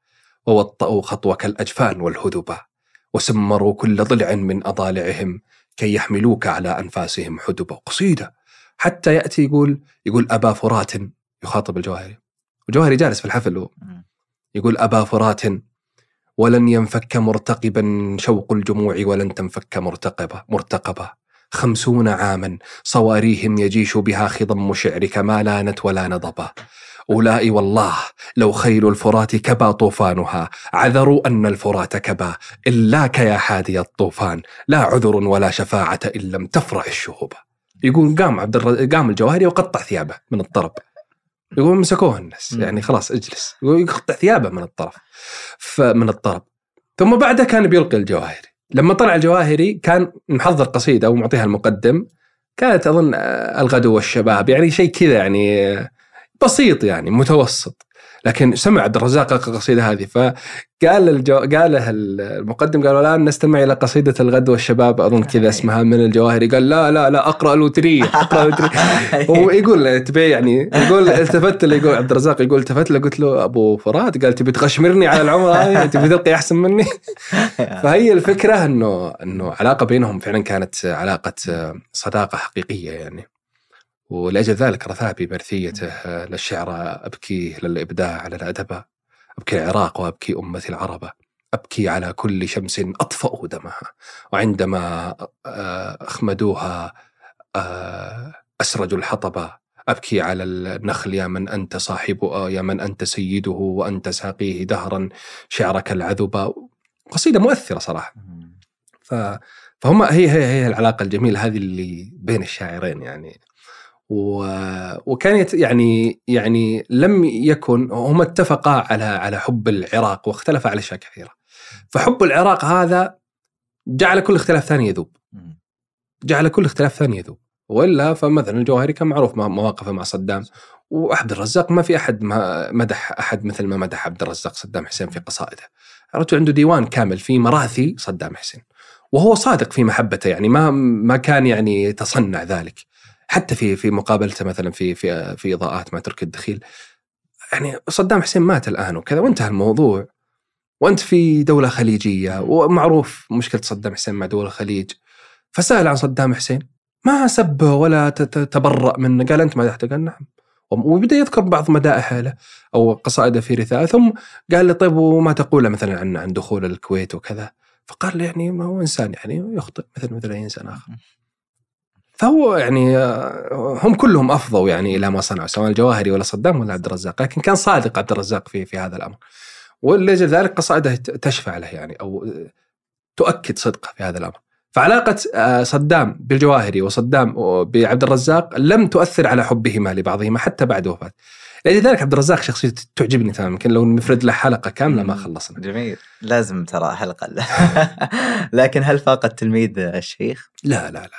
ووطأوا خطوة كالأجفان والهذبة، وسمروا كل ضلع من أضالعهم كي يحملوك على أنفاسهم حدبة. قصيدة حتى يأتي يقول أبا فرات، يخاطب الجواهري، والجواهري جالس في الحفل، يقول أبا فرات ولن ينفك مرتقبا شوق الجموع ولن تنفك مرتقبة 50 عاما صواريهم يجيش بها خضم شعرك ما لانت ولا نضبة. أولئي والله لو خيل الفرات كبا طوفانها عذروا أن الفرات كبا إلاك يا حادي الطوفان لا عذر ولا شفاعة إن لم تفرع الشهوب. يقول قام الجواهري وقطع ثيابه من الطرب، يقول مسكوه الناس يعني خلاص اجلس، يقطع ثيابه من الطرب. ثم بعدها كان بيلقي الجواهري. لما طلع الجواهري كان محضر قصيدة ومعطيها المقدم، كانت أظن الغدو والشباب، يعني شيء كذا يعني بسيط يعني متوسط. لكن سمع عبد الرزاق القصيدة هذه، قاله المقدم قالوا الآن نستمع إلى قصيدة الغدو والشباب أظن كذا اسمها من الجواهري. قال لا أقرأ الوترية ويقول تبي يعني يقول التفت له، يقول عبد الرزاق يقول التفت له قلت له أبو فرات، قال تبي تغشمرني على العمر هذه، تبي تلقي أحسن مني. فهي الفكرة إنه علاقة بينهم فعلا كانت علاقة صداقة حقيقية يعني. ولأجل ذلك رثابي برثيته للشعر أبكي للإبداع على الأدب، أبكي العراق وأبكي أمة العرب، أبكي على كل شمس أطفأوا دمها وعندما أخمدوها أسرجوا الحطب، أبكي على النخل يا من أنت صاحبه يا من أنت سيده وأنت ساقيه دهرا شعرك العذب. قصيدة مؤثرة صراحة. فهم هي العلاقة الجميلة هذه اللي بين الشاعرين يعني. وكانت يعني لم يكن هم اتفقا على حب العراق واختلفا على أشياء كثيرة. فحب العراق هذا جعل كل اختلاف ثاني يذوب، وإلا فمثلا الجواهري كان معروف مواقفه مع صدام، وعبد الرزاق ما في أحد مدح أحد مثل ما مدح عبد الرزاق صدام حسين في قصائده. رجل عنده ديوان كامل في مراثي صدام حسين، وهو صادق في محبته يعني ما كان يعني يتصنع ذلك. حتى في مقابلته مثلا في إضاءات مع تركي الدخيل، يعني صدام حسين مات الآن وكذا وانتهى الموضوع، وأنت في دولة خليجية ومعروف مشكلة صدام حسين مع دول الخليج. فسأل عن صدام حسين ما سبه ولا تبرأ منه، قال أنت مدحته؟ قال نعم. وبدأ يذكر بعض مدائحه له أو قصائده في رثاء، ثم قال له طيب وما تقول مثلا عن دخول الكويت وكذا؟ فقال يعني ما هو إنسان يعني يخطئ مثل أي إنسان آخر. فهو يعني هم كلهم أفضوا يعني إلى ما صنعوا، سواء الجواهري ولا صدام ولا عبد الرزاق، لكن كان صادق عبد الرزاق في هذا الأمر، ولأجل ذلك قصائده تشفع له يعني أو تؤكد صدقه في هذا الأمر. فعلاقة صدام بالجواهري وصدام بعبد الرزاق لم تؤثر على حبهما لبعضهما حتى بعد وفاة. لذلك عبد الرزاق شخصيته تعجبني تماما، يمكن لو نفرد له حلقة كاملة ما خلصنا. جميل، لازم ترى حلقة. لكن هل فاق التلميذ الشيخ؟ لا.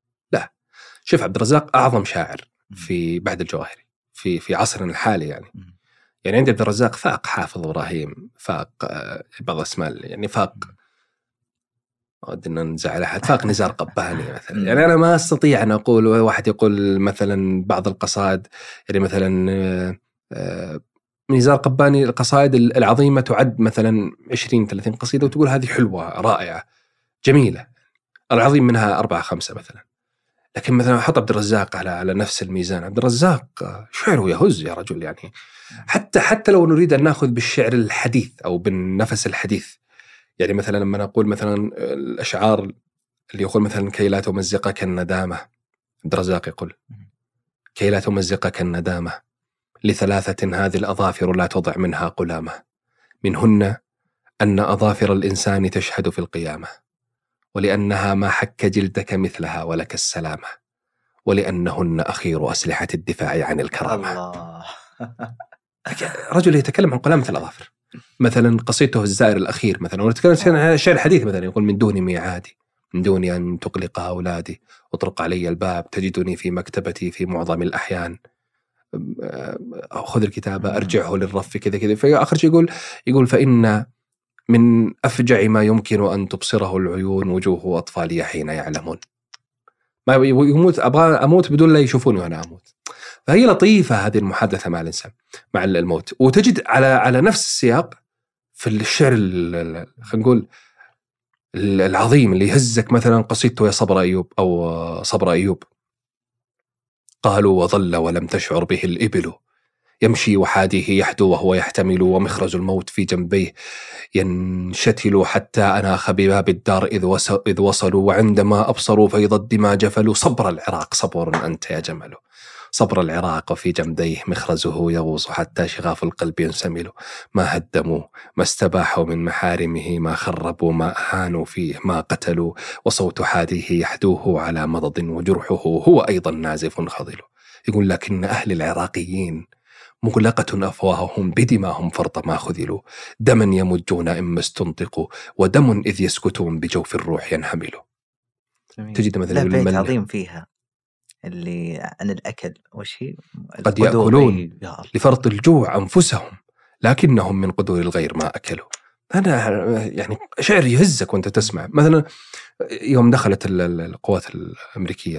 شوف عبد الرزاق أعظم شاعر في بعد الجواهري في عصرنا الحالي يعني عند عبد الرزاق فاق حافظ إبراهيم، فاق بعض اسماء يعني فاق ودنا نزعل أحد، فاق نزار قباني مثلا. يعني أنا ما أستطيع أن أقول واحد يقول مثلا بعض القصائد يعني مثلا نزار قباني القصائد العظيمة تعد مثلا 20-30 قصيدة وتقول هذه حلوة رائعة جميلة، العظيم منها 4-5 مثلا. لكن مثلا حط عبد الرزاق على نفس الميزان، عبد الرزاق شعره يهز يا رجل يعني. حتى لو نريد أن نأخذ بالشعر الحديث أو بالنفس الحديث، يعني مثلا لما نقول مثلا الأشعار اللي يقول مثلا كي لا تمزقك الندامة، عبد الرزاق يقول كي لا تمزقك الندامة ل3 هذه الأظافر لا تضع منها قلامة، منهن أن أظافر الإنسان تشهد في القيامة، ولأنها ما حك جلدك مثلها ولك السلامة، ولأنهن أخير أسلحة الدفاع عن الكرامة. الله. رجل يتكلم عن قلامة الأظافر. مثلا قصيدته الزائر الأخير مثلا، ونتكلم عن شعر حديث مثلا يقول من دون ميعادي، من دون أن تقلق أولادي، اطرق علي الباب تجدني في مكتبتي في معظم الأحيان، خذ الكتاب أرجعه للرف كذا كذا. فآخر شيء يقول فإن من أفجع ما يمكن أن تبصره العيون وجوه أطفالي حين يعلمون. ما يموت أبغى أموت بدون لا يشوفوني وأنا أموت. فهي لطيفة هذه المحادثة مع الإنسان مع الموت. وتجد على نفس السياق في الشعر خلينا نقول العظيم اللي يهزك، مثلا قصيدته يا صبر أيوب أو صبر أيوب. قالوا وظل ولم تشعر به الإبل، يمشي وحاديه يحدو وهو يحتمل، ومخرج الموت في جنبيه ينشتل، حتى أناخ بباب الدار إذ وصلوا، وعندما أبصروا فيض الدماء جفلوا. صبر العراق صبور أنت يا جمل، صبر العراق في جنبيه مخرزه يغوص، حتى شغاف القلب ينسمل. ما هدموا ما استباحوا من محارمه، ما خربوا ما أهانوا فيه، ما قتلوا، وصوت حاديه يحدوه على مضض، وجرحه هو أيضا نازف خضل. يقول لكن أهل العراقيين مغلقة أفواههم بدماهم فرط ما خذلوا، دما يمجون إما استنطقوا، ودم إذ يسكتون بجوف الروح ينحملوا. تجد مثلا بيت عظيم فيها اللي عن الأكل، وش هي؟ قد يأكلون لفرط الجوع أنفسهم، لكنهم من قدور الغير ما أكلوا. أنا يعني شعر يهزك وأنت تسمع. مثلا يوم دخلت القوات الأمريكية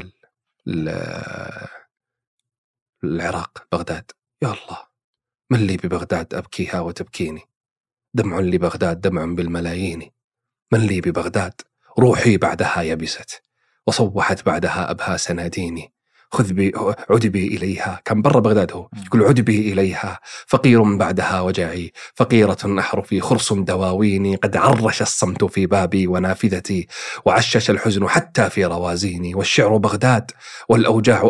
العراق بغداد، يا الله من لي ببغداد أبكيها وتبكيني، دمع لبغداد دمع بالملايين، من لي ببغداد روحي بعدها يبست، وصوحت بعدها أبها سناديني، عدبي إليها. كان برا بغداد هو يقول عدبي إليها، فقير بعدها وجعي، فقيرة أحرفي خرص دواويني، قد عرش الصمت في بابي ونافذتي، وعشش الحزن حتى في روازيني، والشعر بغداد والأوجاع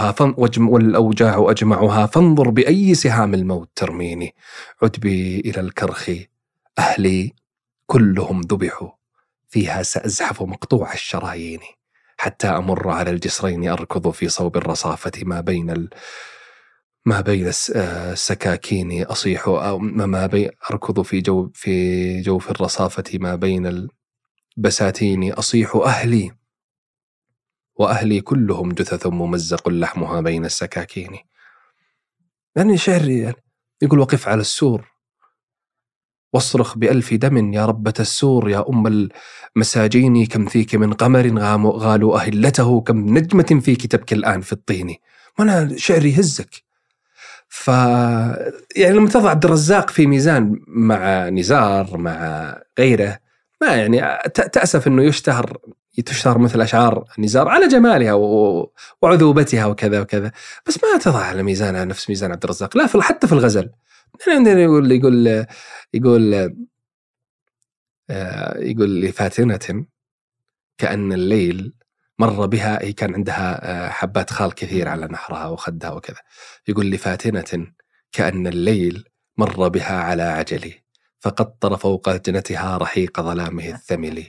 أجمعها، فانظر بأي سهام الموت ترميني. عدبي إلى الكرخ أهلي كلهم ذبحوا، فيها سأزحف مقطوع الشرايين، حتى أمر على الجسرين أركض في صوب الرصافة، ما بين السكاكين أصيح، أو أركض في جوف الرصافة ما بين البساتين أصيح أهلي، وأهلي كلهم جثث ممزق لحمها بين السكاكين. يعني شعر يقول وقف على السور واصرخ بألف دم يا ربة السور، يا أم المساجين كم فيك من قمر غالوا أهلته، كم نجمة فيك تبكي الآن في الطين. وانا شعر يهزك. يعني لما تضع عبد الرزاق في ميزان مع نزار مع غيره، ما يعني تأسف أنه تشتهر مثل أشعار نزار على جمالها وعذوبتها وكذا وكذا، بس ما تضع على ميزانها نفس ميزان عبد الرزاق. لا حتى في الغزل يقول لفاتنة كأن الليل مر بها، هي كان عندها حبات خال كثير على نحرها وخدها وكذا، يقول لفاتنة كأن الليل مر بها على عجلي، فقطر فوق جنتها رحيق ظلامه الثمل،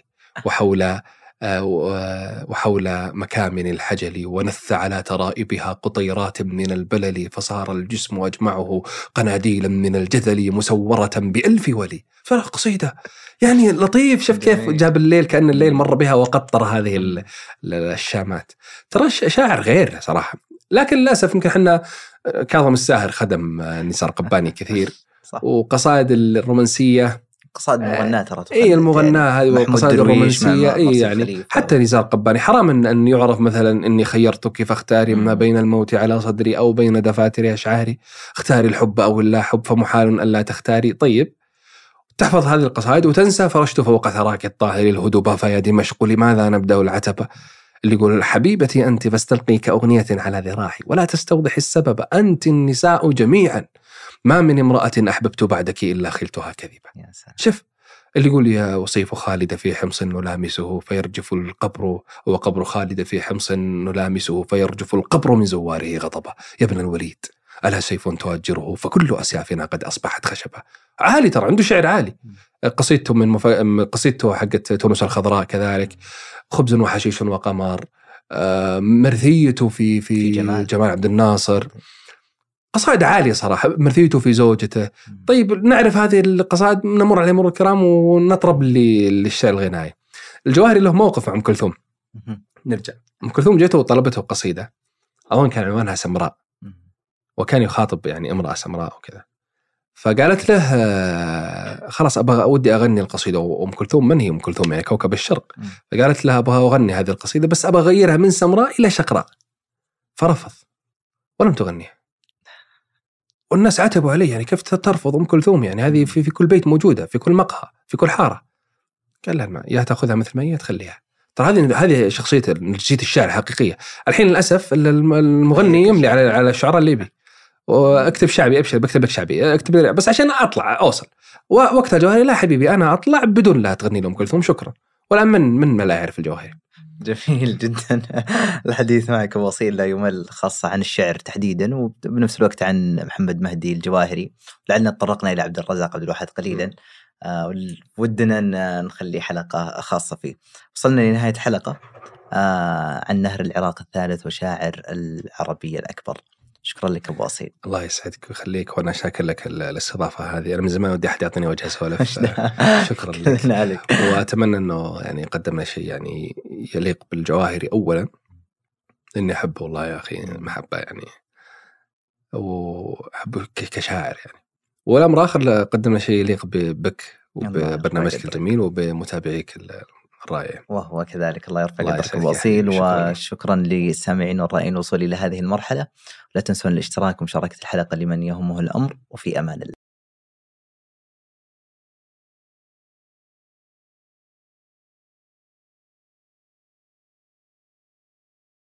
وحول مكامن الحجل، ونث على ترائبها قطيرات من البلل، فصار الجسم أجمعه قناديلا من الجذل مسورة بألف ولي. فقصيدة يعني لطيف. شوف كيف جاب الليل كأن الليل مر بها وقطر هذه الشامات. ترى شاعر غير صراحة، لكن للأسف يمكن حنا كاظم الساهر خدم نزار قباني كثير، وقصائد الرومانسية قصائد المغناة ترى المغناة هذه وقصائد الرومانسية يعني حتى نزار قباني حرام أن يعرف مثلا إني خيرتك فاختاري ما بين الموت على صدري أو بين دفاتر أشعاري، اختاري الحب أو اللا حب فمحال أن لا تختاري. طيب تحفظ هذه القصائد وتنسى فرشت فوق ثراك الطاهر الهدوبة فيا دمشق لماذا نبدأ العتبة، اللي يقول حبيبتي أنت فاستلقي كأغنية على ذراعي ولا تستوضح السبب، أنت النساء جميعا ما من امرأة أحببت بعدك إلا خلتها كذبا. شوف اللي يقول يا وصيف خالد في حمص نلامسه فيرجف القبر، وقبر خالد في حمص نلامسه فيرجف القبر من زواره غضبا، يا ابن الوليد ألا سيف تؤجره فكل أسيافنا قد أصبحت خشبة. عالي ترى، عنده شعر عالي. قصيدته قصيدته حقت تونس الخضراء كذلك، خبز وحشيش وقمر، مرثيته في جمال عبد الناصر، قصائد عالية صراحة. مرثيته في زوجته. طيب نعرف هذه القصائد، نمر عليه مرور الكرام ونطرب للشعر الغنائي. الجواهري له موقف مع أم كلثوم. نرجع أم كلثوم جته وطلبته قصيدة، أظن كان عنوانها سمراء، وكان يخاطب يعني امرأة سمراء وكذا، فقالت له خلاص ودي أغني القصيدة. وأم كلثوم من هي أم كلثوم؟ يعني كوكب الشرق. فقالت لها أبغى أغني هذه القصيدة بس أبغى أغيرها من سمراء إلى شقراء، فرفض ولم تغنيها. والناس عتبوا عليه يعني كيف ترفض أم كلثوم يعني هذه في كل بيت موجودة، في كل مقهى، في كل حارة. قال لا، يا تأخذها مثل ما هي تخليها. ترى هذه شخصية نجية الشاعر الحقيقية. الحين للأسف المغني يملي على الشعراء الليبي، واكتب شعبي، أبشر بكتب لك شعبي، اكتب بس عشان أطلع أوصل. وقتها جواهري لا حبيبي، أنا أطلع بدون لا تغني لأم كلثوم شكرا. والآن من ما لا يعرف الجواهري. جميل جدا. الحديث معك أبو أصيل لا يمل، خاصة عن الشعر تحديدا وبنفس الوقت عن محمد مهدي الجواهري. لعلنا تطرقنا إلى عبد الرزاق عبد الواحد قليلا، ودنا نخلي حلقة خاصة فيه. وصلنا لنهاية حلقة عن نهر العراق الثالث وشاعر العربية الأكبر. شكرا لك أبو أصيل. الله يسعدك ويخليك، وأنا شاكر لك الاستضافة هذه. أنا من زمان ودي أحد يعطيني وجه سولف. شكرا لك. وأتمنى أنه يعني قدمنا شيء يعني يليق بالجواهري أولا، إني أحبه والله يا أخي محبة يعني، وأحبه كشاعر يعني. والأمر آخر قدمنا شيء يليق بك وببرنامجك الجميل وبمتابعيك الرائع. وهو كذلك. الله يرفع قدرك أبو أصيل. وشكرا للسامعين والرائعين الوصول إلى هذه المرحلة. لا تنسون الاشتراك ومشاركة الحلقة لمن يهمه الأمر، وفي أمان الله.